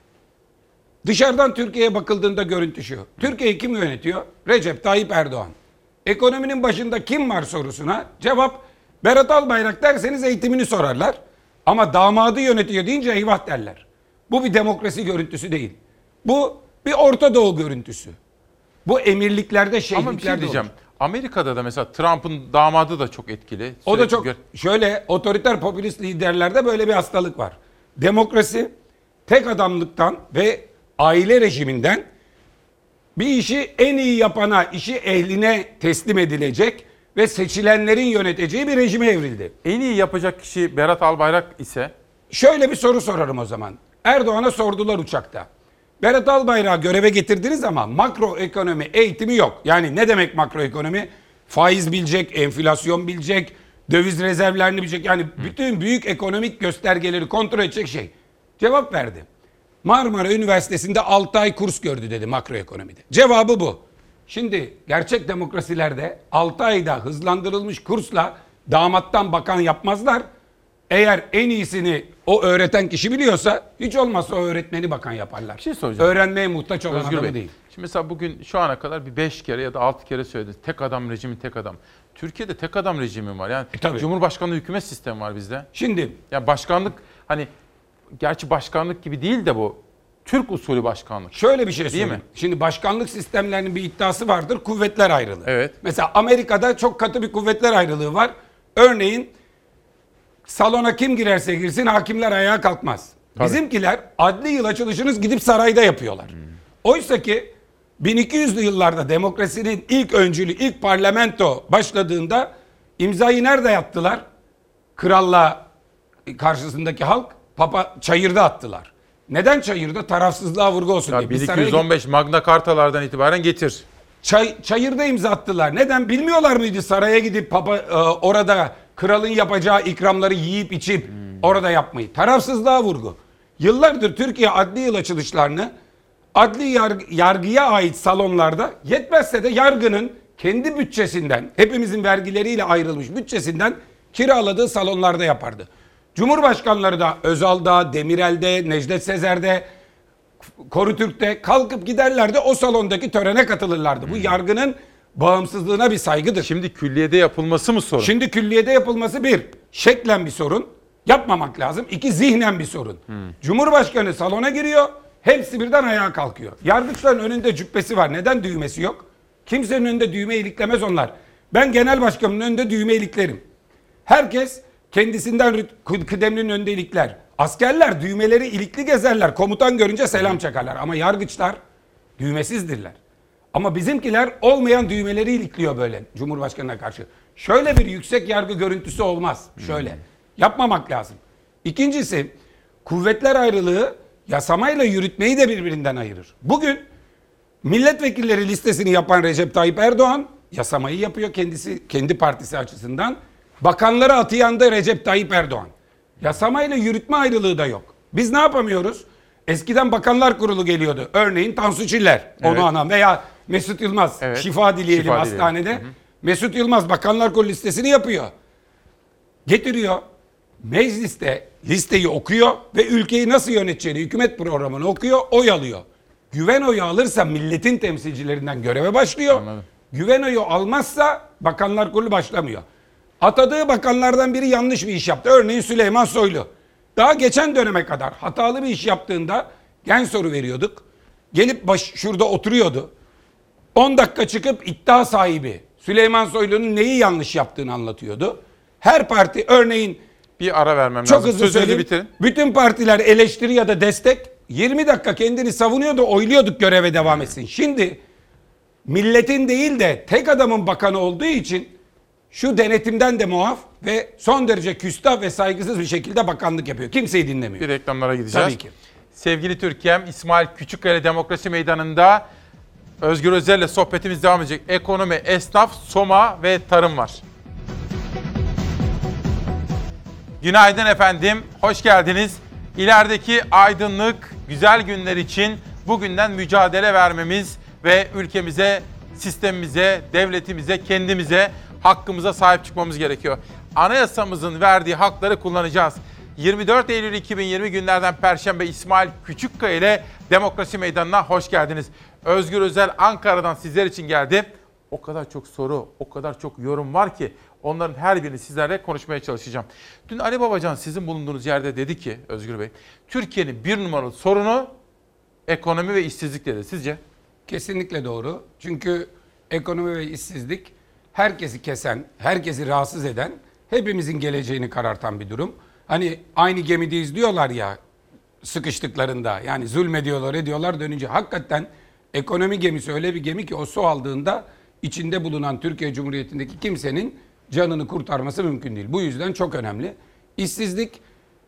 Dışarıdan Türkiye'ye bakıldığında görüntü şu. Türkiye'yi kim yönetiyor? Recep Tayyip Erdoğan. Ekonominin başında kim var sorusuna cevap Berat Albayrak derseniz eğitimini sorarlar. Ama damadı yönetiyor deyince eyvah derler. Bu bir demokrasi görüntüsü değil. Bu bir Orta Doğu görüntüsü. Bu emirliklerde, şeyhliklerde Ama bir şey diyeceğim. olur. Amerika'da da mesela Trump'ın damadı da çok etkili. O da Sürekli çok, gör- şöyle otoriter popülist liderlerde böyle bir hastalık var. Demokrasi tek adamlıktan ve aile rejiminden bir işi en iyi yapana, işi ehline teslim edilecek ve seçilenlerin yöneteceği bir rejime evrildi. En iyi yapacak kişi Berat Albayrak ise? Şöyle bir soru sorarım o zaman. Erdoğan'a sordular uçakta. Berat Albayrak'ı göreve getirdiniz ama makro ekonomi eğitimi yok. Yani ne demek makro ekonomi? Faiz bilecek, enflasyon bilecek, döviz rezervlerini bilecek. Yani bütün büyük ekonomik göstergeleri kontrol edecek şey. Cevap verdi. Marmara Üniversitesi'nde altı ay kurs gördü dedi makro ekonomide. Cevabı bu. Şimdi gerçek demokrasilerde altı ayda hızlandırılmış kursla damattan bakan yapmazlar. Eğer en iyisini o öğreten kişi biliyorsa hiç olmazsa o öğretmeni bakan yaparlar. Bir şey soracağım. Öğrenmeye muhtaç olan Özgür adamı Bey, değil. Şimdi mesela bugün şu ana kadar bir beş kere ya da altı kere söylediniz. Tek adam rejimi, tek adam. Türkiye'de tek adam rejimi var. Yani tabii. Cumhurbaşkanlığı hükümet sistemi var bizde. Şimdi ya başkanlık, hani gerçi başkanlık gibi değil de bu Türk usulü başkanlık. Şöyle bir şey değil söyleyeyim. mi? Şimdi başkanlık sistemlerinin bir iddiası vardır. Kuvvetler ayrılığı. Evet. Mesela Amerika'da çok katı bir kuvvetler ayrılığı var. Örneğin salona kim girerse girsin hakimler ayağa kalkmaz. Tabii. Bizimkiler adli yıl açılışınız gidip sarayda yapıyorlar. Hmm. Oysa ki bin iki yüzlü yıllarda demokrasinin ilk öncülü, ilk parlamento başladığında imzayı nerede attılar? Kralla karşısındaki halk Papa çayırda attılar. Neden çayırda? Tarafsızlığa vurgu olsun Ya diye. bin iki yüz on beş Magna Cartalardan itibaren getir. Çay, çayırda imza attılar. Neden? Bilmiyorlar mıydı saraya gidip papa e, orada kralın yapacağı ikramları yiyip içip hmm. orada yapmayı? Tarafsızlığa vurgu. Yıllardır Türkiye adli yıl açılışlarını adli yargı, yargıya ait salonlarda, yetmezse de yargının kendi bütçesinden, hepimizin vergileriyle ayrılmış bütçesinden kiraladığı salonlarda yapardı. Cumhurbaşkanları da Özal'da, Demirel'de, Necdet Sezer'de, Korutürk'te kalkıp giderlerdi, o salondaki törene katılırlardı. Hmm. Bu yargının bağımsızlığına bir saygıdır. Şimdi külliyede yapılması mı sorun? Şimdi külliyede yapılması bir, şeklen bir sorun. Yapmamak lazım. İki, zihnen bir sorun. Hmm. Cumhurbaşkanı salona giriyor, hepsi birden ayağa kalkıyor. Yargıçların önünde cübbesi var. Neden düğmesi yok? Kimsenin önünde düğme iliklemez onlar. Ben genel başkanımın önünde düğme iliklerim. Herkes kendisinden kıdemlinin önünde ilikler. Askerler düğmeleri ilikli gezerler. Komutan görünce selam çakarlar. Ama yargıçlar düğmesizdirler. Ama bizimkiler olmayan düğmeleri ilikliyor böyle Cumhurbaşkanı'na karşı. Şöyle bir yüksek yargı görüntüsü olmaz. Şöyle. Yapmamak lazım. İkincisi, kuvvetler ayrılığı yasamayla yürütmeyi de birbirinden ayırır. Bugün milletvekilleri listesini yapan Recep Tayyip Erdoğan yasamayı yapıyor kendisi, kendi partisi açısından. Bakanları atayan da Recep Tayyip Erdoğan. Yasamayla yürütme ayrılığı da yok. Biz ne yapamıyoruz? Eskiden Bakanlar Kurulu geliyordu. Örneğin Tansu Çiller, onu evet. anam veya Mesut Yılmaz, evet. şifa dileyelim şifa hastanede. Dileyelim. Mesut Yılmaz Bakanlar Kurulu listesini yapıyor. Getiriyor. Mecliste listeyi okuyor ve ülkeyi nasıl yöneteceğini, hükümet programını okuyor, oy alıyor. Güven oyu alırsa milletin temsilcilerinden göreve başlıyor. Anladım. Güven oyu almazsa Bakanlar Kurulu başlamıyor. Atadığı bakanlardan biri yanlış bir iş yaptı. Örneğin Süleyman Soylu. Daha geçen döneme kadar hatalı bir iş yaptığında gen soru veriyorduk. Gelip baş, şurada oturuyordu. on dakika çıkıp iddia sahibi Süleyman Soylu'nun neyi yanlış yaptığını anlatıyordu. Her parti örneğin bir ara vermem çok lazım. hızlı söyleyeyim. Bitirin. Bütün partiler eleştiri ya da destek yirmi dakika kendini savunuyordu, oyluyorduk göreve devam etsin. Şimdi milletin değil de tek adamın bakanı olduğu için şu denetimden de muaf ve son derece küstah ve saygısız bir şekilde bakanlık yapıyor. Kimseyi dinlemiyor. Bir reklamlara gideceğiz. Tabii ki. Sevgili Türkiye'm, İsmail Küçükkaya Demokrasi Meydanı'nda Özgür Özel'le sohbetimiz devam edecek. Ekonomi, esnaf, Soma ve tarım var. Günaydın efendim, hoş geldiniz. İlerideki aydınlık, güzel günler için bugünden mücadele vermemiz ve ülkemize, sistemimize, devletimize, kendimize, hakkımıza sahip çıkmamız gerekiyor. Anayasamızın verdiği hakları kullanacağız. yirmi dört Eylül iki bin yirmi günlerden Perşembe İsmail Küçükkaya ile Demokrasi Meydanı'na hoş geldiniz. Özgür Özel Ankara'dan sizler için geldi. O kadar çok soru, o kadar çok yorum var ki onların her birini sizlerle konuşmaya çalışacağım. Dün Ali Babacan sizin bulunduğunuz yerde dedi ki Özgür Bey, Türkiye'nin bir numaralı sorunu ekonomi ve işsizlik dedi. Sizce? Kesinlikle doğru. Çünkü ekonomi ve işsizlik herkesi kesen, herkesi rahatsız eden, hepimizin geleceğini karartan bir durum. Hani aynı gemideyiz diyorlar ya sıkıştıklarında, yani zulmediyorlar ediyorlar dönünce. Hakikaten ekonomi gemisi öyle bir gemi ki o su aldığında içinde bulunan Türkiye Cumhuriyeti'ndeki kimsenin canını kurtarması mümkün değil. Bu yüzden çok önemli. İşsizlik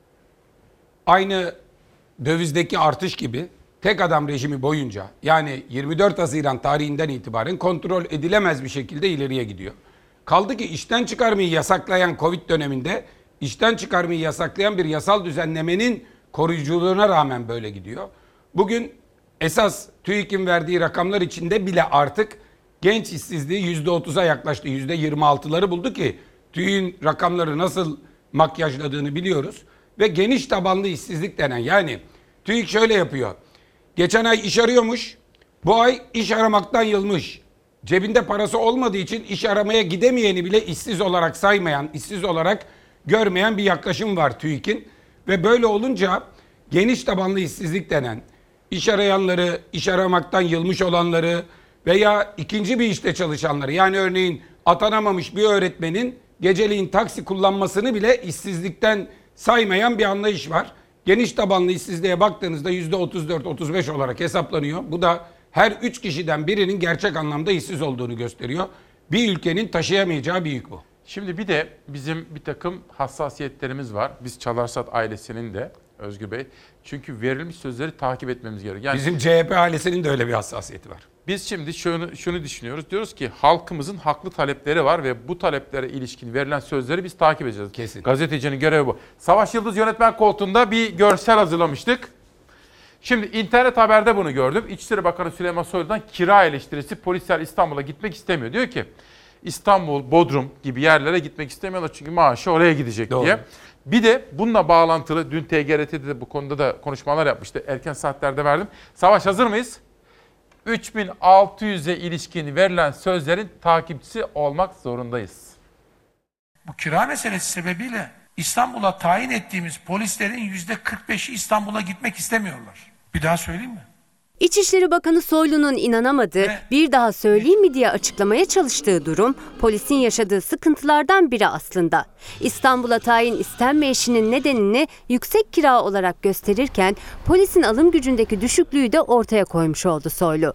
aynı dövizdeki artış gibi tek adam rejimi boyunca, yani yirmi dört Haziran tarihinden itibaren kontrol edilemez bir şekilde ileriye gidiyor. Kaldı ki işten çıkarmayı yasaklayan Covid döneminde işten çıkarmayı yasaklayan bir yasal düzenlemenin koruyuculuğuna rağmen böyle gidiyor. Bugün esas TÜİK'in verdiği rakamlar içinde bile artık genç işsizliği yüzde otuza yaklaştı. yüzde yirmi altıları buldu ki TÜİK'in rakamları nasıl makyajladığını biliyoruz. Ve geniş tabanlı işsizlik denen, yani TÜİK şöyle yapıyor. Geçen ay iş arıyormuş, bu ay iş aramaktan yılmış. Cebinde parası olmadığı için iş aramaya gidemeyeni bile işsiz olarak saymayan, işsiz olarak görmeyen bir yaklaşım var TÜİK'in. Ve böyle olunca geniş tabanlı işsizlik denen, iş arayanları, iş aramaktan yılmış olanları veya ikinci bir işte çalışanları, yani örneğin atanamamış bir öğretmenin geceliğin taksi kullanmasını bile işsizlikten saymayan bir anlayış var. Geniş tabanlı işsizliğe baktığınızda yüzde otuz dört otuz beş olarak hesaplanıyor. Bu da her üç kişiden birinin gerçek anlamda işsiz olduğunu gösteriyor. Bir ülkenin taşıyamayacağı bir yük bu. Şimdi bir de bizim bir takım hassasiyetlerimiz var. Biz Çalarsat ailesinin de Özgür Bey. Çünkü verilmiş sözleri takip etmemiz gerekiyor. Yani bizim C H P ailesinin de öyle bir hassasiyeti var. Biz şimdi şunu, şunu düşünüyoruz. Diyoruz ki halkımızın haklı talepleri var ve bu taleplere ilişkin verilen sözleri biz takip edeceğiz. Kesin. Gazetecinin görevi bu. Savaş Yıldız yönetmen koltuğunda bir görsel hazırlamıştık. Şimdi internet haberde bunu gördüm. İçişleri Bakanı Süleyman Soylu'dan kira eleştirisi, polisler İstanbul'a gitmek istemiyor. Diyor ki İstanbul, Bodrum gibi yerlere gitmek istemiyorlar çünkü maaşı oraya gidecek Doğru. diye. Bir de bununla bağlantılı dün T G R T'de de bu konuda da konuşmalar yapmıştı. Erken saatlerde verdim. Savaş hazır mıyız? üç bin altı yüze ilişkin verilen sözlerin takipçisi olmak zorundayız. Bu kira meselesi sebebiyle İstanbul'a tayin ettiğimiz polislerin yüzde kırk beşi İstanbul'a gitmek istemiyorlar. Bir daha söyleyeyim mi? İçişleri Bakanı Soylu'nun inanamadığı, ne? bir daha söyleyeyim mi diye açıklamaya çalıştığı durum, polisin yaşadığı sıkıntılardan biri aslında. İstanbul'a tayin istenmeyişinin nedenini yüksek kira olarak gösterirken, polisin alım gücündeki düşüklüğü de ortaya koymuş oldu Soylu.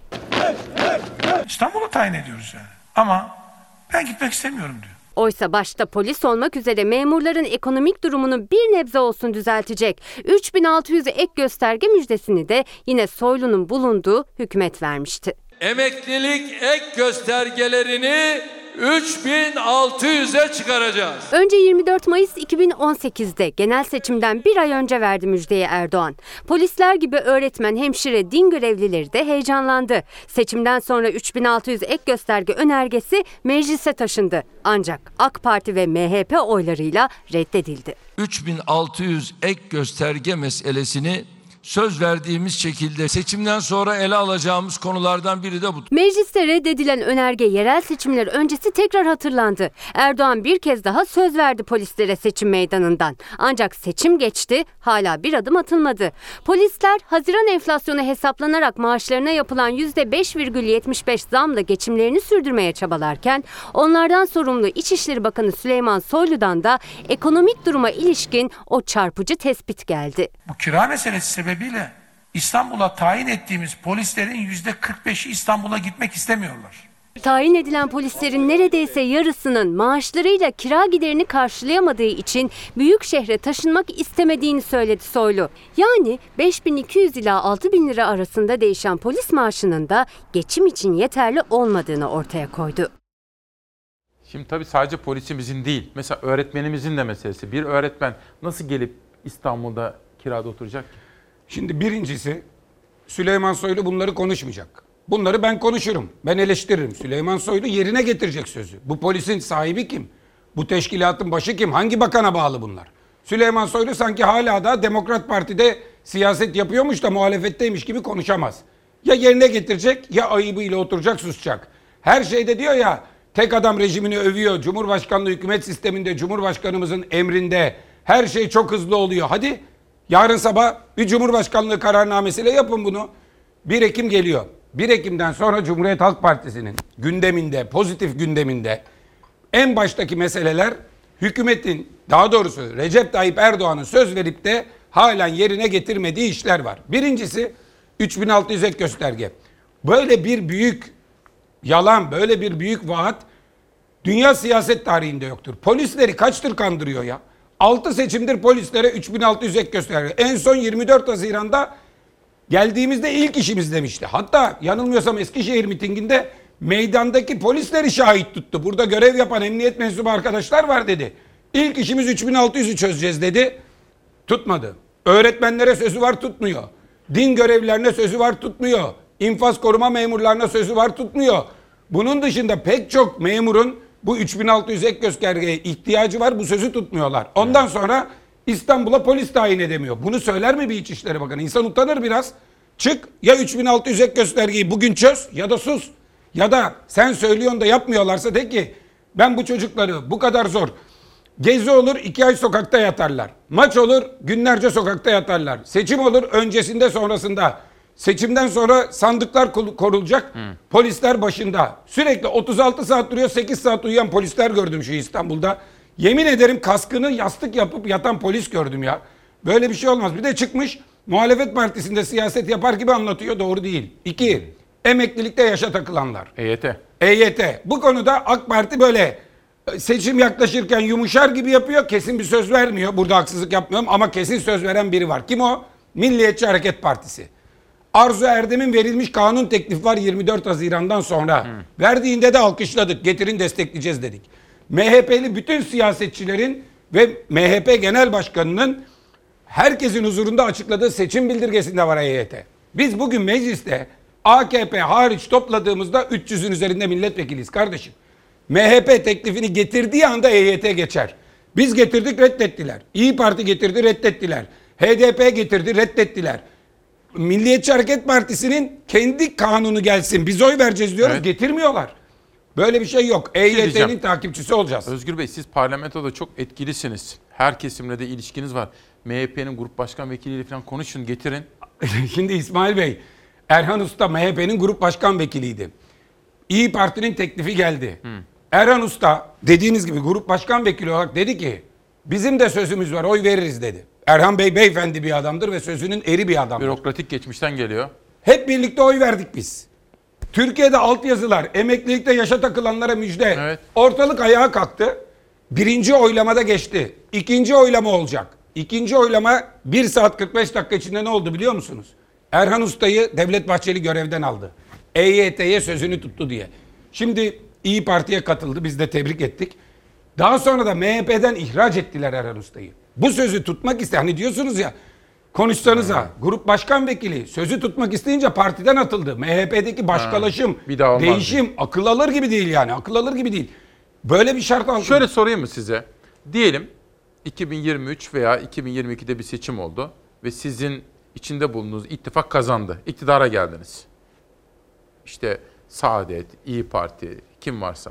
İstanbul'a tayin ediyoruz yani. Ama ben gitmek istemiyorum diyor. Oysa başta polis olmak üzere memurların ekonomik durumunu bir nebze olsun düzeltecek üç bin altı yüze ek gösterge müjdesini de yine Soylu'nun bulunduğu hükümet vermişti. Emeklilik ek göstergelerini üç bin altı yüze çıkaracağız. Önce yirmi dört Mayıs iki bin on sekizde genel seçimden bir ay önce verdi müjdeyi Erdoğan. Polisler gibi öğretmen, hemşire, din görevlileri de heyecanlandı. Seçimden sonra üç bin altı yüz ek gösterge önergesi meclise taşındı. Ancak AK Parti ve M H P oylarıyla reddedildi. üç bin altı yüz ek gösterge meselesini söz verdiğimiz şekilde seçimden sonra ele alacağımız konulardan biri de bu. Mecliste reddedilen önerge yerel seçimler öncesi tekrar hatırlandı. Erdoğan bir kez daha söz verdi polislere seçim meydanından. Ancak seçim geçti, hala bir adım atılmadı. Polisler Haziran enflasyonu hesaplanarak maaşlarına yapılan yüzde beş virgül yetmiş beş zamla geçimlerini sürdürmeye çabalarken onlardan sorumlu İçişleri Bakanı Süleyman Soylu'dan da ekonomik duruma ilişkin o çarpıcı tespit geldi. Bu kira meselesi sebebiyle İstanbul'a tayin ettiğimiz polislerin yüzde kırk beşi İstanbul'a gitmek istemiyorlar. Tayin edilen polislerin neredeyse yarısının maaşlarıyla kira giderini karşılayamadığı için büyük şehre taşınmak istemediğini söyledi Soylu. Yani beş bin iki yüz ila altı bin lira arasında değişen polis maaşının da geçim için yeterli olmadığını ortaya koydu. Şimdi tabii sadece polisimizin değil, mesela öğretmenimizin de meselesi. Bir öğretmen nasıl gelip İstanbul'da kirada oturacak? Şimdi birincisi Süleyman Soylu bunları konuşmayacak. Bunları ben konuşurum. Ben eleştiririm. Süleyman Soylu yerine getirecek sözü. Bu polisin sahibi kim? Bu teşkilatın başı kim? Hangi bakana bağlı bunlar? Süleyman Soylu sanki hala da Demokrat Parti'de siyaset yapıyormuş da muhalefetteymiş gibi konuşamaz. Ya yerine getirecek ya ayıbıyla oturacak, susacak. Her şeyde diyor ya, tek adam rejimini övüyor. Cumhurbaşkanlığı hükümet sisteminde, Cumhurbaşkanımızın emrinde her şey çok hızlı oluyor. Hadi yarın sabah bir Cumhurbaşkanlığı kararnamesiyle yapın bunu. bir Ekim geliyor. bir Ekim'den sonra Cumhuriyet Halk Partisi'nin gündeminde, pozitif gündeminde en baştaki meseleler hükümetin, daha doğrusu Recep Tayyip Erdoğan'ın söz verip de halen yerine getirmediği işler var. Birincisi üç bin altı yüz ek gösterge. Böyle bir büyük yalan, böyle bir büyük vaat dünya siyaset tarihinde yoktur. Polisleri kaçtır kandırıyor ya? altı seçimdir polislere üç bin altı yüz ek gösterge. En son yirmi dört Haziran'da geldiğimizde ilk işimiz demişti. Hatta yanılmıyorsam Eskişehir mitinginde meydandaki polisleri şahit tuttu. Burada görev yapan emniyet mensubu arkadaşlar var dedi. İlk işimiz üç bin altı yüzü çözeceğiz dedi. Tutmadı. Öğretmenlere sözü var, tutmuyor. Din görevlilerine sözü var, tutmuyor. İnfaz koruma memurlarına sözü var, tutmuyor. Bunun dışında pek çok memurun bu üç bin altı yüz ek göstergeye ihtiyacı var, bu sözü tutmuyorlar. Ondan sonra İstanbul'a polis tayin edemiyor. Bunu söyler mi bir İçişleri Bakanı? İnsan utanır biraz. Çık ya üç bin altı yüz ek göstergeyi bugün çöz ya da sus. Ya da sen söylüyorsun da yapmıyorlarsa de ki ben bu çocukları bu kadar zor. Gezi olur iki ay sokakta yatarlar. Maç olur günlerce sokakta yatarlar. Seçim olur öncesinde sonrasında. Seçimden sonra sandıklar korulacak. Hmm. Polisler başında. Sürekli otuz altı saat duruyor, sekiz saat uyuyan polisler gördüm şu İstanbul'da. Yemin ederim kaskını yastık yapıp yatan polis gördüm ya. Böyle bir şey olmaz. Bir de çıkmış muhalefet partisinde siyaset yapar gibi anlatıyor. Doğru değil. İki, emeklilikte yaşa takılanlar. E Y T. E Y T. Bu konuda AK Parti böyle seçim yaklaşırken yumuşar gibi yapıyor. Kesin bir söz vermiyor. Burada haksızlık yapmıyorum ama kesin söz veren biri var. Kim o? Milliyetçi Hareket Partisi. Arzu Erdem'in verilmiş kanun teklifi var yirmi dört Haziran'dan sonra. Hmm. Verdiğinde de alkışladık. Getirin destekleyeceğiz dedik. M H P'li bütün siyasetçilerin ve M H P Genel Başkanı'nın herkesin huzurunda açıkladığı seçim bildirgesinde var E Y T. Biz bugün mecliste A K P hariç topladığımızda üç yüzün üzerinde milletvekiliyiz kardeşim. M H P teklifini getirdiği anda E Y T geçer. Biz getirdik, reddettiler. İyi Parti getirdi, reddettiler. H D P getirdi, reddettiler. Milliyetçi Hareket Partisi'nin kendi kanunu gelsin, biz oy vereceğiz diyoruz, evet. Getirmiyorlar. Böyle bir şey yok. E Y T'nin takipçisi olacağız. Özgür Bey, siz parlamentoda çok etkilisiniz. Her kesimle de ilişkiniz var. M H P'nin grup başkan vekiliyle falan konuşun, getirin. Şimdi İsmail Bey, Erhan Usta M H P'nin grup başkan vekiliydi. İyi Parti'nin teklifi geldi. Hmm. Erhan Usta dediğiniz gibi grup başkan vekili olarak dedi ki bizim de sözümüz var, oy veririz dedi. Erhan Bey beyefendi bir adamdır ve sözünün eri bir adamdır. Bürokratik geçmişten geliyor. Hep birlikte oy verdik biz. Türkiye'de altyazılar, emeklilikte yaşa takılanlara müjde. Evet. Ortalık ayağa kalktı. Birinci oylamada geçti. İkinci oylama olacak. İkinci oylama bir saat kırk beş dakika içinde ne oldu biliyor musunuz? Erhan Usta'yı Devlet Bahçeli görevden aldı. E Y T'ye sözünü tuttu diye. Şimdi İyi Parti'ye katıldı. Biz de tebrik ettik. Daha sonra da M H P'den ihraç ettiler Erhan Usta'yı. Bu sözü tutmak iste. Hani diyorsunuz ya konuşsanıza hmm. grup başkan vekili sözü tutmak isteyince partiden atıldı. M H P'deki başkalaşım, bir daha değişim akıl alır gibi değil yani. Akıl alır gibi değil. Böyle bir şart aldı. Şöyle sorayım mı size? Diyelim iki bin yirmi üç veya iki bin yirmi ikide bir seçim oldu ve sizin içinde bulunduğunuz ittifak kazandı. İktidara geldiniz. İşte Saadet, İyi Parti, kim varsa.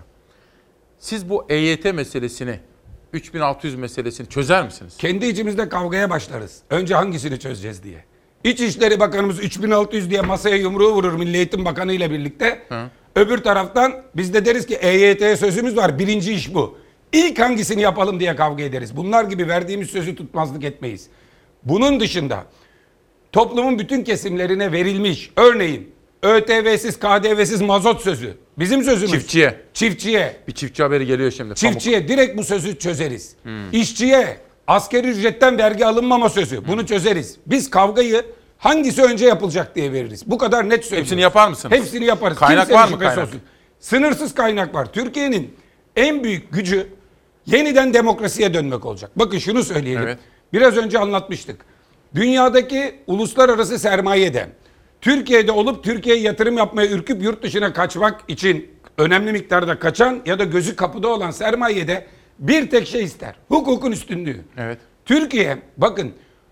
Siz bu E Y T meselesini, üç bin altı yüz meselesini çözer misiniz? Kendi içimizde kavgaya başlarız. Önce hangisini çözeceğiz diye. İçişleri Bakanımız üç bin altı yüz diye masaya yumruğu vurur Milli Eğitim Bakanı ile birlikte. Hı. Öbür taraftan biz de deriz ki E Y T'ye sözümüz var. Birinci iş bu. İlk hangisini yapalım diye kavga ederiz. Bunlar gibi verdiğimiz sözü tutmazlık etmeyiz. Bunun dışında toplumun bütün kesimlerine verilmiş, örneğin Ö T V'siz, K D V'siz mazot sözü. Bizim sözümüz. Çiftçiye. Çiftçiye. Bir çiftçi haberi geliyor şimdi. Çiftçiye Pamuk. Direkt bu sözü çözeriz. Hmm. İşçiye asgari ücretten vergi alınmama sözü. Hmm. Bunu çözeriz. Biz kavgayı hangisi önce yapılacak diye veririz. Bu kadar net söylüyoruz. Hepsini yapar mısınız? Hepsini yaparız. Kaynak Kimsenin var mı kaynak? Olsun. Sınırsız kaynak var. Türkiye'nin en büyük gücü yeniden demokrasiye dönmek olacak. Bakın şunu söyleyelim. Evet. Biraz önce anlatmıştık. Dünyadaki uluslararası sermayede Türkiye'de olup Türkiye'ye yatırım yapmaya ürküp yurt dışına kaçmak için önemli miktarda kaçan ya da gözü kapıda olan sermayede bir tek şey ister. Hukukun üstünlüğü. Evet. Türkiye bakın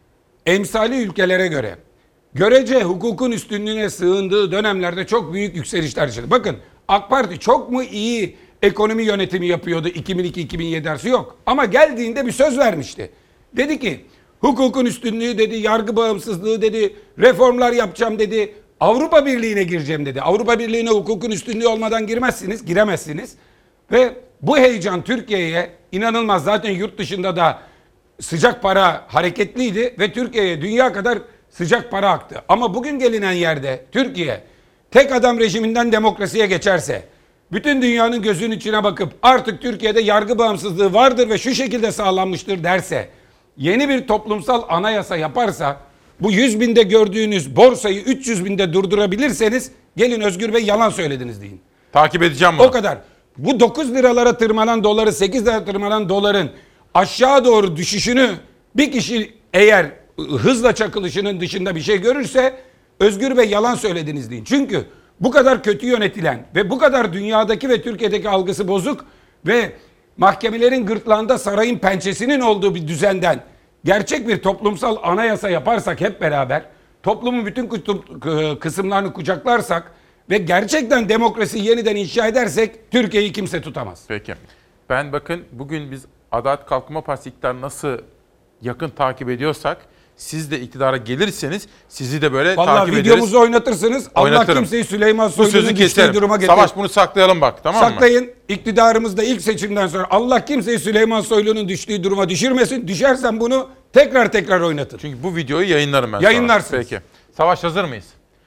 emsali ülkelere göre görece hukukun üstünlüğüne sığındığı dönemlerde çok büyük yükselişler yaşadı. Bakın AK Parti çok mu iyi ekonomi yönetimi yapıyordu iki bin iki iki bin yedi arası yok. Ama geldiğinde bir söz vermişti. Dedi ki hukukun üstünlüğü dedi, yargı bağımsızlığı dedi, reformlar yapacağım dedi, Avrupa Birliği'ne gireceğim dedi. Avrupa Birliği'ne hukukun üstünlüğü olmadan girmezsiniz, giremezsiniz. Ve bu heyecan Türkiye'ye inanılmaz, zaten yurt dışında da sıcak para hareketliydi ve Türkiye'ye dünya kadar sıcak para aktı. Ama bugün gelinen yerde Türkiye tek adam rejiminden demokrasiye geçerse, bütün dünyanın gözünün içine bakıp artık Türkiye'de yargı bağımsızlığı vardır ve şu şekilde sağlanmıştır derse, yeni bir toplumsal anayasa yaparsa, bu yüz binde gördüğünüz borsayı üç yüz binde durdurabilirseniz gelin Özgür Bey yalan söylediniz deyin. Takip edeceğim bunu. O kadar. Bu dokuz liralara tırmanan doları, sekiz liralara tırmanan doların aşağı doğru düşüşünü bir kişi eğer hızla çakılışının dışında bir şey görürse Özgür Bey yalan söylediniz deyin. Çünkü bu kadar kötü yönetilen ve bu kadar dünyadaki ve Türkiye'deki algısı bozuk ve mahkemelerin gırtlağında sarayın pençesinin olduğu bir düzenden gerçek bir toplumsal anayasa yaparsak hep beraber, toplumun bütün kısımlarını kucaklarsak ve gerçekten demokrasiyi yeniden inşa edersek Türkiye'yi kimse tutamaz. Peki. Ben bakın bugün biz Adalet Kalkınma Partisi iktidarı nasıl yakın takip ediyorsak, siz de iktidara gelirseniz sizi de böyle vallahi takip ederiz. Videomuzu oynatırsınız. Oynatırım. Allah kimseyi Süleyman Soylu'nun düştüğü duruma getirir. Savaş bunu saklayalım bak, tamam mı? Saklayın. İktidarımızda ilk seçimden sonra Allah kimseyi Süleyman Soylu'nun düştüğü duruma düşürmesin. Düşersen bunu tekrar tekrar oynatır. Çünkü bu videoyu yayınlarım ben Yayınlarsınız. sonra. Peki. Savaş hazır mıyız?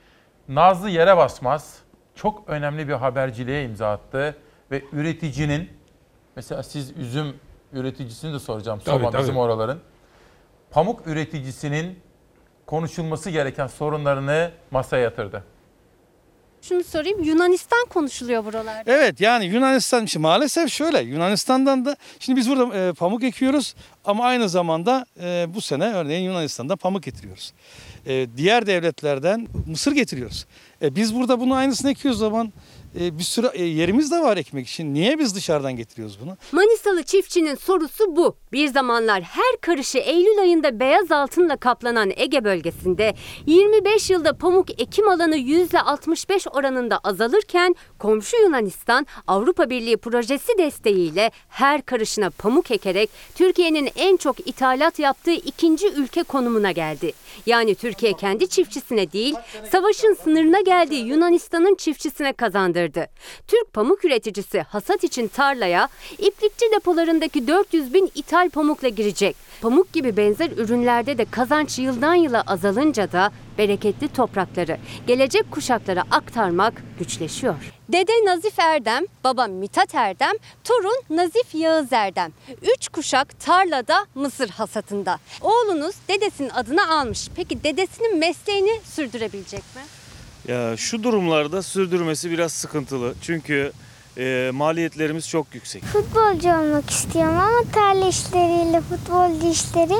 Nazlı Yere Basmaz çok önemli bir haberciliğe imza attı ve üreticinin, mesela siz üzüm üreticisini de soracağım tabii, Soma tabii. bizim oraların. Pamuk üreticisinin konuşulması gereken sorunlarını masaya yatırdı. Şunu sorayım, Yunanistan konuşuluyor buralarda. Evet, yani Yunanistan işte maalesef şöyle, Yunanistan'dan da şimdi biz burada e, pamuk ekiyoruz ama aynı zamanda e, bu sene örneğin Yunanistan'da pamuk getiriyoruz. E, diğer devletlerden mısır getiriyoruz. E, biz burada bunu aynısını ekiyoruz zaman e, bir sürü e, yerimiz de var ekmek için. Niye biz dışarıdan getiriyoruz bunu? Manisalı çiftçinin sorusu bu. Bir zamanlar her karışı Eylül ayında beyaz altınla kaplanan Ege bölgesinde yirmi beş yılda pamuk ekim alanı yüzde altmış beş oranında azalırken komşu Yunanistan Avrupa Birliği projesi desteğiyle her karışına pamuk ekerek Türkiye'nin en çok ithalat yaptığı ikinci ülke konumuna geldi. Yani Türkiye kendi çiftçisine değil, savaşın sınırına geldiği Yunanistan'ın çiftçisine kazandırdı. Türk pamuk üreticisi hasat için tarlaya iplikçi depolarındaki dört yüz bin ithal pamukla girecek. Pamuk gibi benzer ürünlerde de kazanç yıldan yıla azalınca da bereketli toprakları gelecek kuşaklara aktarmak güçleşiyor. Dede Nazif Erdem, baba Mithat Erdem, torun Nazif Yağız Erdem. Üç kuşak tarlada mısır hasatında. Oğlunuz dedesinin adını almış. Peki dedesinin mesleğini sürdürebilecek mi? Ya şu durumlarda sürdürmesi biraz sıkıntılı. Çünkü e, maliyetlerimiz çok yüksek. Futbolcu olmak istiyorum ama tarla işleriyle futbolcu işleri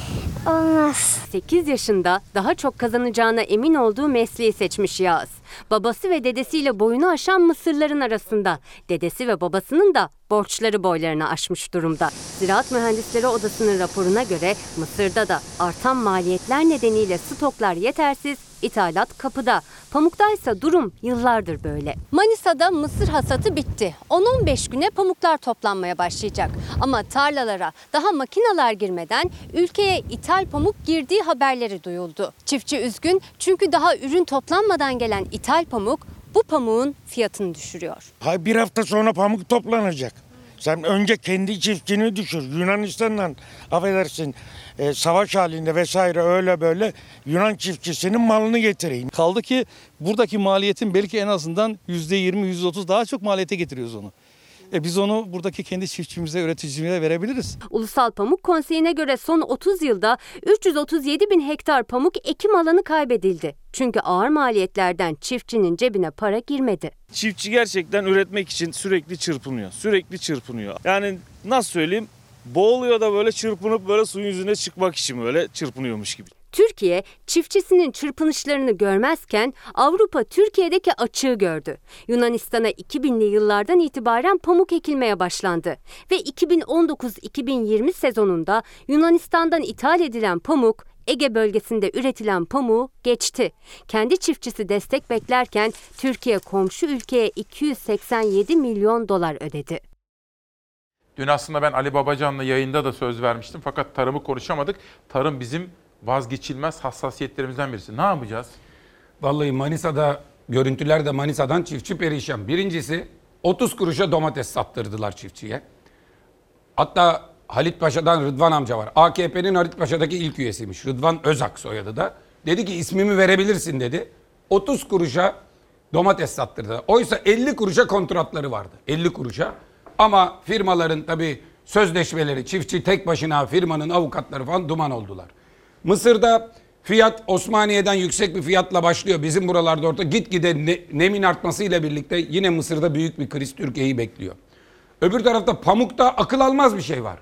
olmaz. sekiz yaşında daha çok kazanacağına emin olduğu mesleği seçmiş Yağız. Babası ve dedesiyle boyunu aşan mısırların arasında. Dedesi ve babasının da borçları boylarını aşmış durumda. Ziraat Mühendisleri Odası'nın raporuna göre Mısır'da da artan maliyetler nedeniyle stoklar yetersiz, ithalat kapıda. Pamuktaysa durum yıllardır böyle. Manisa'da mısır hasatı bitti. on on beş güne pamuklar toplanmaya başlayacak. Ama tarlalara daha makineler girmeden ülkeye ithal pamuk girdiği haberleri duyuldu. Çiftçi üzgün çünkü daha ürün toplanmadan gelen ithal pamuk bu pamuğun fiyatını düşürüyor. Hay bir hafta sonra pamuk toplanacak. Sen önce kendi çiftçini düşür. Yunanistan'la affedersin e, savaş halinde vesaire öyle böyle Yunan çiftçisinin malını getireyim. Kaldı ki buradaki maliyetin belki en azından yüzde yirmi yüzde otuz daha çok maliyete getiriyoruz onu. E biz onu buradaki kendi çiftçimize, üreticimize verebiliriz. Ulusal Pamuk Konseyi'ne göre son otuz yılda üç yüz otuz yedi bin hektar pamuk ekim alanı kaybedildi. Çünkü ağır maliyetlerden çiftçinin cebine para girmedi. Çiftçi gerçekten üretmek için sürekli çırpınıyor. Sürekli çırpınıyor. Yani nasıl söyleyeyim? Boğuluyor da böyle çırpınıp böyle suyun yüzüne çıkmak için böyle çırpınıyormuş gibi. Türkiye çiftçisinin çırpınışlarını görmezken Avrupa Türkiye'deki açığı gördü. Yunanistan'a iki binli yıllardan itibaren pamuk ekilmeye başlandı ve iki bin on dokuz iki bin yirmi sezonunda Yunanistan'dan ithal edilen pamuk Ege bölgesinde üretilen pamuğu geçti. Kendi çiftçisi destek beklerken Türkiye komşu ülkeye iki yüz seksen yedi milyon dolar ödedi. Dün aslında ben Ali Babacan'la yayında da söz vermiştim fakat tarımı konuşamadık. Tarım bizim vazgeçilmez hassasiyetlerimizden birisi. Ne yapacağız? Vallahi Manisa'da görüntüler de Manisa'dan çiftçi perişan. Birincisi otuz kuruşa domates sattırdılar çiftçiye. Hatta Halit Paşa'dan Rıdvan amca var. A K P'nin Halit Paşa'daki ilk üyesiymiş. Rıdvan Özak soyadı da. Dedi ki ismimi verebilirsin dedi. otuz kuruşa domates sattırdılar. Oysa elli kuruşa kontratları vardı. elli kuruşa. Ama firmaların tabii sözleşmeleri, çiftçi tek başına firmanın avukatları falan duman oldular. Mısır'da fiyat Osmaniye'den yüksek bir fiyatla başlıyor. Bizim buralarda orta gitgide ne, nemin artmasıyla birlikte yine Mısır'da büyük bir kriz Türkiye'yi bekliyor. Öbür tarafta pamukta akıl almaz bir şey var.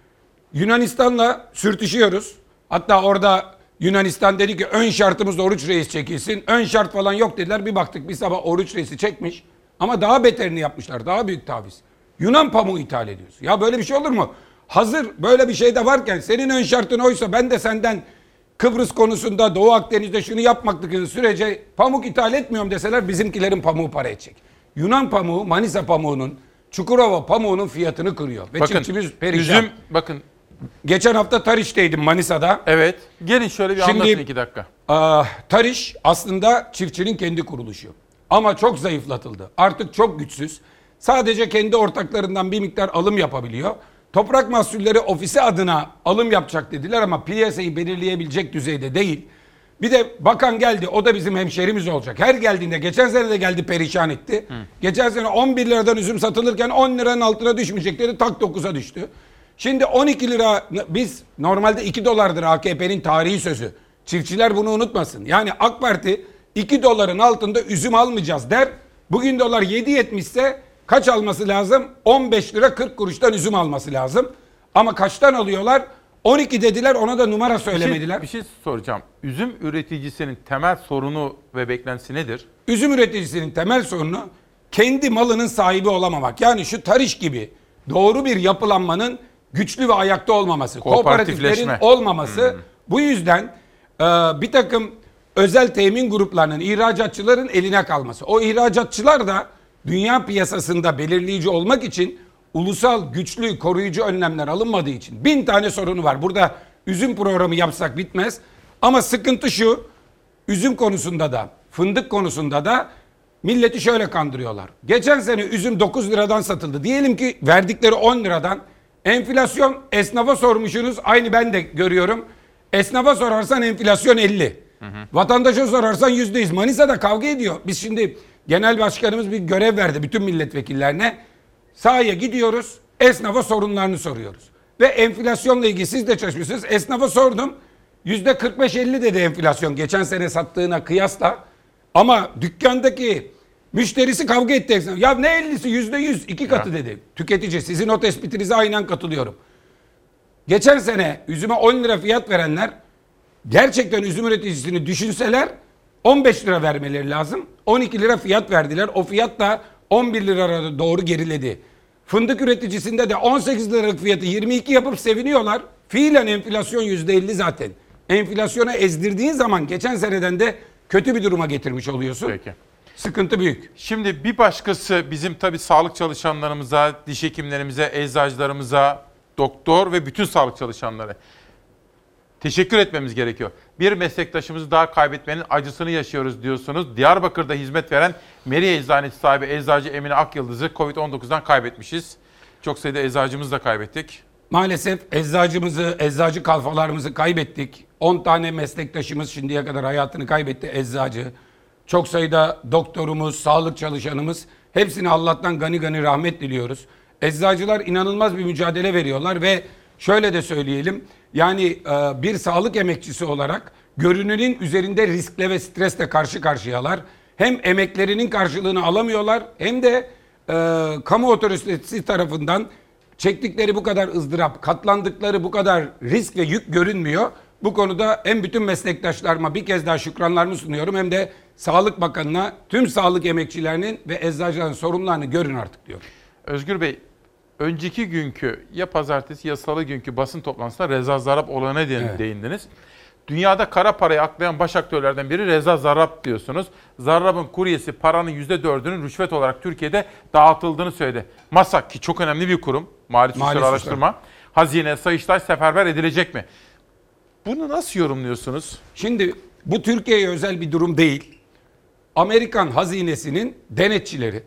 Yunanistan'la sürtüşüyoruz. Hatta orada Yunanistan dedi ki ön şartımız oruç reis çekilsin. Ön şart falan yok dediler. Bir baktık bir sabah oruç reisi çekmiş. Ama daha beterini yapmışlar. Daha büyük taviz. Yunan pamuğu ithal ediyoruz. Ya böyle bir şey olur mu? Hazır böyle bir şey de varken senin ön şartın oysa ben de senden Kıbrıs konusunda Doğu Akdeniz'de şunu yapmaktıkları sürece pamuk ithal etmiyorum deseler bizimkilerin pamuğu para edecek. Yunan pamuğu Manisa pamuğunun Çukurova pamuğunun fiyatını kırıyor. Ve bakın, çiftçimiz perişan. Üzüm bakın. Geçen hafta Tariş'teydim Manisa'da. Evet. Gelin şöyle bir Şimdi, anlatın iki dakika. A, Tariş aslında çiftçinin kendi kuruluşu. Ama çok zayıflatıldı. Artık çok güçsüz. Sadece kendi ortaklarından bir miktar alım yapabiliyor. Toprak Mahsulleri Ofisi adına alım yapacak dediler ama piyasayı belirleyebilecek düzeyde değil. Bir de bakan geldi, o da bizim hemşerimiz olacak. Her geldiğinde, geçen sene de geldi perişan etti. Hı. Geçen sene on bir liradan üzüm satılırken on liranın altına düşmeyecek dedi, tak dokuza düştü. Şimdi on iki lira, biz normalde iki dolardır A K P'nin tarihi sözü. Çiftçiler bunu unutmasın. Yani AK Parti iki doların altında üzüm almayacağız der. Bugün dolar yedi yetmiş ise kaç alması lazım? on beş lira kırk kuruştan üzüm alması lazım. Ama kaçtan alıyorlar? on iki dediler, ona da numara söylemediler. Bir şey, bir şey soracağım. Üzüm üreticisinin temel sorunu ve beklentisi nedir? Üzüm üreticisinin temel sorunu kendi malının sahibi olamamak. Yani şu Tariş gibi doğru bir yapılanmanın güçlü ve ayakta olmaması. Kooperatiflerin olmaması. Hmm. Bu yüzden e, bir takım özel temin gruplarının, ihracatçıların eline kalması. O ihracatçılar da dünya piyasasında belirleyici olmak için ulusal güçlü koruyucu önlemler alınmadığı için bin tane sorunu var. Burada üzüm programı yapsak bitmez. Ama sıkıntı şu, üzüm konusunda da fındık konusunda da milleti şöyle kandırıyorlar. Geçen sene üzüm dokuz liradan satıldı. Diyelim ki verdikleri on liradan. Enflasyon, esnafa sormuşsunuz, aynı ben de görüyorum. Esnafa sorarsan enflasyon elli. Hı hı. Vatandaşa sorarsan yüzde yüz. Manisa'da kavga ediyor. Biz şimdi genel başkanımız bir görev verdi bütün milletvekillerine. Sahaya gidiyoruz, esnafa sorunlarını soruyoruz. Ve enflasyonla ilgili siz de çalışmışsınız. Esnafa sordum, yüzde kırk beş elli dedi enflasyon geçen sene sattığına kıyasla. Ama dükkandaki Müşterisi kavga etti. Ya ne ellisi, yüzde yüz, iki katı dedi. Tüketici, sizin o tespitinize aynen katılıyorum. Geçen sene üzüme on lira fiyat verenler gerçekten üzüm üreticisini düşünseler on beş lira vermeleri lazım. on iki lira fiyat verdiler. O fiyat da on bir liraya doğru geriledi. Fındık üreticisinde de on sekiz liralık fiyatı yirmi iki yapıp seviniyorlar. Fiilen enflasyon yüzde elli zaten. Enflasyona ezdirdiğin zaman geçen seneden de kötü bir duruma getirmiş oluyorsun. Peki. Sıkıntı büyük. Şimdi bir başkası bizim tabii sağlık çalışanlarımıza, diş hekimlerimize, eczacılarımıza, doktor ve bütün sağlık çalışanları teşekkür etmemiz gerekiyor. Bir meslektaşımızı daha kaybetmenin acısını yaşıyoruz diyorsunuz. Diyarbakır'da hizmet veren Meri Eczanesi sahibi Eczacı Emine Akyıldız'ı kovid on dokuzdan kaybetmişiz. Çok sayıda eczacımızı da kaybettik. Maalesef eczacımızı, eczacı kalfalarımızı kaybettik. on tane meslektaşımız şimdiye kadar hayatını kaybetti eczacı. Çok sayıda doktorumuz, sağlık çalışanımız, hepsine Allah'tan gani gani rahmet diliyoruz. Eczacılar inanılmaz bir mücadele veriyorlar ve şöyle de söyleyelim, yani bir sağlık emekçisi olarak görünürün üzerinde riskle ve stresle karşı karşıyalar. Hem emeklerinin karşılığını alamıyorlar hem de e, kamu otoritesi tarafından çektikleri bu kadar ızdırap, katlandıkları bu kadar risk ve yük görünmüyor. Bu konuda hem bütün meslektaşlarıma bir kez daha şükranlarımı sunuyorum hem de Sağlık Bakanı'na tüm sağlık emekçilerinin ve eczacıların sorunlarını görün artık diyor. Özgür Bey, önceki günkü ya pazartesi ya salı günkü basın toplantısında Reza Zarrab olayına evet. değindiniz. Dünyada kara parayı aklayan baş aktörlerden biri Reza Zarrab diyorsunuz. Zarrab'ın kuryesi paranın yüzde dördünün rüşvet olarak Türkiye'de dağıtıldığını söyledi. MASAK ki çok önemli bir kurum. Mali Suçlar Araştırma. Hazine, Sayıştay seferber edilecek mi? Bunu nasıl yorumluyorsunuz? Şimdi bu Türkiye'ye özel bir durum değil. Amerikan hazinesinin denetçileri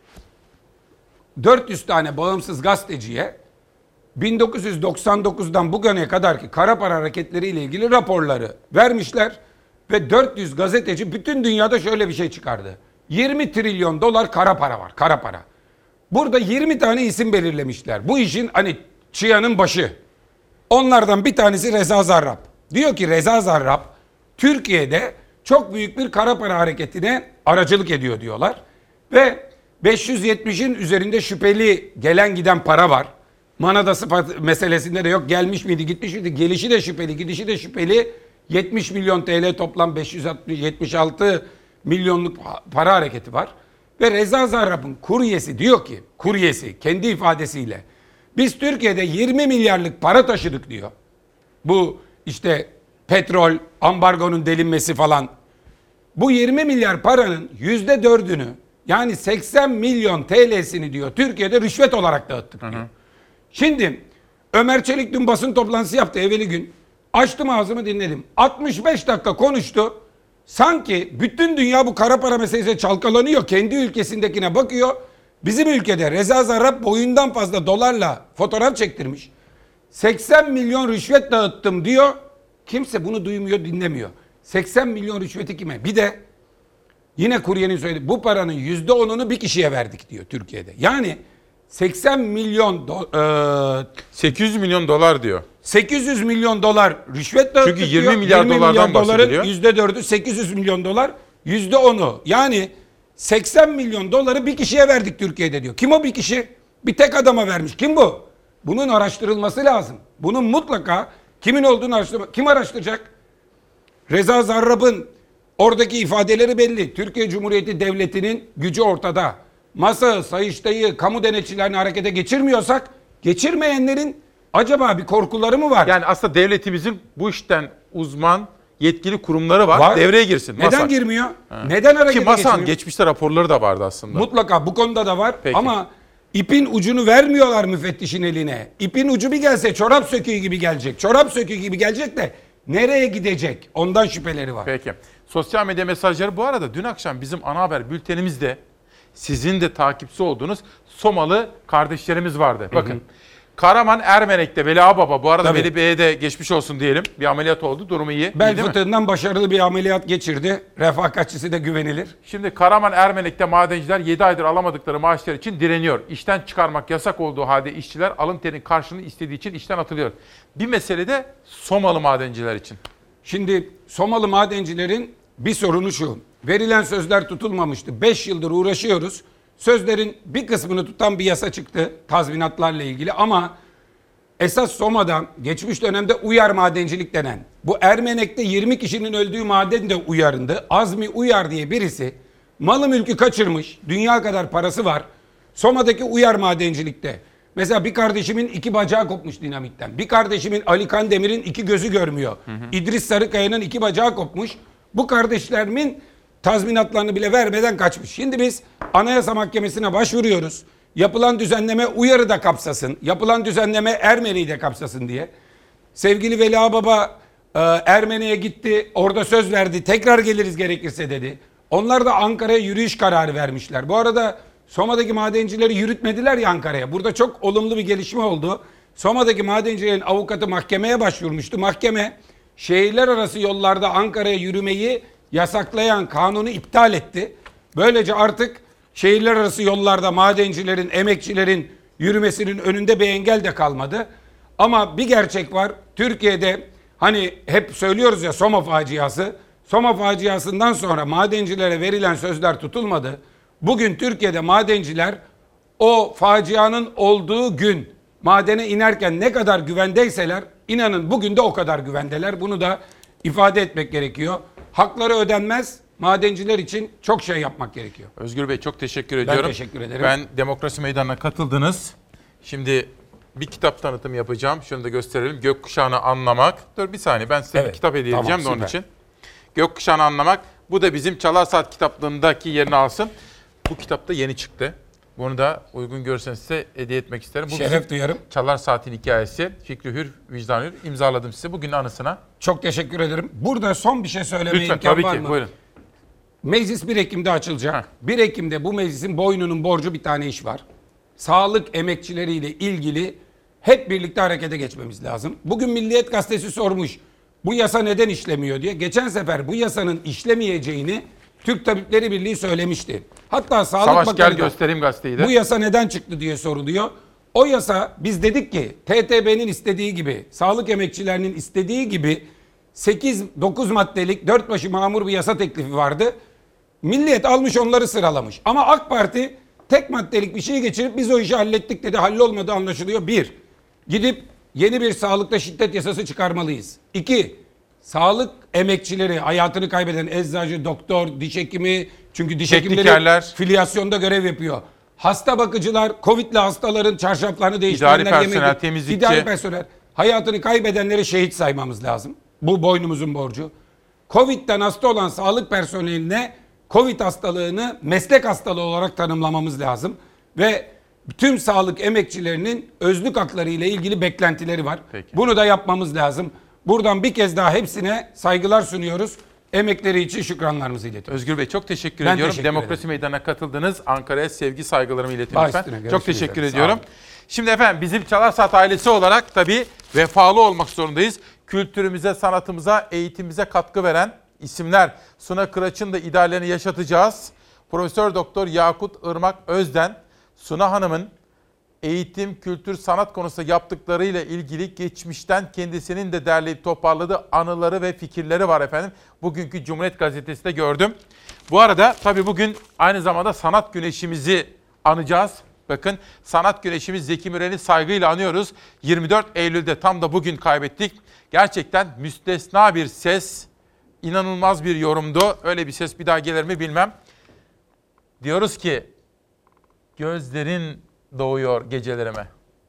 dört yüz tane bağımsız gazeteciye bin dokuz yüz doksan dokuzdan bugüne kadarki kara para hareketleriyle ilgili raporları vermişler ve dört yüz gazeteci bütün dünyada şöyle bir şey çıkardı. yirmi trilyon dolar kara para var, kara para. Burada yirmi tane isim belirlemişler. Bu işin hani çıyanın başı. Onlardan bir tanesi Reza Zarrab. Diyor ki Reza Zarrab Türkiye'de çok büyük bir kara para hareketine aracılık ediyor diyorlar. Ve beş yüz yetmişin üzerinde şüpheli gelen giden para var. Manadası meselesinde de yok, gelmiş miydi gitmiş miydi, gelişi de şüpheli gidişi de şüpheli. yetmiş milyon T L toplam beş yüz yetmiş altı milyonluk para hareketi var. Ve Reza Zarrab'ın kuryesi diyor ki, kuryesi kendi ifadesiyle biz Türkiye'de yirmi milyarlık para taşıdık diyor. Bu işte petrol, ambargonun delinmesi falan. Bu yirmi milyar paranın yüzde dördünü yani seksen milyon T L'sini diyor Türkiye'de rüşvet olarak dağıttık diyor. Hı hı. Şimdi Ömer Çelik dün basın toplantısı yaptı evveli gün. Açtım ağzımı dinledim. altmış beş dakika konuştu. Sanki bütün dünya bu kara para meselesiyle çalkalanıyor. Kendi ülkesindekine bakıyor. Bizim ülkede Reza Zarrab boyundan fazla dolarla fotoğraf çektirmiş. seksen milyon rüşvet dağıttım diyor. Kimse bunu duymuyor, dinlemiyor. seksen milyon rüşveti kime? Bir de yine kuryenin söylediği bu paranın yüzde onunu bir kişiye verdik diyor Türkiye'de. Yani seksen milyon do- e, sekiz yüz milyon dolar diyor. sekiz yüz milyon dolar rüşvet dağıttık diyor. Çünkü yirmi diyor. milyar dolardan bahsediliyor. yüzde dördü sekiz yüz milyon dolar, yüzde onu yani seksen milyon doları bir kişiye verdik Türkiye'de diyor. Kim o bir kişi? Bir tek adama vermiş. Kim bu? Bunun araştırılması lazım. Bunun mutlaka kimin olduğunu araştırma. Kim araştıracak? Reza Zarrab'ın oradaki ifadeleri belli. Türkiye Cumhuriyeti Devleti'nin gücü ortada. Masa, Sayıştay'ı, kamu denetçilerini harekete geçirmiyorsak geçirmeyenlerin acaba bir korkuları mı var? Yani aslında devletimizin bu işten uzman yetkili kurumları var. Var. Devreye girsin. Neden MASAK girmiyor? Ha. Neden harekete Ki MASAK'ın geçmiyor? geçmişte raporları da vardı aslında. Mutlaka bu konuda da var. Peki. Ama ipin ucunu vermiyorlar müfettişin eline. İpin ucu bir gelse çorap söküğü gibi gelecek. Çorap söküğü gibi gelecek de nereye gidecek? Ondan şüpheleri var. Peki. Sosyal medya mesajları bu arada dün akşam bizim ana haber bültenimizde sizin de takipçisi olduğunuz Somalı kardeşlerimiz vardı. Bakın. Hı hı. Karaman Ermenek'te Veli Ağbaba, bu arada Tabii. Veli Bey'e de geçmiş olsun diyelim. Bir ameliyat oldu, durumu iyi. Bel iyi fıtığından başarılı bir ameliyat geçirdi. Refakatçisi de güvenilir. Şimdi Karaman Ermenek'te madenciler yedi aydır alamadıkları maaşlar için direniyor. İşten çıkarmak yasak olduğu halde işçiler alın terin karşılığını istediği için işten atılıyor. Bir mesele de Somalı madenciler için. Şimdi Somalı madencilerin bir sorunu şu. Verilen sözler tutulmamıştı. beş yıldır uğraşıyoruz. Sözlerin bir kısmını tutan bir yasa çıktı tazminatlarla ilgili ama esas Soma'da geçmiş dönemde Uyar madencilik denen, bu Ermenek'te yirmi kişinin öldüğü maden de Uyar'ındı. Azmi Uyar diye birisi malı mülkü kaçırmış, dünya kadar parası var. Soma'daki Uyar madencilikte. Mesela bir kardeşimin iki bacağı kopmuş dinamitten. Bir kardeşimin Ali Kandemir'in iki gözü görmüyor. Hı hı. İdris Sarıkaya'nın iki bacağı kopmuş. Bu kardeşlerimin tazminatlarını bile vermeden kaçmış. Şimdi biz Anayasa Mahkemesi'ne başvuruyoruz. Yapılan düzenleme Uyar'ı da kapsasın. Yapılan düzenleme Ermeni'yi de kapsasın diye. Sevgili Veli Ağababa e, Ermeni'ye gitti. Orada söz verdi. Tekrar geliriz gerekirse dedi. Onlar da Ankara'ya yürüyüş kararı vermişler. Bu arada Soma'daki madencileri yürütmediler ya Ankara'ya. Burada çok olumlu bir gelişme oldu. Soma'daki madencilerin avukatı mahkemeye başvurmuştu. Mahkeme şehirler arası yollarda Ankara'ya yürümeyi yasaklayan kanunu iptal etti. Böylece artık şehirler arası yollarda madencilerin, emekçilerin yürümesinin önünde bir engel de kalmadı. Ama bir gerçek var. Türkiye'de hani hep söylüyoruz ya Soma faciası. Soma faciasından sonra madencilere verilen sözler tutulmadı. Bugün Türkiye'de madenciler o facianın olduğu gün madene inerken ne kadar güvendeyseler inanın bugün de o kadar güvendeler. Bunu da ifade etmek gerekiyor. Hakları ödenmez. Madenciler için çok şey yapmak gerekiyor. Özgür Bey çok teşekkür ediyorum. Ben teşekkür ederim. Ben Demokrasi Meydanı'na katıldınız. Şimdi bir kitap tanıtımı yapacağım. Şunu da gösterelim. Gökkuşağını anlamak. Dur bir saniye ben size evet, bir kitap hediye tamam, edeceğim de onun için. Gökkuşağını anlamak. Bu da bizim Çalar Saat kitaplığındaki yerini alsın. Bu kitap da yeni çıktı. Bunu da uygun görürseniz size hediye etmek isterim. Bu Şeref duyarım. Çalar Saat'in hikayesi. Fikri Hür, vicdan hür. İmzaladım size bugün anısına. Çok teşekkür ederim. Burada son bir şey söylemeye Lütfen, imkan tabii var ki, mı? Buyurun. Meclis bir Ekim'de açılacak. Heh. bir Ekim'de bu meclisin boynunun borcu bir tane iş var. Sağlık emekçileriyle ilgili hep birlikte harekete geçmemiz lazım. Bugün Milliyet Gazetesi sormuş. Bu yasa neden işlemiyor diye. Geçen sefer bu yasanın işlemeyeceğini Türk Tabipleri Birliği söylemişti. Hatta Sağlık Savaş Bakanı gel göstereyim gazeteyi de. Bu yasa neden çıktı diye soruluyor. O yasa biz dedik ki T T B'nin istediği gibi, sağlık emekçilerinin istediği gibi sekiz dokuz maddelik dört başı mamur bir yasa teklifi vardı. Milliyet almış onları sıralamış. Ama AK Parti tek maddelik bir şey geçirip biz o işi hallettik dedi. Hallolmadı anlaşılıyor. Bir, gidip yeni bir sağlıkta şiddet yasası çıkarmalıyız. İki, sağlık emekçileri, hayatını kaybeden eczacı, doktor, diş hekimi, çünkü diş hekimleri filyasyonda görev yapıyor. Hasta bakıcılar, Covid'li hastaların çarşaflarını değiştirenler, İdari personel, yemek, temizlikçi. İdari personel, hayatını kaybedenleri şehit saymamız lazım. Bu boynumuzun borcu. Covid'den hasta olan sağlık personeline Covid hastalığını meslek hastalığı olarak tanımlamamız lazım. Ve tüm sağlık emekçilerinin özlük hakları ile ilgili beklentileri var. Peki. Bunu da yapmamız lazım. Buradan bir kez daha hepsine saygılar sunuyoruz. Emekleri için şükranlarımızı iletiyoruz. Özgür Bey çok teşekkür ben ediyorum. Teşekkür Demokrasi ederim. Meydanı'na katıldınız. Ankara'ya sevgi saygılarımı iletin Baş lütfen. üstüne, Çok teşekkür üzere. ediyorum. Şimdi efendim bizim Çalar Saat ailesi olarak tabii vefalı olmak zorundayız. Kültürümüze, sanatımıza, eğitimimize katkı veren isimler. Suna Kıraç'ın da ideallerini yaşatacağız. Profesör Doktor Yakut Irmak Özden, Suna Hanım'ın eğitim, kültür, sanat konusunda yaptıklarıyla ilgili geçmişten kendisinin de derleyip toparladığı anıları ve fikirleri var efendim. Bugünkü Cumhuriyet Gazetesi'nde gördüm. Bu arada tabii bugün aynı zamanda sanat güneşimizi anacağız. Bakın sanat güneşimiz Zeki Müren'i saygıyla anıyoruz. yirmi dört Eylül'de tam da bugün kaybettik. Gerçekten müstesna bir ses, inanılmaz bir yorumdu. Öyle bir ses bir daha gelir mi bilmem. Diyoruz ki gözlerin doğuyor gecelerime.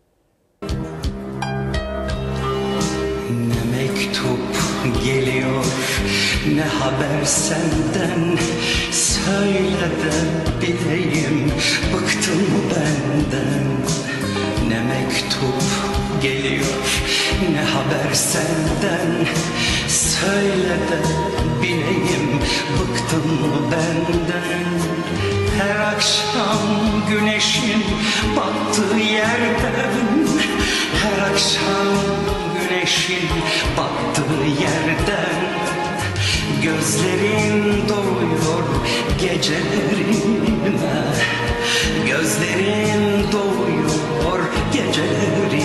Ne mektup geliyor, ne haber senden. Söyle de bileyim, bıktın mı benden? Ne mektup geliyor, ne haber senden. Söyle de bileyim, bıktın mı benden? Her akşam güneşin battığı yerden, her akşam güneşin battığı yerden gözlerin doluyor gecelerime, gözlerin doluyor gecelerime,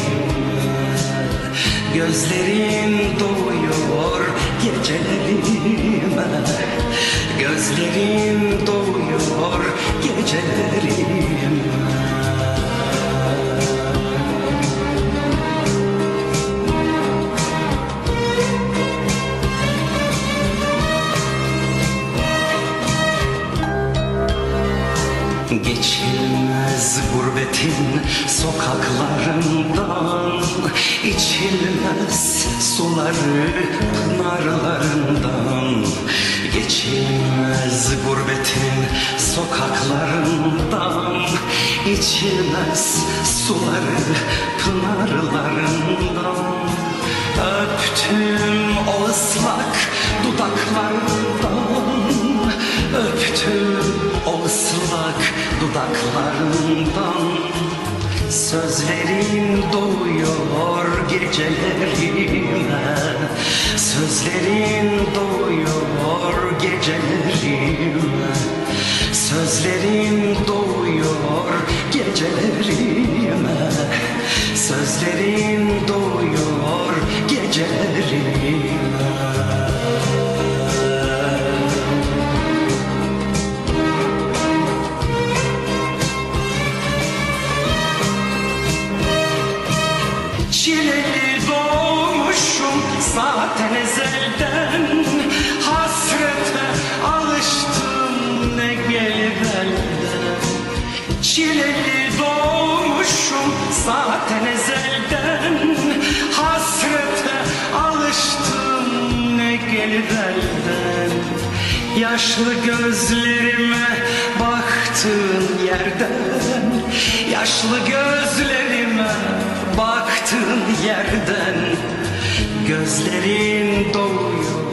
gözlerin doluyor gecelerime, göz Sözlerin doyuyor gecelerime. Geçilmez gurbetin sokaklarından, içilmez suları pınarlarından. Geçilmez gurbetin sokaklarından, içilmez suları pınarlarından. Öptüm o ıslak dudaklarından, öptüm o ıslak dudaklarından. Sözlerin doyuyor gecelerime, sözlerin doyuyor gecelerime, sözlerin doyuyor gecelerime, sözlerin doyuyor gecelerime. Çileli doğmuşum zaten ezelden, hasrete alıştım ne gelir elden. Çileli doğmuşum zaten ezelden, hasrete alıştım ne gelir elden. Yaşlı gözlerime baktığın yerden, yaşlı gözlerime baktığın yerden, gözlerin doluyor